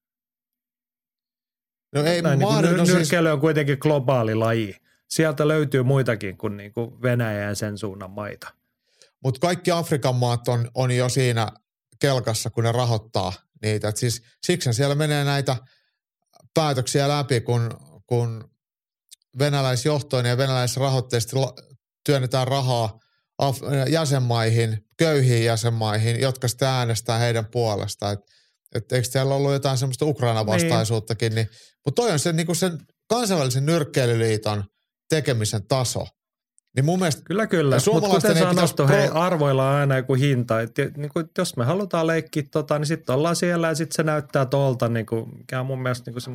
No ei Näin, mahdoton. Niin siis... Nyrkkeily on kuitenkin globaali laji. Sieltä löytyy muitakin kuin, niin kuin Venäjä ja sen suunnan maita. Mutta kaikki Afrikan maat on, on jo siinä kelkassa, kun ne rahoittaa niitä. Et siis, siksi siellä menee näitä päätöksiä läpi, kun, kun venäläisjohtoinen ja venäläisrahoitteisesti työnnetään rahaa Af- jäsenmaihin, köyhiin jäsenmaihin, jotka sitten äänestää heidän puolestaan. Et, et eikö siellä ollut jotain semmoista Ukraina-vastaisuuttakin, niin, mutta toi on se, niin sen kansainvälisen nyrkkeilyliiton tekemisen taso. Niin mun mielestä kyllä, kyllä. Mutta kuten sanottu, pro... hei, arvoilla on aina joku hinta. Et, niin kuin, jos me halutaan leikkiä tota, niin sitten ollaan siellä ja sitten se näyttää tuolta, niin kuin, mikä on mun mielestä niin semmoista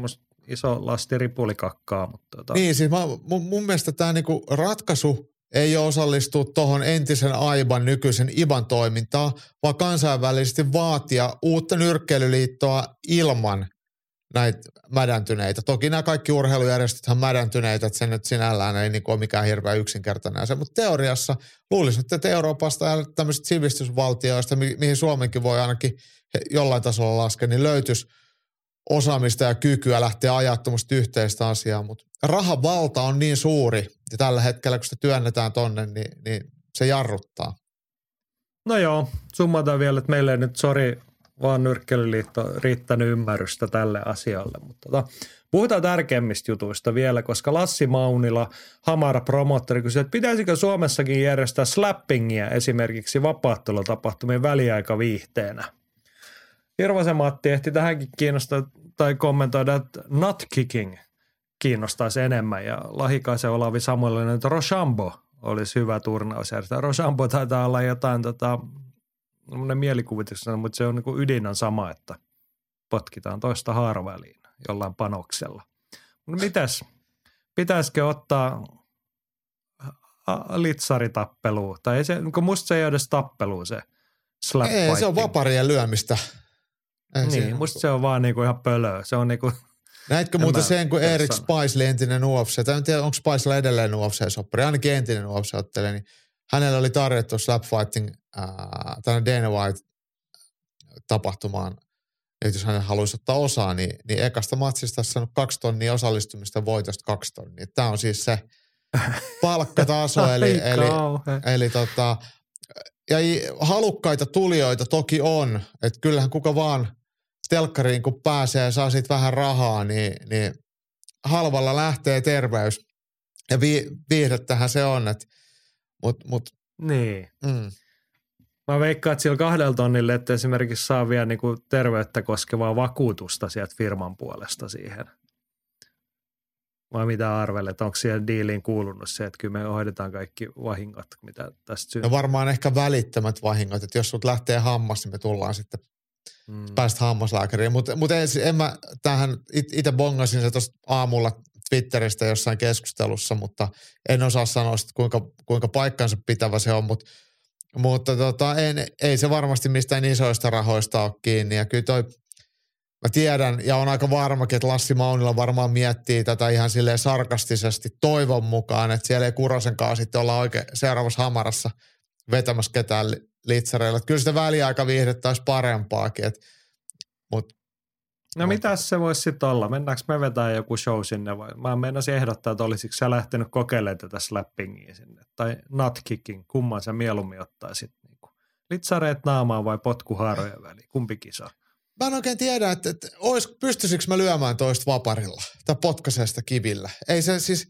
iso lasti ripulikakkaa. Mutta tota. Niin, siis mä, mun, mun mielestä tämä niinku ratkaisu ei ole osallistua tuohon entisen Aiban nykyisen Iban toimintaan, vaan kansainvälisesti vaatia uutta nyrkkeilyliittoa ilman näitä mädäntyneitä. Toki nämä kaikki urheilujärjestöthän mädäntyneitä, että se nyt sinällään ei niin ole mikään hirveän yksinkertainen asia, mutta teoriassa luulisin, että Euroopasta ja tämmöisistä sivistysvaltioista, mi- mihin Suomenkin voi ainakin jollain tasolla laskea, niin löytyisi osaamista ja kykyä lähteä ajaa tuommoista yhteistä asiaa, mutta rahan valta on niin suuri, ja tällä hetkellä, kun sitä työnnetään tonne, niin, niin se jarruttaa. No joo, summataan vielä, että meille ei nyt, sori, vaan nyrkkeilyliitto riittänyt ymmärrystä tälle asialle. Mutta tota, puhutaan tärkeimmistä jutuista vielä, koska Lassi Maunila, Hamara promottori, kysyi, että pitäisikö Suomessakin järjestää slappingia esimerkiksi vapaattelutapahtumien väliaikaviihteenä. Hirvosen Matti ehti tähänkin kiinnostaa tai kommentoida, että nut kicking kiinnostaisi enemmän ja Lahikaisen Olavi Samuelinen, että Rochambeau olisi hyvä turnausjärjestää. Rochambeau taitaa olla jotain tota, mielikuvituksena, mutta se on niin kuin ydin on sama, että potkitaan toista haaraväliin jollain panoksella. No mitäs, pitäisikö ottaa litsaritappeluun? Tai ei se, niin musta se ei ole edes tappeluun se slap Ei, fighting. se on vaparien lyömistä. Ei niin, siinä. musta se on vaan niinku ihan pölöä. Se on niinku... Näitkö muuten sen, kun Erik Spicely, entinen U F C, tai en tiedä, onko Spicely edelleen U F C-soppari, ainakin entinen U F C-ottelija, niin hänellä oli tarjottu slap fighting ää, tänne Dana White-tapahtumaan, että jos hän haluaisi ottaa osaa, niin, niin ekasta matsista olisi saanut kaksi tonnia osallistumista, voitosta kaksi tonnia. Tämä on siis se palkkataso, eli, eli, eli tota, ja halukkaita tulijoita toki on, että kyllähän kuka vaan telkkariin kun pääsee ja saa siitä vähän rahaa, niin, niin halvalla lähtee terveys. Ja vi, viihdettähän se on, että mut, mut, niin. Mm. Mä veikkaan, että sillä kahdella tonnille, että esimerkiksi saa vielä niinku terveyttä koskevaa vakuutusta sieltä firman puolesta siihen. Vai mitä arvelet, onko siellä diiliin kuulunut se, että kyllä me hoidetaan kaikki vahingot, mitä tästä syntyy? No varmaan ehkä välittömät vahingot, että jos sut lähtee hammas, niin me tullaan sitten mm. päästä hammaslääkäriin. Mutta mut en, en mä tähän, itse bongasin se tuossa aamulla Twitteristä jossain keskustelussa, mutta en osaa sanoa sit, kuinka, kuinka paikkansa pitävä se on, mutta, mutta tota, en, ei se varmasti mistään isoista rahoista ole kiinni. Ja kyllä toi, mä tiedän ja on aika varmakin, että Lassi Maunila varmaan miettii tätä ihan silleen sarkastisesti toivon mukaan, että siellä ei Kurosenkaan sitten olla oikein seuraavassa Hamarassa vetämässä ketään litsareilla. Että kyllä sitä väliaikaviihdettä olisi parempaakin, et, mut No mitäs se voisi sitten olla? Mennäänkö me vetää joku show sinne vai? Mä meinasin ehdottaa, että olisiko sä lähtenyt kokeilemaan tätä slappingia sinne. Tai nutkicking, kumman sä mieluummin ottaisit. Niinku. Litsareet naamaan vai potkuhaarojen väliin? Kumpi kisa? Mä en oikein tiedä, että, että olis, pystyisikö mä lyömään toista vaparilla tai potkaisesta kivillä. Ei se siis,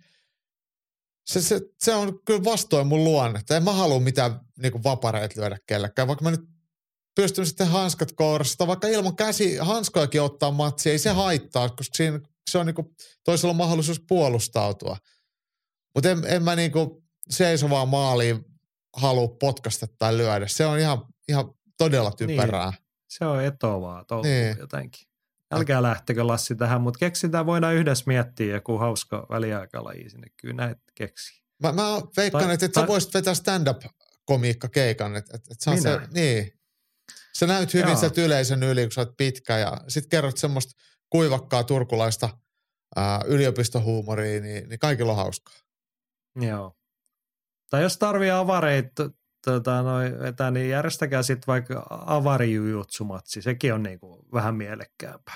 se, se, se on kyllä vastoin mun luonnetta. En mä halua mitään niinku vapareita lyödä kellekään, vaikka mä nyt pystyn sitten hanskat kourasta, vaikka ilman käsi hanskojakin ottaa matsia, ei se haittaa, koska siinä se on niinku toisella on mahdollisuus puolustautua. Mutta en, en mä niinku seisovaan maaliin halua potkasta tai lyödä. Se on ihan, ihan todella typerää. Niin. Se on etovaa touhua niin. jotenkin. Älkää lähtekö Lassi tähän, mutta keksitään, voidaan yhdessä miettiä joku hauska väliaikalaji sinne. Kyllä näet keksi. Mä, mä veikkaan, että et sä voisit vetää stand-up-komiikkakeikan. Et, et, et se on se, niin. Sä näyt hyvin sieltä yleisön yli, kun sä oot pitkä ja sit kerrot semmoista kuivakkaa turkulaista ää, yliopistohuumoria, niin, niin kaikilla on hauskaa. Joo. Tai jos tarvii avareita tota, noi, vetää, niin järjestäkää sitten vaikka avarijujutsumatsi. Sekin on niinku vähän mielekkäämpää.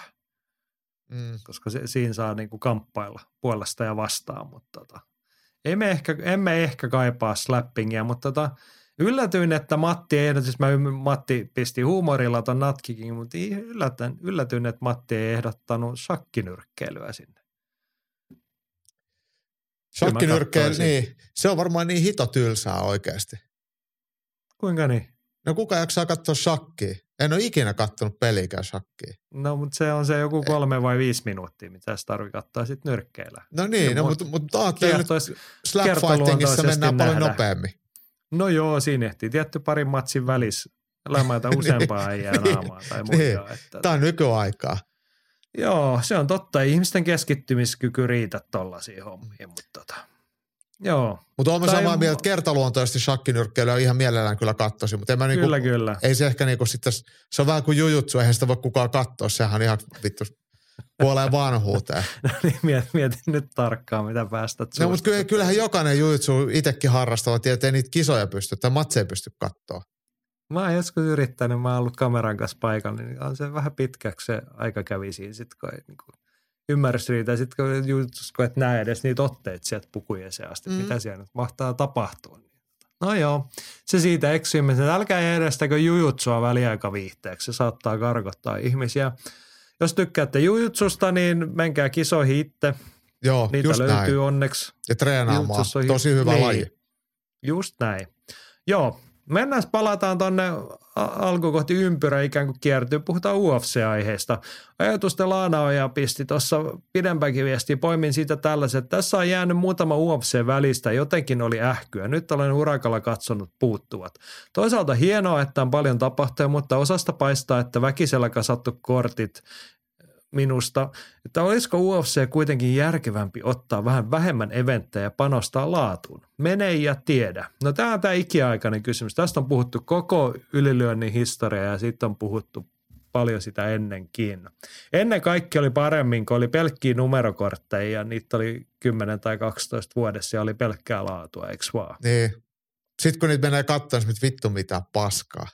Mm. Koska se, siinä saa niinku kamppailla puolesta ja vastaan, mutta tota, emme, ehkä, emme ehkä kaipaa slappingia, mutta tota, yllätyin, että Matti ei, siis mä Matti pisti huumorilla ton nutkikin, mutta yllätyin, yllätyin, että Matti ei ehdottanut shakkinyrkkeilyä sinne. Shakkinyrkkeily, niin. Se on varmaan niin hitotylsää oikeasti. Kuinka niin? No kuka jaksaa katsoa shakkia? En ole ikinä kattonut pelikään shakkia. No mutta se on se joku kolme vai viisi minuuttia, mitä se tarvii katsoa sitten nyrkkeillä. No niin, no, mutta mut ajattelin, että slapfightingissa mennään paljon nähdä. Nopeammin. No joo, siinä ehtii tietty parin matsin välissä lämätä useampaa äijää naamaa tai muuta. Niin. Tämä on nykyaikaa. Joo, se on totta. Ei ihmisten keskittymiskyky riitä tollaisiin hommiin, mutta tota, joo. Mutta olen Tai- samaa mieltä, että kertaluontoisesti shakkinyrkkeilyä ihan mielellään kyllä kattoisin, mutta en mä niinku, Kyllä, kyllä. ei se ehkä niinku sitten, se on vähän kuin jujutsu, eihän sitä voi kukaan katsoa, sehän on ihan vittu puoleen vanhuuteen. No niin, mietin, mietin nyt tarkkaan, mitä päästät No, mutta kyllä, kyllähän jokainen jujutsu itsekin harrastava tietää, että ei niitä kisoja pysty tai matseja pysty katsoa. Mä oon joskus yrittänyt, mä oon ollut kameran kanssa paikalla, niin on se vähän pitkäksi se aika kävi siinä, sit kun ei niin kuin ymmärrys riitä. Ja sitten kun juttus, kun et näe edes niitä otteita sieltä pukujen seasta, mm. mitä siellä nyt mahtaa tapahtua. No joo, se siitä eksymistä. Älkää edestäkö jujutsua väliaikaviihteeksi, se saattaa karkottaa ihmisiä. Jos tykkäätte jujutsusta, niin menkää kisoihin itse. Joo, Niitä just löytyy näin. onneksi. Ja treenaamaan. Jujutsussa on Tosi hyvä niin. laji. Just näin. Joo, mennään palataan tonne alkuun kohti ympyrä ikään kuin kiertyy. Puhutaan U F C-aiheesta. Ajatusten Laanaoja pisti tuossa pidempäänkin viestiä. Poimin siitä tällaiset, että tässä on jäänyt muutama U F C-välistä. Jotenkin oli ähkyä. Nyt olen urakalla katsonut puuttuvat. Toisaalta hienoa, että on paljon tapahtuja, mutta osasta paistaa, että väkisellä kasattu kortit minusta, että olisiko U F C kuitenkin järkevämpi ottaa vähän vähemmän eventtejä ja panostaa laatuun? Mene ja tiedä. No tämä on tämä ikiaikainen kysymys. Tästä on puhuttu koko ylilyönnin historia ja sitten on puhuttu paljon sitä ennenkin. Ennen kaikki oli paremmin, kun oli pelkkiä numerokortteja ja niitä oli kymmenen tai kaksitoista vuodessa ja oli pelkkää laatua, eikö vaan? Niin. Sitten kun niitä menee katsomaan, niin vittu mitä paskaa.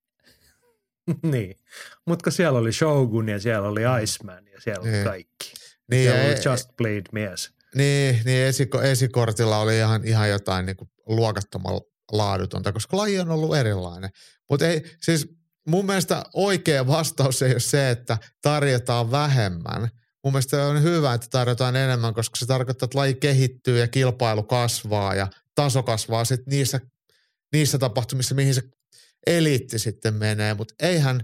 Niin, mutta siellä oli Shogun ja siellä oli Iceman ja siellä oli niin. kaikki. Niin, siellä ja oli e- Just Bleed mies. Niin, niin esiko, esikortilla oli ihan, ihan jotain niin kuin luokattoman laadutonta, koska laji on ollut erilainen. Mutta ei, siis mun mielestä oikea vastaus ei ole se, että tarjotaan vähemmän. Mun mielestä on hyvä, että tarjotaan enemmän, koska se tarkoittaa, että laji kehittyy ja kilpailu kasvaa ja taso kasvaa sitten niissä, niissä tapahtumissa, mihin se eliitti sitten menee. Mutta eihän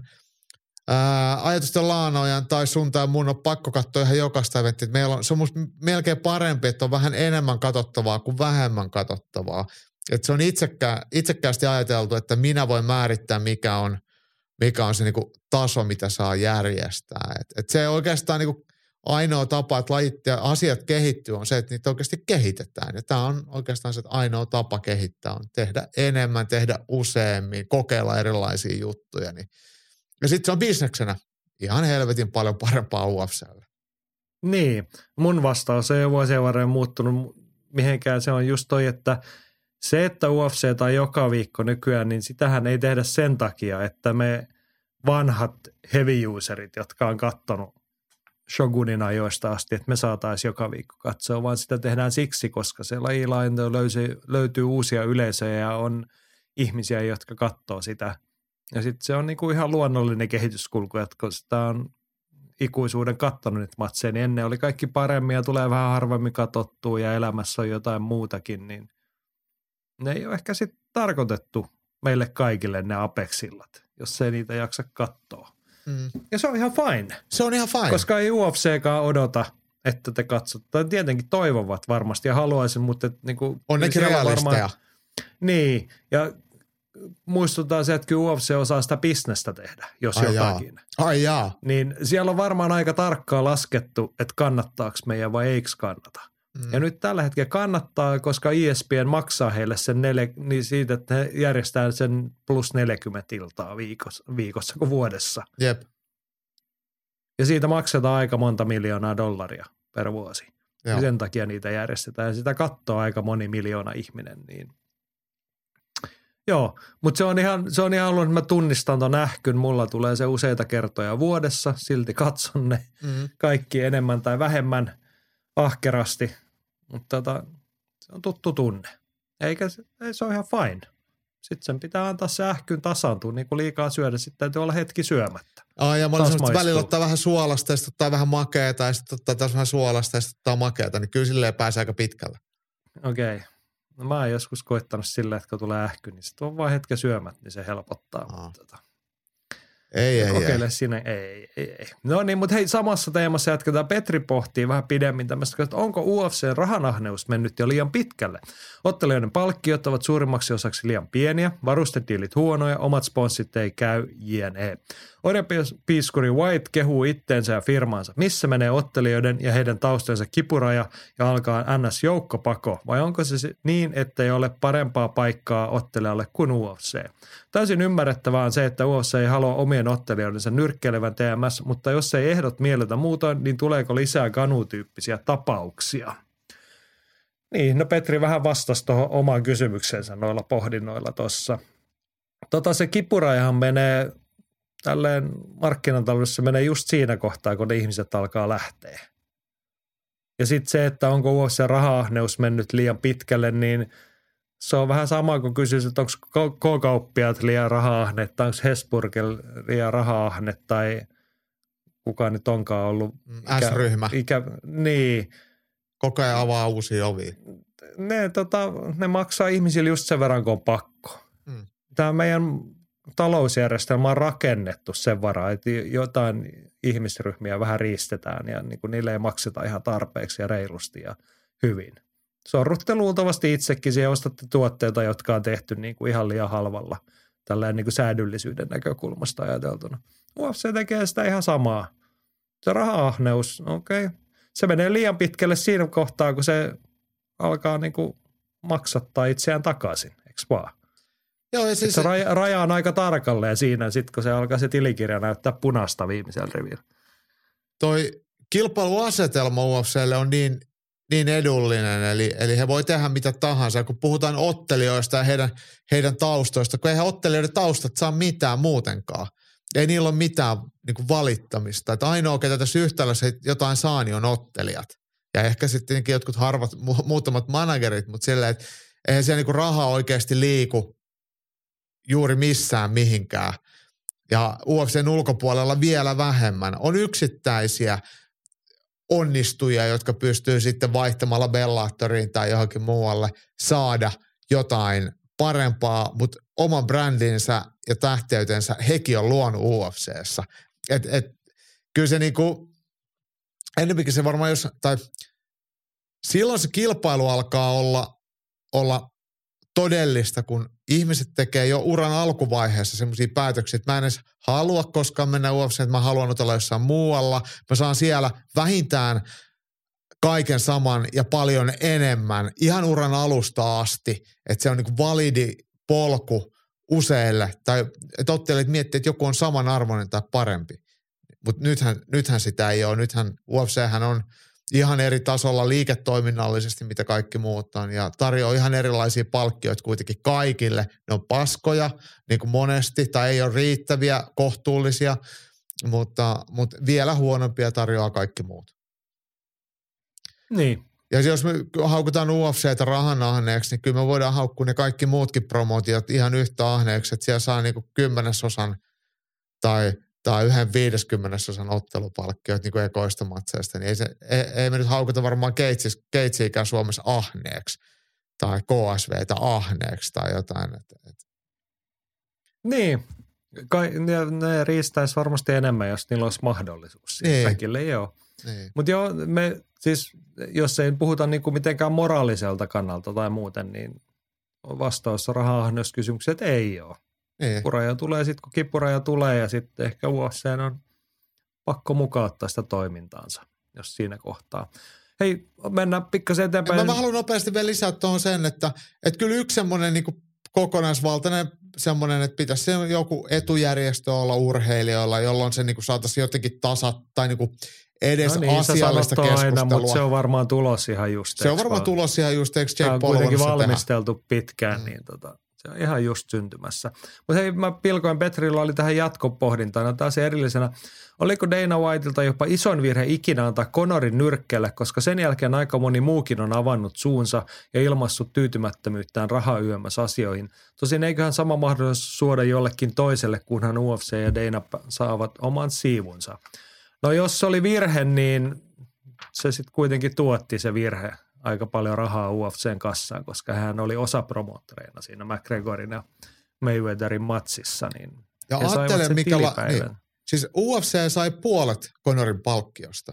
ää, ajatusten Laanojan tai sun tai mun on pakko katsoa ihan jokaista eventtiä. Meillä on, se on musta melkein parempi, että on vähän enemmän katsottavaa kuin vähemmän katsottavaa. Että se on itsekkää, itsekkäästi ajateltu, että minä voin määrittää, mikä on, mikä on se niinku taso, mitä saa järjestää. Et, et se oikeastaan niinku ainoa tapa, että lajit ja asiat kehittyy, on se, että niitä oikeasti kehitetään. Ja tämä on oikeastaan se, että ainoa tapa kehittää on tehdä enemmän, tehdä useammin, kokeilla erilaisia juttuja. Niin. Ja sitten se on bisneksenä ihan helvetin paljon parempaa U F C:lle. Niin, mun vastaus ei ole vuosien varrella muuttunut mihinkään. Se on just toi, että se, että U F C tai joka viikko nykyään, niin sitähän ei tehdä sen takia, että me vanhat heavy userit, jotka on kattonut Shogunin ajoista asti, että me saataisiin joka viikko katsoa, vaan sitä tehdään siksi, koska se lajilainto löytyy, löytyy uusia yleisöjä ja on ihmisiä, jotka katsoo sitä. Ja sitten se on niinku ihan luonnollinen kehityskulku, että kun sitä on ikuisuuden kattonut nyt matseja, niin ennen oli kaikki paremmin ja tulee vähän harvemmin katsottua ja elämässä on jotain muutakin, niin ne ei ole ehkä sitten tarkoitettu meille kaikille ne Apexillat, jos ei niitä jaksa katsoa. Mm. Ja se on ihan fine. Se on ihan fine. Koska ei U F C:kaan odota, että te katsotte. Tietenkin toivovat varmasti ja haluaisin, mutta niin kuin, on nekin realisteja. Niin, ja muistutaan se, että kyllä U F C osaa sitä bisnestä tehdä, jos Ai jotakin. Jaa. Ai jaa. Niin siellä on varmaan aika tarkkaan laskettu, että kannattaako meidän vai eikö kannata. Mm. Ja nyt tällä hetkellä kannattaa, koska E S P N maksaa heille sen neljä, niin siitä, että he järjestää sen plus neljäkymmentä iltaa viikossa, viikossa kuin vuodessa. Jep. Ja siitä maksetaan aika monta miljoonaa dollaria per vuosi. Ja sen takia niitä järjestetään. Ja sitä katsoo aika moni miljoona ihminen. Niin. Joo, mutta se on ihan, se on ihan ollut, että mä tunnistan ton ähkyn. Mulla tulee se useita kertoja vuodessa. Silti katson ne mm. kaikki enemmän tai vähemmän ahkerasti. Mutta tota, se on tuttu tunne. Eikä se, ei, se on ihan fine. Sitten sen pitää antaa se ähkyn tasaantua, niin kuin liikaa syödä. Sitten täytyy olla hetki syömättä. Ai ja mä olin semmoista, välillä ottaa vähän suolasta ja sitten ottaa vähän makeata ja sitten ottaa taas vähän suolasta ja sitten ottaa makeata. Niin kyllä silleen pääsee aika pitkällä. Okei. Okay. No mä oon joskus koittanut silleen, että kun tulee ähky, niin sitten on vaan hetken syömät, niin se helpottaa. Aa. Mutta tota. Ei, ei, kokeile ei. Sinne. Ei, ei, ei. No niin, mutta hei, samassa teemassa jatketaan. Petri pohtii vähän pidemmin tämmöistä, että onko U F C:n rahanahneus mennyt jo liian pitkälle? Ottelijoiden palkkiot ovat suurimmaksi osaksi liian pieniä, varustetiilit huonoja, omat sponssit ei käy, jne. Orjapiiskuri White kehuu itteensä ja firmaansa. Missä menee ottelijoiden ja heidän taustojensa kipuraja ja alkaa N S-joukkopako? Vai onko se niin, ettei ole parempaa paikkaa ottelijalle kuin U F C? Täysin ymmärrettävää on se, että U F C ei halua omien ottelijoidensa nyrkkeilevän T M S, mutta jos ei ehdot miellytä muutoin, niin tuleeko lisää Ganu-tyyppisiä tapauksia? Niin, no Petri vähän vastasi tuohon omaan kysymyksensä noilla pohdinnoilla tuossa. Tota se kipurajahan menee, tälleen markkinataloudessa menee just siinä kohtaa, kun ne ihmiset alkaa lähteä. Ja sitten se, että onko U F C-raha-ahneus mennyt liian pitkälle, niin se on vähän sama kuin kysyisit, että onko K-kauppiaat liian raha-ahne, tai onko Hesburger liian raha-ahne, tai kuka nyt onkaan ollut. Ikä, S-ryhmä. Ikä, niin. Koko ajan avaa uusia ovia. Ne, tota, ne maksaa ihmisille just sen verran, kun on pakko. Hmm. Tämä meidän talousjärjestelmä on rakennettu sen varaan, että jotain ihmisryhmiä vähän riistetään ja niin kuin niille ei makseta ihan tarpeeksi ja reilusti ja hyvin. Sorrutte luultavasti itsekin siihen, ostatte tuotteita, jotka on tehty niin kuin ihan liian halvalla tällainen niin kuin säädyllisyyden näkökulmasta ajateltuna. U F C tekee sitä ihan samaa. Se raha-ahneus, okei. Okay. Se menee liian pitkälle siinä kohtaa, kun se alkaa niin kuin maksattaa itseään takaisin, eikö vaan? Joo, ja siis se raja, raja on aika tarkalleen siinä, sit kun se alkaa se tilikirja näyttää punaista viimeisellä rivillä. Toi kilpailuasetelma U F C:lle on niin, niin edullinen, eli, eli he voi tehdä mitä tahansa. Kun puhutaan ottelijoista ja heidän, heidän taustoista, kun eihän ottelijoiden taustat saa mitään muutenkaan. Ei niillä ole mitään niin kuin valittamista. Että ainoa, ketä tässä yhtälössä jotain saa, niin on ottelijat. Ja ehkä sitten jotkut harvat, mu- muutamat managerit, mutta silleen, että eihän siellä niin kuin rahaa oikeasti liiku juuri missään mihinkään. Ja U F C:n ulkopuolella vielä vähemmän. On yksittäisiä onnistujia, jotka pystyy sitten vaihtamalla Bellatoriin tai johonkin muualle saada jotain parempaa, mutta oman brändinsä ja tähteytensä hekin on luonut U F C:ssä. Et, et, kyllä se niinku, ennemminkin se varmaan jos, tai silloin se kilpailu alkaa olla, olla todellista, kun ihmiset tekee jo uran alkuvaiheessa semmoisia päätöksiä, että mä en edes halua koskaan mennä U F C:ään, että mä haluan olla jossain muualla. Mä saan siellä vähintään kaiken saman ja paljon enemmän ihan uran alusta asti, että se on niin kuin validi polku useille, tai että ottelijat miettii, että joku on samanarvoinen tai parempi. Mutta nythän, nythän sitä ei ole. Nythän U F C:hän on ihan eri tasolla liiketoiminnallisesti, mitä kaikki muut on, ja tarjoaa ihan erilaisia palkkioita kuitenkin kaikille. Ne on paskoja, niin kuin monesti, tai ei ole riittäviä, kohtuullisia, mutta, mutta vielä huonompia tarjoaa kaikki muut. Niin. Ja jos me haukutaan U F C:tä rahan ahneeksi, niin kyllä me voidaan haukkua ne kaikki muutkin promootiot ihan yhtä ahneeksi, että siellä saa niinku kymmenesosan tai, tai yhden viideskymmenesosan ottelupalkkioita niinku ekoista matseista. Niin ei, se, ei, ei me nyt haukuta varmaan Keitsiikään Suomessa ahneeksi tai K S V:tä ahneeksi tai jotain. Et, et. Niin. Kai, ne, ne riistäisi varmasti enemmän, jos niillä olisi mahdollisuus. Niin. Kaikille ei ole. Niin. Mutta joo, me siis, jos ei puhuta niinku mitenkään moraaliselta kannalta tai muuten, niin vastaus raha-ahneuskysymyksiä, että ei ole. Niin. Kipuraja tulee sitten, kun kipuraja tulee ja sitten ehkä U F C:n on pakko mukauttaa sitä toimintaansa, jos siinä kohtaa. Hei, mennään pikkasen eteenpäin. Mä, mä haluan nopeasti vielä lisää tuohon sen, että, että kyllä yksi semmoinen niinku kokonaisvaltainen semmoinen, että pitäisi joku etujärjestö olla urheilijoilla, jolloin se niinku saataisiin jotenkin tasat tai niinku edes no niin, asiallista keskustelua. Aina, mutta se on varmaan tulos ihan just. Se on varmaan vaan tulos ihan just, eikö Jake Paul on kuitenkin valmisteltu tehdä pitkään, mm. niin tota, se on ihan just syntymässä. Mutta hei, mä pilkoin, Petrillä oli tähän jatkopohdintaan, no taas erillisenä. Oliko Dana Whiteilta jopa ison virhe ikinä antaa Conorin nyrkkelle, koska sen jälkeen aika moni muukin on avannut suunsa ja ilmaissut tyytymättömyyttään rahayömmäs asioihin. Tosin eiköhän sama mahdollisuus suoda jollekin toiselle, kunhan U F C ja Dana saavat oman siivunsa. No jos se oli virhe, niin se sitten kuitenkin tuotti se virhe aika paljon rahaa U F C:n kassaan, koska hän oli osapromoottoreina siinä McGregorin ja Mayweatherin matsissa. Niin ja ajattelen, mikä la, niin, siis U F C sai puolet Conorin palkkiosta.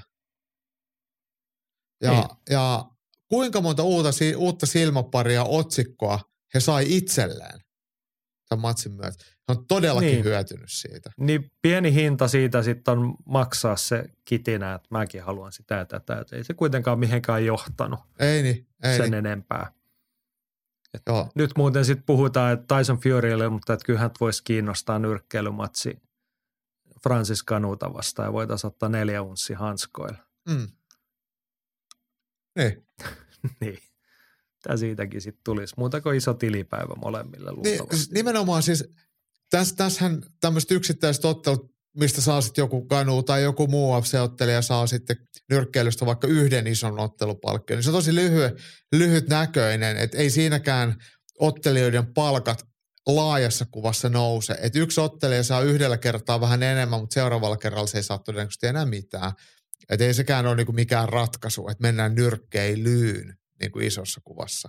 Ja, niin. ja kuinka monta uutta, uutta silmäparia otsikkoa he sai itselleen? tämän matsin myötä. Hän on todellakin niin. hyötynyt siitä. Niin pieni hinta siitä sitten on maksaa se kitinä, että mäkin haluan sitä ja tätä. Et ei se kuitenkaan mihinkään johtanut ei niin, ei sen niin. enempää. Joo. Nyt muuten sitten puhutaan, että Tyson Furylle, mutta että kyllähän voisi kiinnostaa nyrkkeilymatsi Francis Nganouta vastaan ja voitaisiin ottaa neljä unssi hanskoilla. Mm. Niin. niin. Tämä siitäkin sitten tulisi. Muuta kuin iso tilipäivä molemmille luultavasti. Niin, nimenomaan siis, tässä, tässähän tämmöiset yksittäiset ottelut, mistä saa sitten joku Ngannou tai joku muu U F C-ottelija saa sitten nyrkkeilystä vaikka yhden ison ottelupalkkion. Niin se on tosi lyhyt, lyhyt näköinen, että ei siinäkään ottelijoiden palkat laajassa kuvassa nouse. Että yksi ottelija saa yhdellä kertaa vähän enemmän, mutta seuraavalla kerralla se ei saa todennäköisesti enää mitään. Että ei sekään ole niinku mikään ratkaisu, että mennään nyrkkeilyyn niinku isossa kuvassa.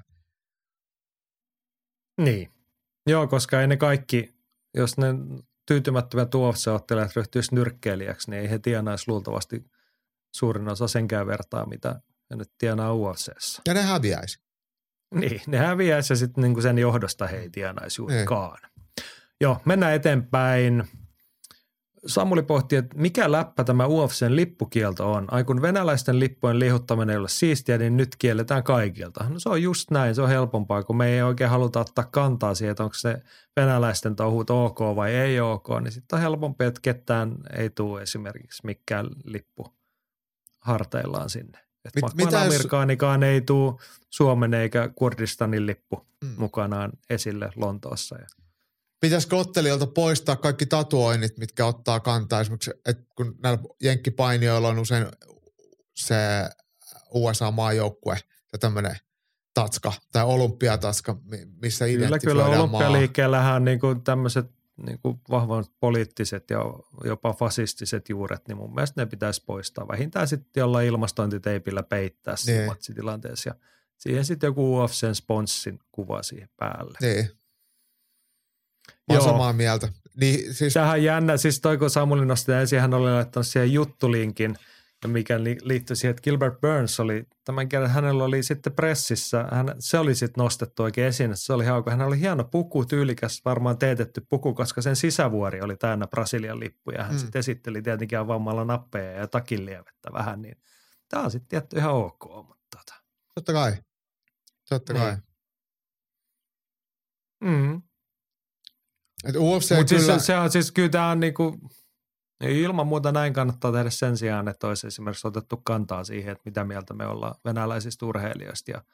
Niin. Joo, koska ei ne kaikki, jos ne tyytymättömät U F C-ottelijat ryhtyisi nyrkkeilijäksi, niin ei he tienaisi luultavasti suurin osa senkään vertaa, mitä he nyt tienaa U F C:ssä. Ja ne häviäisi. Niin, ne häviäisi ja sitten niinku sen johdosta he ei tienaisi juurikaan. Joo, mennään eteenpäin. Samuli pohti, että mikä läppä tämä U F C:n lippukielto on. Ai kun venäläisten lippujen lihuttaminen ei ole siistiä, niin nyt kielletään kaikilta. No se on just näin, se on helpompaa, kun me ei oikein haluta ottaa kantaa siihen, että onko se venäläisten touhut ok vai ei ok, niin sitten on helpompi, että ketään ei tule esimerkiksi mikään lippu harteillaan sinne. Että Mit, Makman mitä Amerikaanikaan ei tule Suomen eikä Kurdistanin lippu mm. mukanaan esille Lontoossa. Pitäisikö ottelijoilta poistaa kaikki tatuoinnit, mitkä ottaa kantaa? Esimerkiksi, että kun näillä jenkkipainijoilla on usein se U S A-maajoukkue ja tämmöinen tatska tai olympiatatska, missä kyllä, identifioidaan kyllä, maa. olympialiikkeellähän on niinku tämmöiset niinku vahvan poliittiset ja jopa fasistiset juuret, niin mun mielestä ne pitäisi poistaa. Vähintään sitten jollain ilmastointiteipillä peittää siinä niin. matsitilanteessa ja siihen sitten joku U F C:n sponssin kuva siihen päälle. Niin. Mä oon samaa mieltä. Niin, siis... Tämähän on jännä, siis toi kun Samuli nosti ensin, hän oli laittanut siihen juttulinkin, mikä liittyi siihen, että Gilbert Burns oli, tämän kerran hänellä oli sitten pressissä, hän, se oli sitten nostettu oikein esiin, että se oli hauka. Hän oli hieno puku, tyylikäs, varmaan teetetty puku, koska sen sisävuori oli täynnä Brasilian lippuja. Hän mm. sitten esitteli tietenkin avaamalla nappeja ja takinlievettä vähän, niin tämä on sitten tietty ihan ok. Mutta tota. Totta kai, totta kai. Mm. Että U F C Mutta kyllä... siis se on siis kyllä tämä on niinku, ilman muuta näin kannattaa tehdä sen sijaan, että olisi esimerkiksi otettu kantaa siihen, että mitä mieltä me ollaan venäläisistä urheilijoista ja,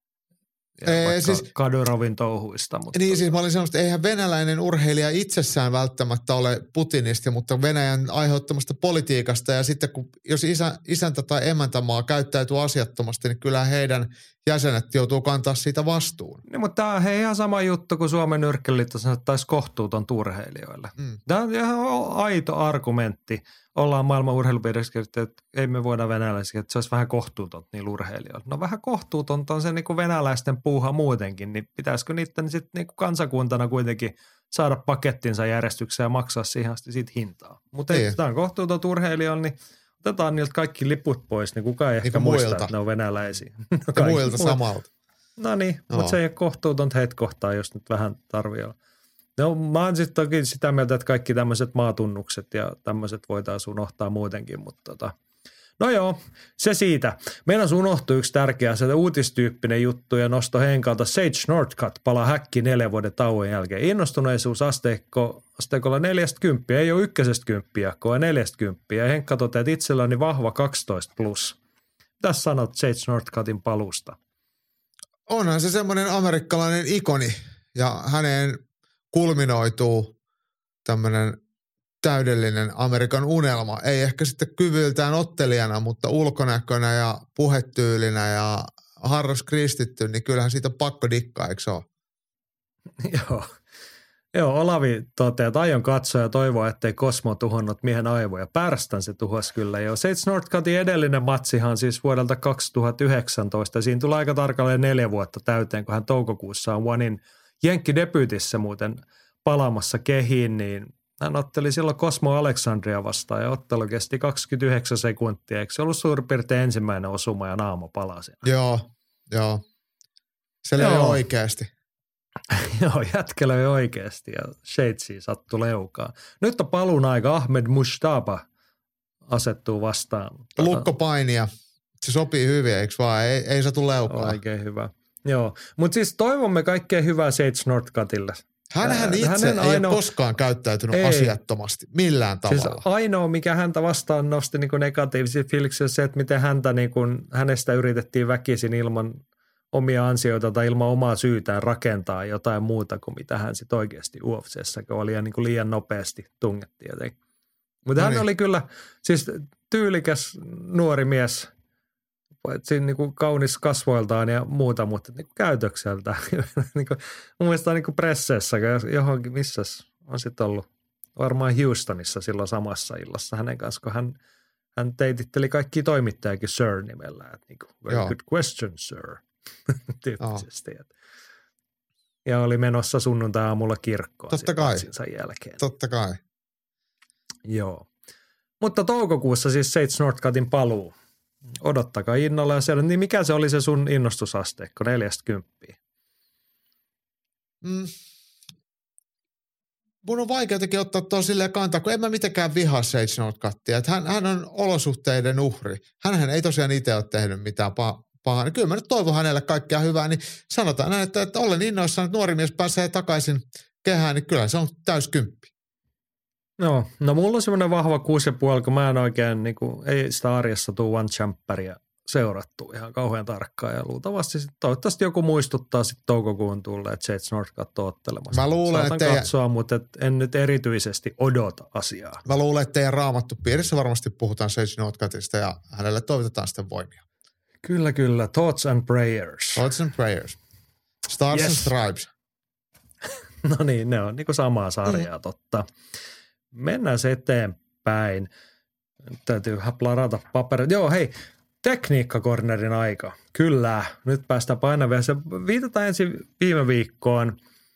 ja Ei, vaikka siis, Kadyrovin touhuista. Mutta niin siis mä olin sanonut, että eihän venäläinen urheilija itsessään välttämättä ole putinisti, mutta Venäjän aiheuttamasta politiikasta ja sitten kun jos isä, isäntä tai emäntämaa käyttäytyy asiattomasti, niin kyllä heidän jäsenet joutuu kantaa siitä vastuun. Niin, mutta tämä on hei ihan sama juttu kuin Suomen nyrkkeliitto sanoo, että taisi kohtuuton urheilijoille. Mm. Tämä on ihan aito argumentti. Ollaan maailman urheilupiirissä, että ei me voida venäläisiä, että se olisi vähän kohtuutonta niillä urheilijoilla. No vähän kohtuutonta on se niin kuin venäläisten puuha muutenkin, niin pitäisikö niiden sitten niin kuin kansakuntana kuitenkin saada pakettinsa järjestykseen ja maksaa siihen asti siitä hintaa. Mutta jos tämä on kohtuutonta urheilijoilla, niin otetaan niiltä kaikki liput pois, niin kukaan ei niin ehkä muista, että ne on venäläisiä. No muilta samalta. No niin, no. Mutta se ei ole kohtuutonta heitä kohtaa, jos nyt vähän tarvii olla. No mä oon sitten toki sitä mieltä, että kaikki tämmöiset maatunnukset ja tämmöiset voitaisiin unohtaa muutenkin, mutta tota. No joo, se siitä. Meidän unohtui yksi tärkeä se uutistyyppinen juttu ja nosto Henkalta. Sage Northcutt palaa häkki neljän vuoden tauon jälkeen. Innostuneisuus asteikko, asteikolla neljästä kymppiä, ei ole ykkösestä kymppiä, kun neljästä kymppiä. Ja Henkka toteaa, että itselläni vahva kaksitoista plus. Mitä sanot Sage Northcuttin palusta? Onhan se semmoinen amerikkalainen ikoni ja häneen kulminoituu tämmöinen täydellinen Amerikan unelma. Ei ehkä sitten kyvyltään ottelijana, mutta ulkonäkönä ja puhetyylinä ja harras kristitty, niin kyllähän siitä pakko dikkaa, eikö se ole? Joo. Joo, Olavi toteaa, että aion katsoa ja toivoa, ettei Cosmo tuhonnut miehen aivoja. Pärstän se tuhos kyllä jo. Sage Northcuttin edellinen matsihan siis vuodelta kaksituhattayhdeksäntoista. Siinä tuli aika tarkalleen neljä vuotta täyteen, kun hän toukokuussa on Onein jenkkidebyytissä muuten palaamassa kehiin, niin hän otteli silloin Cosmo Alexandria vastaan ja ottelu kesti kaksikymmentäyhdeksän sekuntia. Eikö se ollut suurin piirtein ensimmäinen osuma ja naama palasi? Joo, joo. Se oli oikeasti. Joo, jätkä löi oikeasti ja Shadesiin sattui leukaan. Nyt on paluun aika. Ahmed Mujtaba asettuu vastaan. Lukkopainia. Se sopii hyvin, eikö vaan? Ei, ei satu leukaan. Oikein hyvä. Joo, mutta siis toivomme kaikkea hyvää Sage Northcuttille. Hänhän itse Hänen ei ainoa... ole koskaan käyttäytynyt ei. asiattomasti millään tavalla. Siis ainoa, mikä häntä vastaan nosti niin kuin negatiivisia fiiliksiä, se, että miten häntä, niin kuin, hänestä yritettiin väkisin ilman omia ansioita tai ilman omaa syytään rakentaa jotain muuta kuin mitä hän sitten oikeasti U F C:ssä, kun oli niin kuin liian nopeasti tungettiin jotenkin. Mutta no hän niin. oli kyllä siis tyylikäs nuori mies, siinä niin kuin kaunis kasvoiltaan ja muuta, mutta niin kuin käytökseltä. niin kuin, mun mielestä niin kuin presseessä johonkin, missä on sitten ollut varmaan Houstonissa silloin samassa illassa hänen kanssa, kun hän, hän teititteli kaikki toimittajakin Sir nimellä. Että niin kuin, very Joo. good question, sir. Tyyppisesti. Oh. Ja oli menossa sunnuntai-aamulla kirkkoon. Totta kai. Jälkeen. Totta kai. Joo. Mutta toukokuussa siis Sage Northcutin paluu. Odottakaa innolla ja siellä. Niin mikä se oli se sun innostusasteikko neljästäkymppiä? Mm. Mun on vaikea jotenkin ottaa tuon silleen kantaa, kun en mä mitenkään vihaa Sage Northcutia. Hän, hän on olosuhteiden uhri. Hänhän ei tosiaan itse ole tehnyt mitään pahaa. Paha. Kyllä mä nyt toivon hänelle kaikkea hyvää, niin sanotaan näin, että, että olen innoissaan, että nuori mies pääsee takaisin kehään, niin kyllä se on täyskymppi. No, no mulla on semmoinen vahva kuusi ja puoli, kun mä en oikein, niin kuin, ei sitä arjessa tuu One Champeria seurattu ihan kauhean tarkkaan ja luultavasti sit, toivottavasti joku muistuttaa sitten toukokuun tulleen, että Sage Northcutt on ottelemassa. Mä luulen, Saatan että teidän... katsoa, mutta et en nyt erityisesti odota asiaa. Mä luulen, että teidän raamattu piirissä varmasti puhutaan Sage Northcuttista ja hänelle toivotetaan sitten voimia. Kyllä, kyllä. Thoughts and prayers. Thoughts and prayers. Stars yes. and stripes. No niin, ne on niin kuin samaa sarjaa, mm. totta. Mennään se eteenpäin. Nyt täytyy plarata paperit. Joo, hei, tekniikkakornerin aika. Kyllä, nyt päästään painavia. Se viitataan ensin viime viikkoon.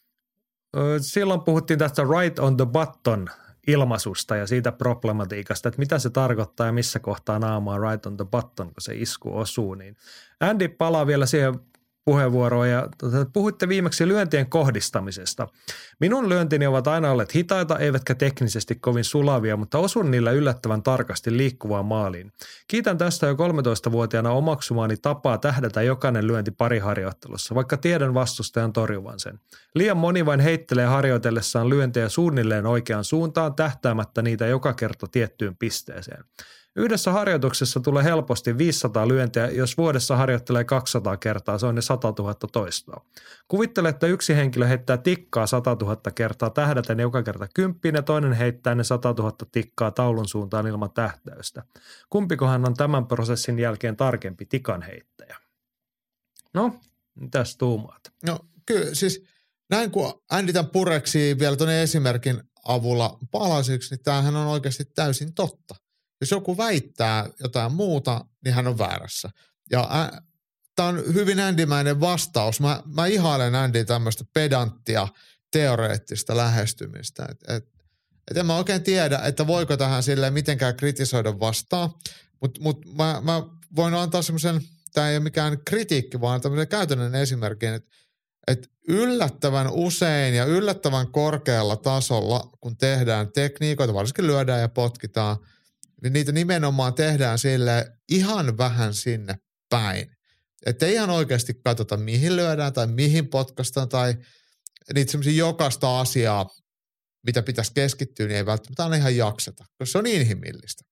Silloin puhuttiin tästä right on the button ilmaisusta ja siitä problematiikasta, että mitä se tarkoittaa ja missä kohtaa naamaa right on the button, kun se isku osuu. Niin Andy palaa vielä siihen puheenvuoroon ja puhuitte viimeksi lyöntien kohdistamisesta. Minun lyöntini ovat aina olleet hitaita, eivätkä teknisesti kovin sulavia, mutta osun niillä yllättävän tarkasti liikkuvaan maaliin. Kiitän tästä jo kolmetoistavuotiaana omaksumaani tapaa tähdätä jokainen lyönti pariharjoittelussa, vaikka tiedän vastustajan torjuvan sen. Liian moni vain heittelee harjoitellessaan lyöntejä suunnilleen oikeaan suuntaan, tähtäämättä niitä joka kerta tiettyyn pisteeseen. Yhdessä harjoituksessa tulee helposti viisisataa lyöntiä, jos vuodessa harjoittelee kaksisataa kertaa, se on ne sata tuhatta toistoa. Kuvittele, että yksi henkilö heittää tikkaa sata tuhatta kertaa tähdäten joka kerta kymppiin ja toinen heittää ne sata tuhatta tikkaa taulun suuntaan ilman tähtäystä. Kumpikohan on tämän prosessin jälkeen tarkempi tikanheittäjä? No, mitäs tuumaat? No kyllä, siis näin kun Andy tämän pureksii vielä tuonne esimerkin avulla palasiksi, niin tämähän on oikeasti täysin totta. Jos joku väittää jotain muuta, niin hän on väärässä. Ja ä, tämä on hyvin Andymäinen vastaus. Mä, mä ihailen Andy tämmöistä pedanttia, teoreettista lähestymistä. Et, et, et en mä oikein tiedä, että voiko tähän silleen mitenkään kritisoida vastaan. Mutta mut mä, mä voin antaa semmoisen, tämä ei ole mikään kritiikki, vaan tämmöisen käytännön esimerkin, että et yllättävän usein ja yllättävän korkealla tasolla, kun tehdään tekniikoita, varsinkin lyödään ja potkitaan, niin niitä nimenomaan tehdään sille ihan vähän sinne päin. Että ei ihan oikeasti katsota, mihin lyödään tai mihin potkastaan tai niitä semmoisia jokaista asiaa, mitä pitäisi keskittyä, niin ei välttämättä aina ihan jakseta, koska se on inhimillistä.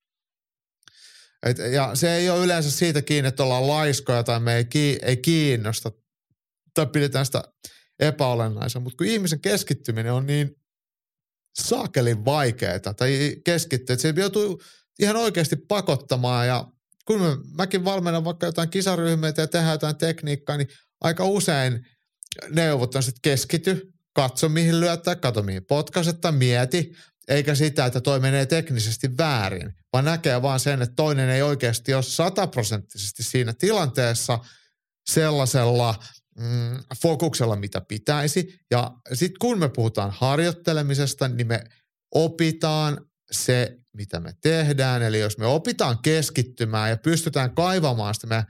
Et, ja se ei ole yleensä siitä kiinni, että ollaan laiskoja tai me ei, ki, ei kiinnosta tai pidetään sitä epäolennaisena, mutta kun ihmisen keskittyminen on niin saakelin vaikeaa tai keskittyä, että se joutuu ihan oikeasti pakottamaan ja kun mä, mäkin valmennan vaikka jotain kisaryhmiä ja tehdään jotain tekniikkaa, niin aika usein neuvot on sitten keskity, katso mihin lyöttää, katso mihin potkaset tai mieti, eikä sitä, että toi menee teknisesti väärin, vaan näkee vaan sen, että toinen ei oikeasti ole sataprosenttisesti siinä tilanteessa sellaisella mm, fokuksella, mitä pitäisi. Ja sitten kun me puhutaan harjoittelemisesta, niin me opitaan se, mitä me tehdään. Eli jos me opitaan keskittymään ja pystytään kaivamaan sitä meidän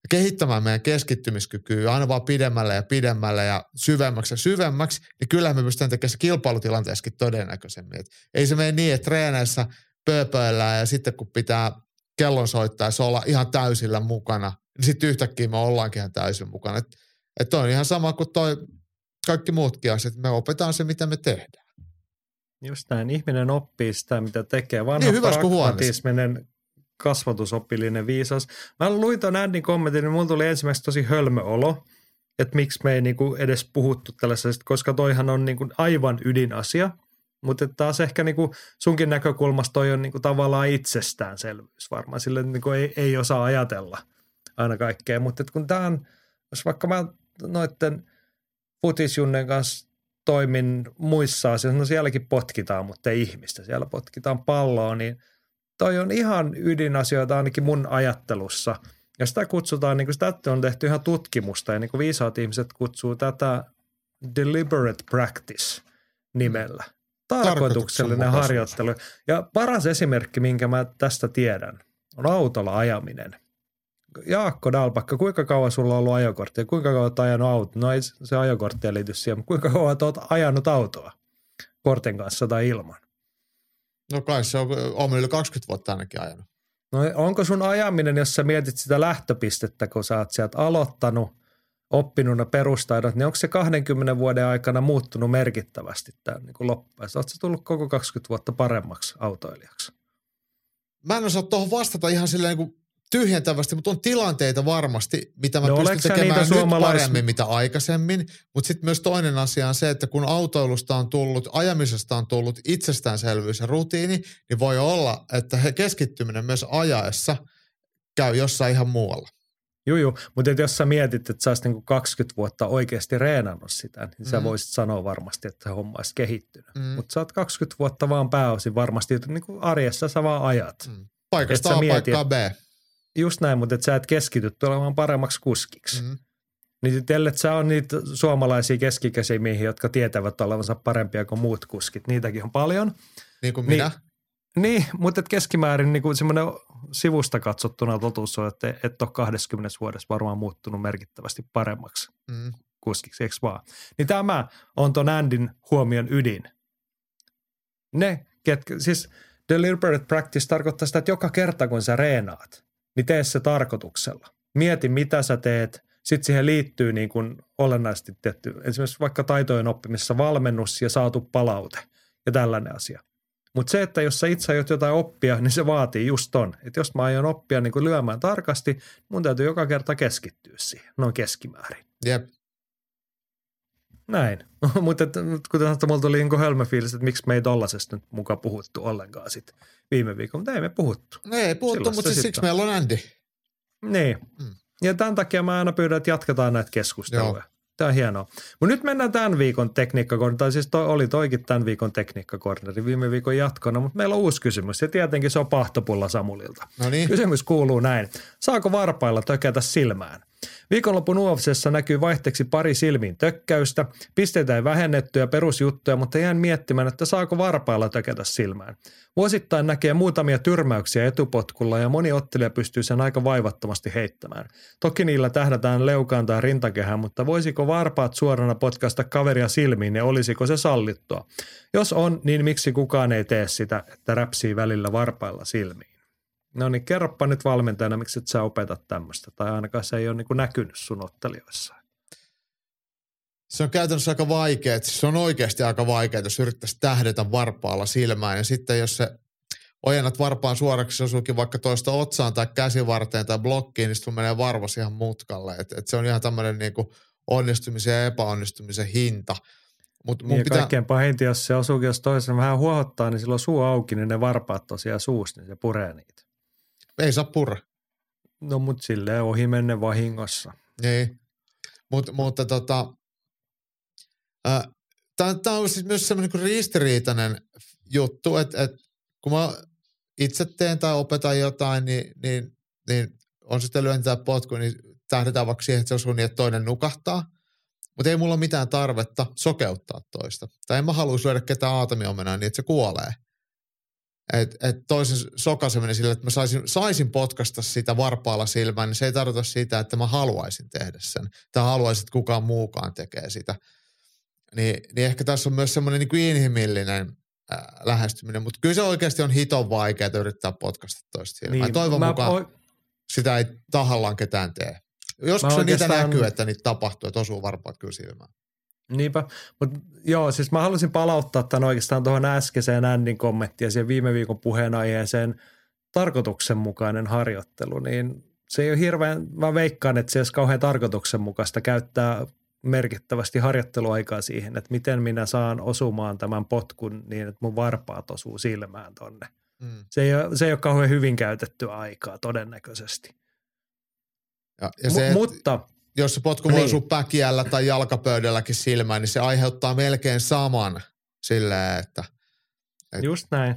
kehittämään meidän keskittymiskykyä aina vaan pidemmälle ja pidemmälle ja syvemmäksi ja syvemmäksi, niin kyllähän me pystytään tekemään se kilpailutilanteessakin todennäköisemmin. Et ei se mene niin, että treeneissä pööpöillään ja sitten kun pitää kellon soittaa ja se olla ihan täysillä mukana, niin sitten yhtäkkiä me ollaankin ihan täysin mukana. Että et on ihan sama kuin toi kaikki muutkin asiat, me opetaan se, mitä me tehdään. Just näin, ihminen oppii sitä, mitä tekee. Vanha niin, pragmatisminen kasvatusopillinen viisaus. Mä luin ton Andin kommentin, niin mulla tuli ensimmäiseksi tosi hölmö olo, että miksi me ei niinku edes puhuttu tällaisesta, koska toihan on niinku aivan ydinasia, mutta taas ehkä niinku sunkin näkökulmasta toi on niinku tavallaan itsestäänselvyys varmaan, sillä niinku ei, ei osaa ajatella aina kaikkea, mutta kun tämä on, jos vaikka mä noitten futisjunnen kanssa toimin muissa asioissa, no sielläkin potkitaan, mutta ei ihmistä, siellä potkitaan palloa, niin toi on ihan ydinasioita ainakin mun ajattelussa. Ja sitä kutsutaan, niin kuin sitä on tehty ihan tutkimusta, ja niin kuin viisaat ihmiset kutsuu tätä deliberate practice nimellä. Tarkoituksellinen harjoittelu. Ja paras esimerkki, minkä mä tästä tiedän, on autolla ajaminen. Jaakko Dalpakka, kuinka kauan sulla on ollut ajokortti ja kuinka kauan olet ajanut auto? No ei se ajokortti liity siihen, mutta kuinka kauan olet ajanut autoa kortin kanssa tai ilman? No kai se on, on yli kaksikymmentä vuotta ainakin ajanut. No onko sun ajaminen, jos sä mietit sitä lähtöpistettä, kun sä oot sieltä aloittanut, oppinut ne perustaidot, niin onko se kahdenkymmenen vuoden aikana muuttunut merkittävästi tämän niin loppuun? Oletko sä tullut koko kaksikymmentä vuotta paremmaksi autoilijaksi? Mä en osaa tuohon vastata ihan silleen niin kuin tyhjentävästi, mutta on tilanteita varmasti, mitä mä no, pystyn tekemään nyt suomalais... paremmin, mitä aikaisemmin. Mutta sitten myös toinen asia on se, että kun autoilusta on tullut, ajamisesta on tullut itsestäänselvyys ja rutiini, niin voi olla, että he keskittyminen myös ajaessa käy jossain ihan muualla. Juu, juu. Mutta jos sä mietit, että sä olisit niinku kaksikymmentä vuotta oikeasti reenannut sitä, niin mm. sä voisit sanoa varmasti, että se homma olisi kehittynyt. Mm. Mutta sä oot kaksikymmentä vuotta vaan pääosin varmasti, niin kuin arjessa sä vaan ajat. Mm. Paikasta A, paikkaa B. Just näin, mutta et sä et keskity tulemaan paremmaksi kuskiksi. Mm. Niin ellei sä on niitä suomalaisia keskikäisiä miehiä, jotka tietävät olevansa parempia kuin muut kuskit. Niitäkin on paljon. Niin kuin minä. Niin, niin mutta et keskimäärin niin semmoinen sivusta katsottuna totuus on, että et ole kahdessakymmenessä vuodessa varmaan muuttunut merkittävästi paremmaksi mm. kuskiksi, eikö vaan? Niin tämä on ton Andin huomion ydin. Ne, ketkä, siis deliberate practice tarkoittaa sitä, että joka kerta kun sä reenaat, niin tee se tarkoituksella. Mieti, mitä sä teet. Sitten siihen liittyy niin kuin olennaisesti tehty, esimerkiksi vaikka taitojen oppimisessa valmennus ja saatu palaute ja tällainen asia. Mutta se, että jos sä itse aiot jotain oppia, niin se vaatii just ton. Että jos mä aion oppia niin kuin lyömään tarkasti, mun täytyy joka kerta keskittyä siihen, noin keskimäärin. Jep. Näin. Mutta kuten sanottu, mulla tuli niin hölmö fiilis, että miksi me ei tollasesta nyt mukaan puhuttu ollenkaan sitten viime viikolla. Mutta ei me puhuttu. Ei puhuttu, mutta siis siksi meillä on Andy. Niin. Mm. Ja tämän takia mä aina pyydän, että jatketaan näitä keskusteluja. Joo. Tämä on hienoa. Mutta nyt mennään tämän viikon tekniikkakorneri, tai siis toi, oli toikin tämän viikon tekniikkakorneri viime viikon jatkona, mutta meillä on uusi kysymys, ja tietenkin se on Pahtopulla Samulilta. No niin. Kysymys kuuluu näin. Saako varpailla tökätä silmään? Viikonlopun U F C:ssä näkyy vaihteeksi pari silmiin tökkäystä, pisteitä ei vähennetty ja perusjuttuja, mutta jään miettimään, että saako varpailla tökätä silmään. Vuosittain näkee muutamia tyrmäyksiä etupotkulla ja moni ottelija pystyy sen aika vaivattomasti heittämään. Toki niillä tähdätään leukaan tai rintakehään, mutta voisiko varpaat suorana potkaista kaveria silmiin ja olisiko se sallittua? Jos on, niin miksi kukaan ei tee sitä, että räpsii välillä varpailla silmiin? No niin, kerropa nyt valmentajana, miksi et sä opetat tämmöistä, tai ainakaan se ei ole niin kuin näkynyt sun ottelijoissa. Se on käytännössä aika vaikeaa, se on oikeasti aika vaikeaa, jos yrittäisi tähdätä varpaalla silmään, ja sitten jos se ojennat varpaan suoraksi, se osuukin vaikka toista otsaan tai käsivarteen tai blokkiin, niin sitten menee varvas ihan mutkalle, että et se on ihan tämmöinen niin kuin onnistumisen ja epäonnistumisen hinta. Mut mun niin pitää... kaikkein pahinti, jos se osuukin, jos toisen vähän huohottaa, niin silloin suu auki, niin ne varpaat tosiaan suusta, niin se puree niitä. Ei saa purra. No mut silleen ohi menne vahingossa. Niin, Mut, mutta tota, äh, tämä on siis myös semmoinen niin ristiriitainen juttu, että et, kun mä itse teen tai opetan jotain, niin, niin, niin on sitten lyönti tai potku, niin tähdetään vaikka siihen, että se osuu niin, että toinen nukahtaa. Mutta ei mulla ole mitään tarvetta sokeuttaa toista. Tai en mä haluaisi lyödä ketään aatomiomenaa niin, että se kuolee. Että et toisen sokaiseminen sillä, että mä saisin, saisin potkasta sitä varpaalla silmään, niin se ei tarkoita sitä, että mä haluaisin tehdä sen. Tai haluaisin, että kukaan muukaan tekee sitä. Niin, niin ehkä tässä on myös semmoinen niin kuin inhimillinen äh, lähestyminen, mutta kyllä se oikeasti on hiton vaikeaa yrittää potkasta toista silmää. Niin, toivon mukaan o... sitä ei tahallaan ketään tee. Joskus on oikeastaan... niitä näkyy, että niitä tapahtuu, että osuu varpaat kyllä silmään. Niinpä, mutta joo, siis mä halusin palauttaa tämän oikeastaan tuohon äskeiseen Andin kommenttiin ja siihen viime viikon puheenaiheeseen tarkoituksenmukainen harjoittelu, niin se ei ole hirveän, mä veikkaan, että se ei ole kauhean tarkoituksenmukaista käyttää merkittävästi harjoitteluaikaa siihen, että miten minä saan osumaan tämän potkun niin, että mun varpaat osuu silmään tonne. Mm. Se, ei ole, se ei ole kauhean hyvin käytettyä aikaa todennäköisesti. Ja, ja se, M- mutta... Jos se potku voi osua päkiällä tai jalkapöydälläkin silmään, niin se aiheuttaa melkein saman silleen, että... että just näin.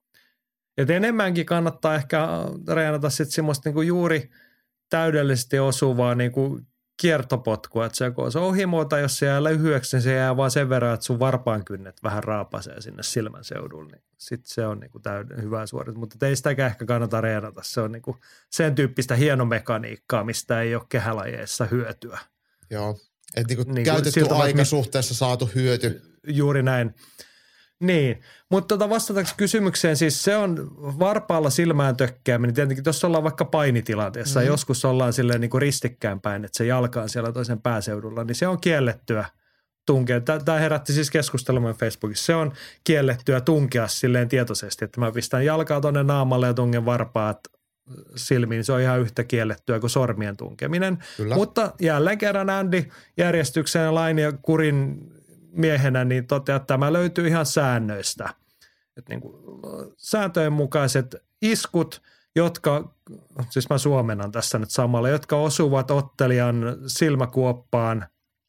Et enemmänkin kannattaa ehkä reenata sitten semmoista niinku juuri täydellisesti osuvaa niinku kiertopotkua, että se joko se ohimoa tai jos se jää lyhyeksi, niin se jää vaan sen verran, että sun varpaankynnet vähän raapasee sinne silmän seudulle, niin sitten se on niinku täyden hyvä suoritus. Mutta ei sitäkään ehkä kannata reenata. Se on niinku sen tyyppistä hienomekaniikkaa, mistä ei ole kehälajeissa hyötyä. Joo, että niinku niin käytetty aika suhteessa saatu hyöty. Juuri näin. Niin, mutta tota vastataanko kysymykseen, siis se on varpaalla silmään tökkääminen. Tietenkin tuossa ollaan vaikka painitilanteessa, mm-hmm. joskus ollaan silleen niin kuin ristikkäin päin, että se jalka on siellä toisen pääseudulla, niin se on kiellettyä tunkea. Tämä herätti siis keskustelua Facebookissa. Se on kiellettyä tunkea silleen tietoisesti, että mä pistän jalkaa tuonne naamalle ja tungen varpaat silmiin. Se on ihan yhtä kiellettyä kuin sormien tunkeminen. Kyllä. Mutta jälleen kerran Andy järjestyksen ja lain ja kurin miehenä, niin toteaa, että tämä löytyy ihan säännöistä. Että niin kuin sääntöjen mukaiset iskut, jotka, siis mä suomennan tässä nyt samalla, jotka osuvat ottelijan silmäkuoppaan,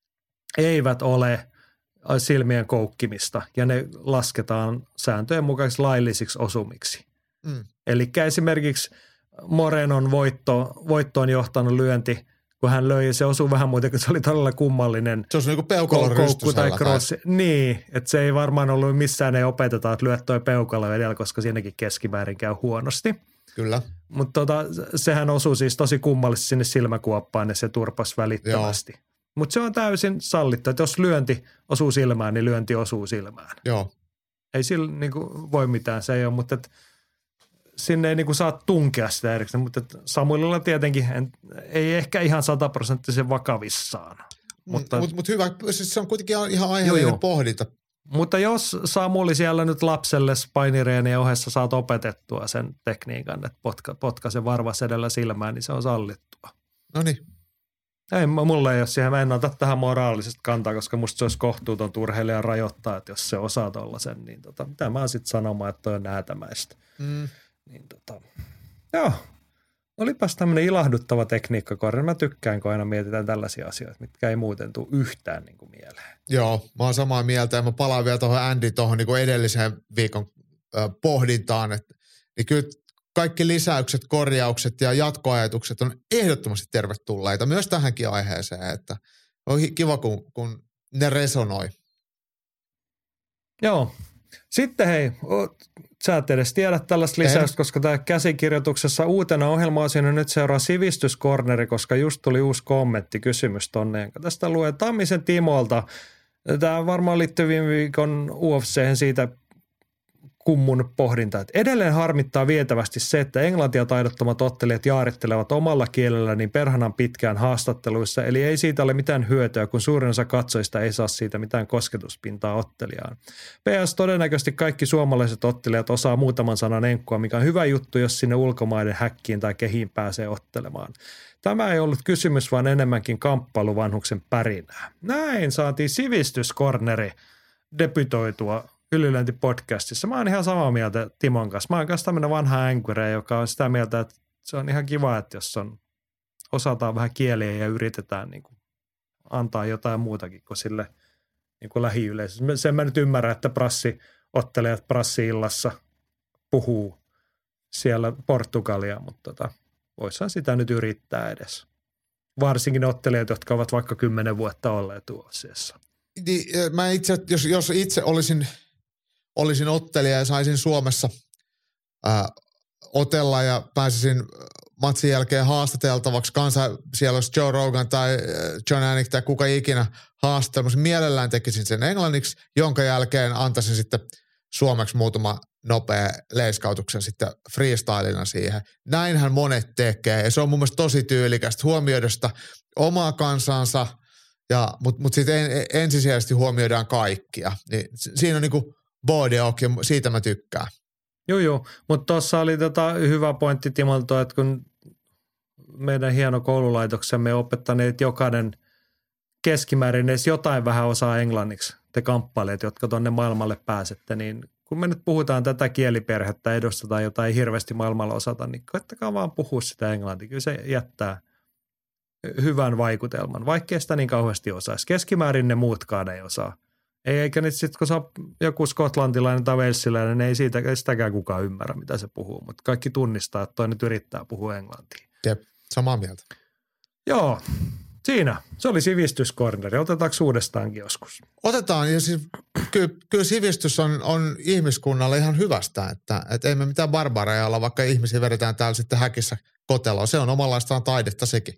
eivät ole silmien koukkimista ja ne lasketaan sääntöjen mukaisiksi laillisiksi osumiksi. Mm. Eli esimerkiksi Morenon voitto, voittoon johtanut lyönti, kun hän löi, se osui vähän muuten, kun se oli todella kummallinen. Se olisi niin kuin peukalon koukku tai crossi. Niin, että se ei varmaan ollut missään, ei opeteta, että lyö toi peukalo edellä, koska siinäkin keskimäärin käy huonosti. Kyllä. Mutta tota, sehän osui siis tosi kummallisesti sinne silmäkuoppaan ja se turpasi välittömästi. Mutta se on täysin sallittu, että jos lyönti osuu silmään, niin lyönti osuu silmään. Joo. Ei sillä niinku voi mitään, se ei ole, mutta et, sinne ei niinku saa tunkea sitä erikseen, mutta Samuelilla tietenkin en, ei ehkä ihan sataprosenttisen vakavissaan. Mutta mut, mut hyvä, siis se on kuitenkin ihan aiheellinen pohdinta. Mutta jos Samuli siellä nyt lapselle painireenien ohessa saat opetettua sen tekniikan, että potka, potka se varvas edellä silmään, niin se on sallittua. No niin. Ei, mulle ei ole siihen, mä en ota tähän moraalisesti kantaa, koska musta se olisi kohtuuton urheilija rajoittaa, että jos se osaa tollasen, niin tota, mitä mä oon sitten sanomaan, että toi on näätämäistä. Mm. Niin tota, joo, olipas tämmöinen ilahduttava tekniikkakorja. Mä tykkään, kun aina mietitään tällaisia asioita, mitkä ei muuten tule yhtään niin kuin mieleen. Joo, mä oon samaa mieltä ja mä palaan vielä tuohon Andy tuohon niin kuin edelliseen viikon äh, pohdintaan, että niin kyllä kaikki lisäykset, korjaukset ja jatkoajatukset on ehdottomasti tervetulleita myös tähänkin aiheeseen, että on kiva, kun, kun ne resonoi. Joo. Sitten hei, sä et edes tiedä tällaista lisäystä, koska tämä käsikirjoituksessa uutena ohjelma-asiana nyt seuraa sivistyskorneri, koska just tuli uusi kommentti, kysymys tonne, jonka tästä luen Tammisen Timolta. Tämä varmaan liittyy viime viikon U F C:hen siitä kummun pohdinta, että edelleen harmittaa vietävästi se, että englantia taidottomat ottelijat jaarittelevat omalla kielellä niin perhanan pitkään haastatteluissa, eli ei siitä ole mitään hyötyä, kun suurin osa katsojista ei saa siitä mitään kosketuspintaa ottelijaan. P S todennäköisesti kaikki suomalaiset ottelijat osaa muutaman sanan enkkua, mikä on hyvä juttu, jos sinne ulkomaiden häkkiin tai kehiin pääsee ottelemaan. Tämä ei ollut kysymys, vaan enemmänkin kamppailu vanhuksen pärinää. Näin saatiin sivistyskorneri debytoitua Ylilöinti-podcastissa. Mä oon ihan samaa mieltä Timon kanssa. Mä oon kanssa tämmöinen vanha änkyrä, joka on sitä mieltä, että se on ihan kiva, että jos on, osataan vähän kieliä ja yritetään niin kuin antaa jotain muutakin kuin sille niin kuin lähiyleisössä. Sen mä nyt ymmärrän, että prassi-ottelijat prassi-illassa puhuu siellä Portugalia, mutta tota, voisihan sitä nyt yrittää edes. Varsinkin ottelijat, jotka ovat vaikka kymmenen vuotta olleet U F C:ssä. Mä itse, jos, jos itse olisin, olisin ottelija ja saisin Suomessa ää, otella ja pääsisin matsin jälkeen haastateltavaksi kanssa, siellä olisi Joe Rogan tai John Anik tai kuka ikinä haastattelemassa. Mielellään tekisin sen englanniksi, jonka jälkeen antaisin sitten suomeksi muutama nopea leiskautuksen sitten freestylina siihen. Näinhän monet tekee ja se on mun mielestä tosi tyylikästä huomioida sitä omaa kansansa, ja, mutta mut sitten en, ensisijaisesti huomioidaan kaikkia. Niin siinä on niinku body ok ja siitä mä tykkään. Joo, joo. Mutta tuossa oli tota hyvä pointti Timolta, että kun meidän hieno koululaitoksemme opettaneet, että jokainen keskimäärin edes jotain vähän osaa englanniksi, te kamppailijat, jotka tuonne maailmalle pääsette, niin kun me nyt puhutaan tätä kieliperhettä, edustetaan jotain hirveästi maailmalla osata, niin koettakaa vaan puhua sitä englantia. Kyllä se jättää hyvän vaikutelman, vaikkei sitä niin kauheasti osaisi. Keskimäärin ne muutkaan ei osaa. Ei, eikä nyt sitten, kun saa joku skotlantilainen tai velssiläinen, niin ei siitä, ei sitäkään kukaan ymmärrä, mitä se puhuu. Mutta kaikki tunnistaa, että toi nyt yrittää puhua englantia. Jep, samaa mieltä. Joo, siinä. Se oli sivistyskorneri. Otetaanko uudestaankin joskus? Otetaan, ja siis kyllä, kyllä sivistys on, on ihmiskunnalle ihan hyvästä, että, että ei me mitään barbareja olla, vaikka ihmisiä vedetään täällä sitten häkissä koteloon. Se on omanlaistaan taidetta sekin.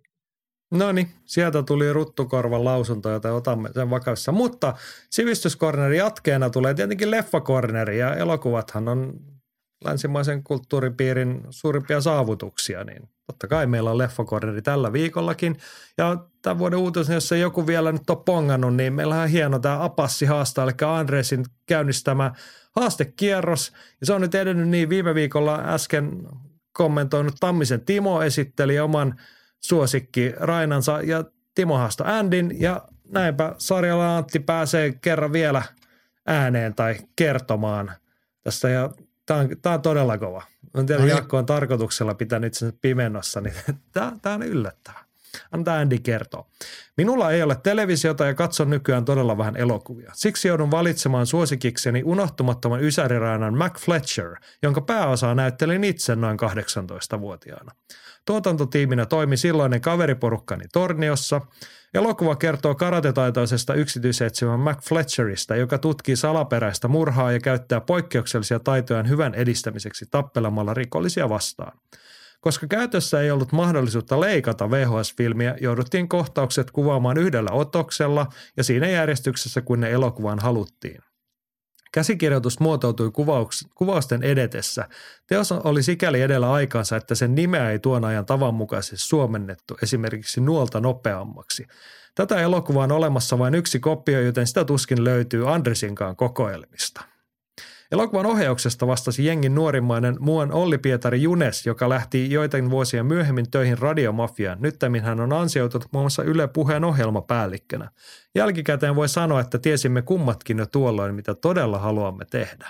No niin, sieltä tuli Ruttukorvan lausunto, jota otamme sen vakavissa. Mutta sivistyskorneri jatkeena tulee tietenkin leffakorneri, ja elokuvathan on länsimaisen kulttuuripiirin suurimpia saavutuksia, niin totta kai meillä on leffakorneri tällä viikollakin. Ja tämän vuoden uutisen, jos ei joku vielä nyt ole pongannut, niin meillä on hieno tämä Apassi haastaa, eli Andresin käynnistämä haastekierros. Ja se on nyt edennyt niin, viime viikolla äsken kommentoinut Tammisen Timo esitteli oman suosikki Rainansa ja Timo haastoi Andin, ja näinpä Sarjala Antti pääsee kerran vielä ääneen tai kertomaan tästä, ja tämä on, tämä on todella kova. En tiedä, Jaakko on tarkoituksella pitänyt sen pimennossa, niin tämä, tämä on yllättävää. Antaa Andy kertoa. Minulla ei ole televisiota ja katson nykyään todella vähän elokuvia. Siksi joudun valitsemaan suosikikseni unohtumattoman ysärirainan Mac Fletcher, jonka pääosaa näyttelin itse noin kahdeksantoistavuotiaana. Tuotantotiiminä toimi silloinen kaveriporukkani Torniossa. Elokuva kertoo karatetaitoisesta yksityisetsivän Mac Fletcheristä, joka tutkii salaperäistä murhaa ja käyttää poikkeuksellisia taitojaan hyvän edistämiseksi tappelemalla rikollisia vastaan. Koska käytössä ei ollut mahdollisuutta leikata V H S-filmiä, jouduttiin kohtaukset kuvaamaan yhdellä otoksella ja siinä järjestyksessä, kun ne elokuvaan haluttiin. Käsikirjoitus muotoutui kuvauks- kuvausten edetessä. Teos oli sikäli edellä aikaansa, että sen nimeä ei tuon ajan tavanmukaisesti suomennettu esimerkiksi nuolta nopeammaksi. Tätä elokuvaa on olemassa vain yksi kopio, joten sitä tuskin löytyy Andresinkaan kokoelmista. Elokuvan ohjauksesta vastasi jengin nuorimmainen muuan Olli Pietari Junes, joka lähti joitain vuosia myöhemmin töihin Radiomafiaan. Nyttemmin hän on ansioitunut muun muassa Yle Puheen ohjelmapäällikkönä. Jälkikäteen voi sanoa, että tiesimme kummatkin jo tuolloin, mitä todella haluamme tehdä.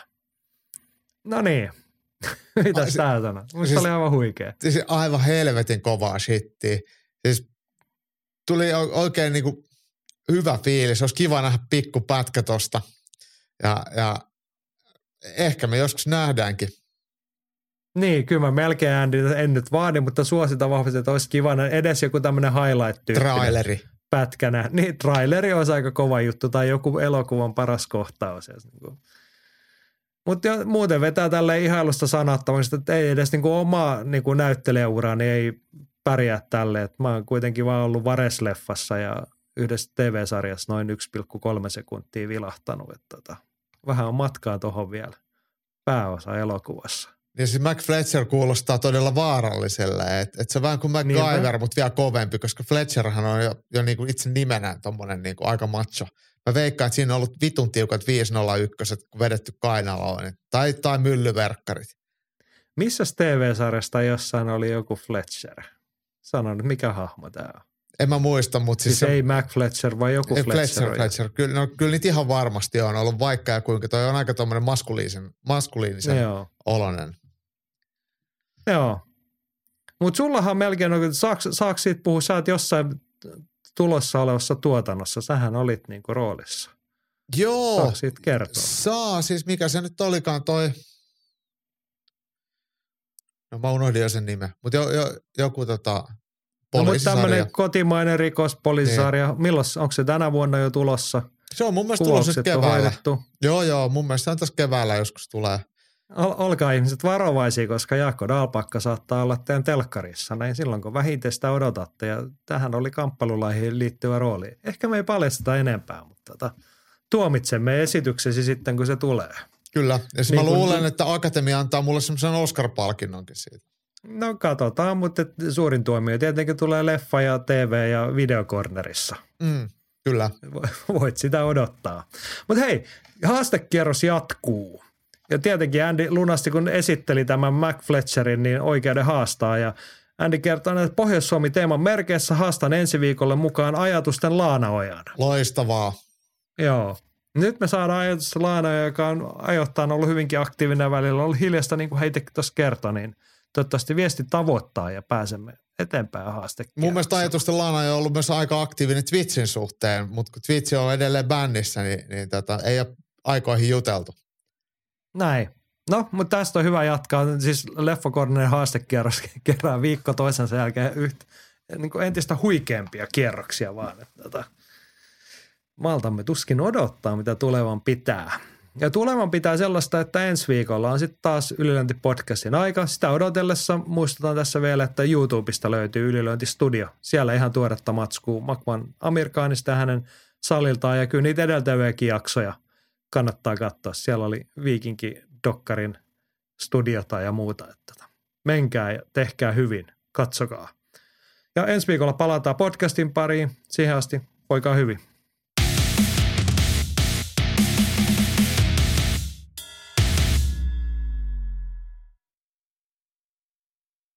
No niin, mitäs tää sanoo? Musta siis, oli aivan huikea. Siis aivan helvetin kovaa shittiä. Siis tuli oikein niinku hyvä fiilis. Olisi kiva nähdä pikku pätkä tosta. Ja, ja ehkä me joskus nähdäänkin. Niin, kyllä mä melkein Andy, en nyt vaadi, mutta suositan vahvasti, että olisi kiva edes joku tämmöinen highlight-tyyppinen traileri pätkänä. Niin, traileri olisi aika kova juttu tai joku elokuvan paras kohtaus. Mutta muuten vetää tälleen ihailusta sanattomasti, että ei edes niinku omaa niinku näyttelijäuraa, niin ei pärjää tälleen. Mä oon kuitenkin vaan ollut Vares-leffassa ja yhdessä T V-sarjassa noin yksi pilkku kolme sekuntia vilahtanut. Että tota, vähän on matkaa tuohon vielä pääosa elokuvassa. Ja siis Mac Fletcher kuulostaa todella vaaralliselle, että et se on vähän kuin MacGyver, mutta vielä kovempi, koska Fletcherhan on jo, jo niinku itse nimenään tommonen niinku aika macho. Mä veikkaan, että siinä on ollut vitun tiukat viisi nolla yksi, kun vedetty kainaloon, tai, tai myllyverkkarit. Missäs T V-sarjasta jossain oli joku Fletcher? Sano nyt, mikä hahmo tää on? En mä muista, mutta siis... Siis se, ei Mac Fletcher, vai joku ei, Fletcher? Fletcher, Fletcher. Kyllä, no, kyllä niitä ihan varmasti on ollut, vaikka ja kuinka. Toi on aika tommoinen maskuliinisen, maskuliinisen Joo. oloinen. Joo. Mutta sullahan melkein, saaks, saaks siitä puhua, sä oot jossain tulossa olevassa tuotannossa, sähän olit niinku roolissa. Joo. Saaks siitä kertoa? Saa, siis mikä se nyt olikaan toi... No mä unohdin jo sen nimen, mutta jo, jo, joku tota... No, mutta tämmöinen kotimainen rikospoliisisarja, niin. Milloin, onko se tänä vuonna jo tulossa? Se on mun mielestä tulossa keväällä. Hoidettu. Joo, joo, mun mielestä se on tässä keväällä joskus tulee. Ol, olkaa ihmiset varovaisia, koska Jaakko Dalpakka saattaa olla teidän telkkarissa. Näin silloin, kun vähiten sitä odotatte. Ja tähän oli kamppailulaihin liittyvä rooli. Ehkä me ei paljasteta enempää, mutta tota, tuomitsemme esityksesi sitten, kun se tulee. Kyllä. Ja niin mä luulen, kun... että Akatemia antaa mulle semmoisen Oscar-palkinnonkin siitä. No katsotaan, mutta suurin tuomio tietenkin tulee leffa ja T V ja videokornerissa. Mm, kyllä. Voit sitä odottaa. Mutta hei, haastekierros jatkuu. Ja tietenkin Andy lunasti, kun esitteli tämän Mac Fletcherin, niin oikeuden haastaa. Ja Andy kertoo, että Pohjois-Suomi-teeman merkeissä haastan ensi viikolle mukaan ajatusten Laanaojan. Loistavaa. Joo. Nyt me saadaan ajatusten Laanaoja, joka on ajoittain ollut hyvinkin aktiivinen välillä. On ollut hiljasta, niin kuin heitäkin tuossa kertoi, niin toivottavasti viesti tavoittaa ja pääsemme eteenpäin haastekierrokseen. Mun mielestä ajatusten Laanaoja on ollut myös aika aktiivinen Twitchin suhteen, mutta kun Twitch on edelleen bännissä, niin, niin tota, ei ole aikoihin juteltu. Näin. No, mutta tästä on hyvä jatkaa. Siis Leffokornerin haastekierros kerää viikko toisensa jälkeen yhtä, niin kuin entistä huikeampia kierroksia vaan. Että, tota, maltamme tuskin odottaa, mitä tulevan pitää. Ja tulevan pitää sellaista, että ensi viikolla on sitten taas Ylilöinti-podcastin aika. Sitä odotellessa muistutan tässä vielä, että YouTubesta löytyy Ylilöintistudio. Siellä ihan tuoretta matskuu Makman Amirkaanista ja hänen saliltaan ja kyllä niitä edeltäviäkin jaksoja kannattaa katsoa. Siellä oli Viikinki Dokkarin studiota ja muuta. Että menkää ja tehkää hyvin. Katsokaa. Ja ensi viikolla palataan podcastin pariin. Siihen asti voikaa hyvin.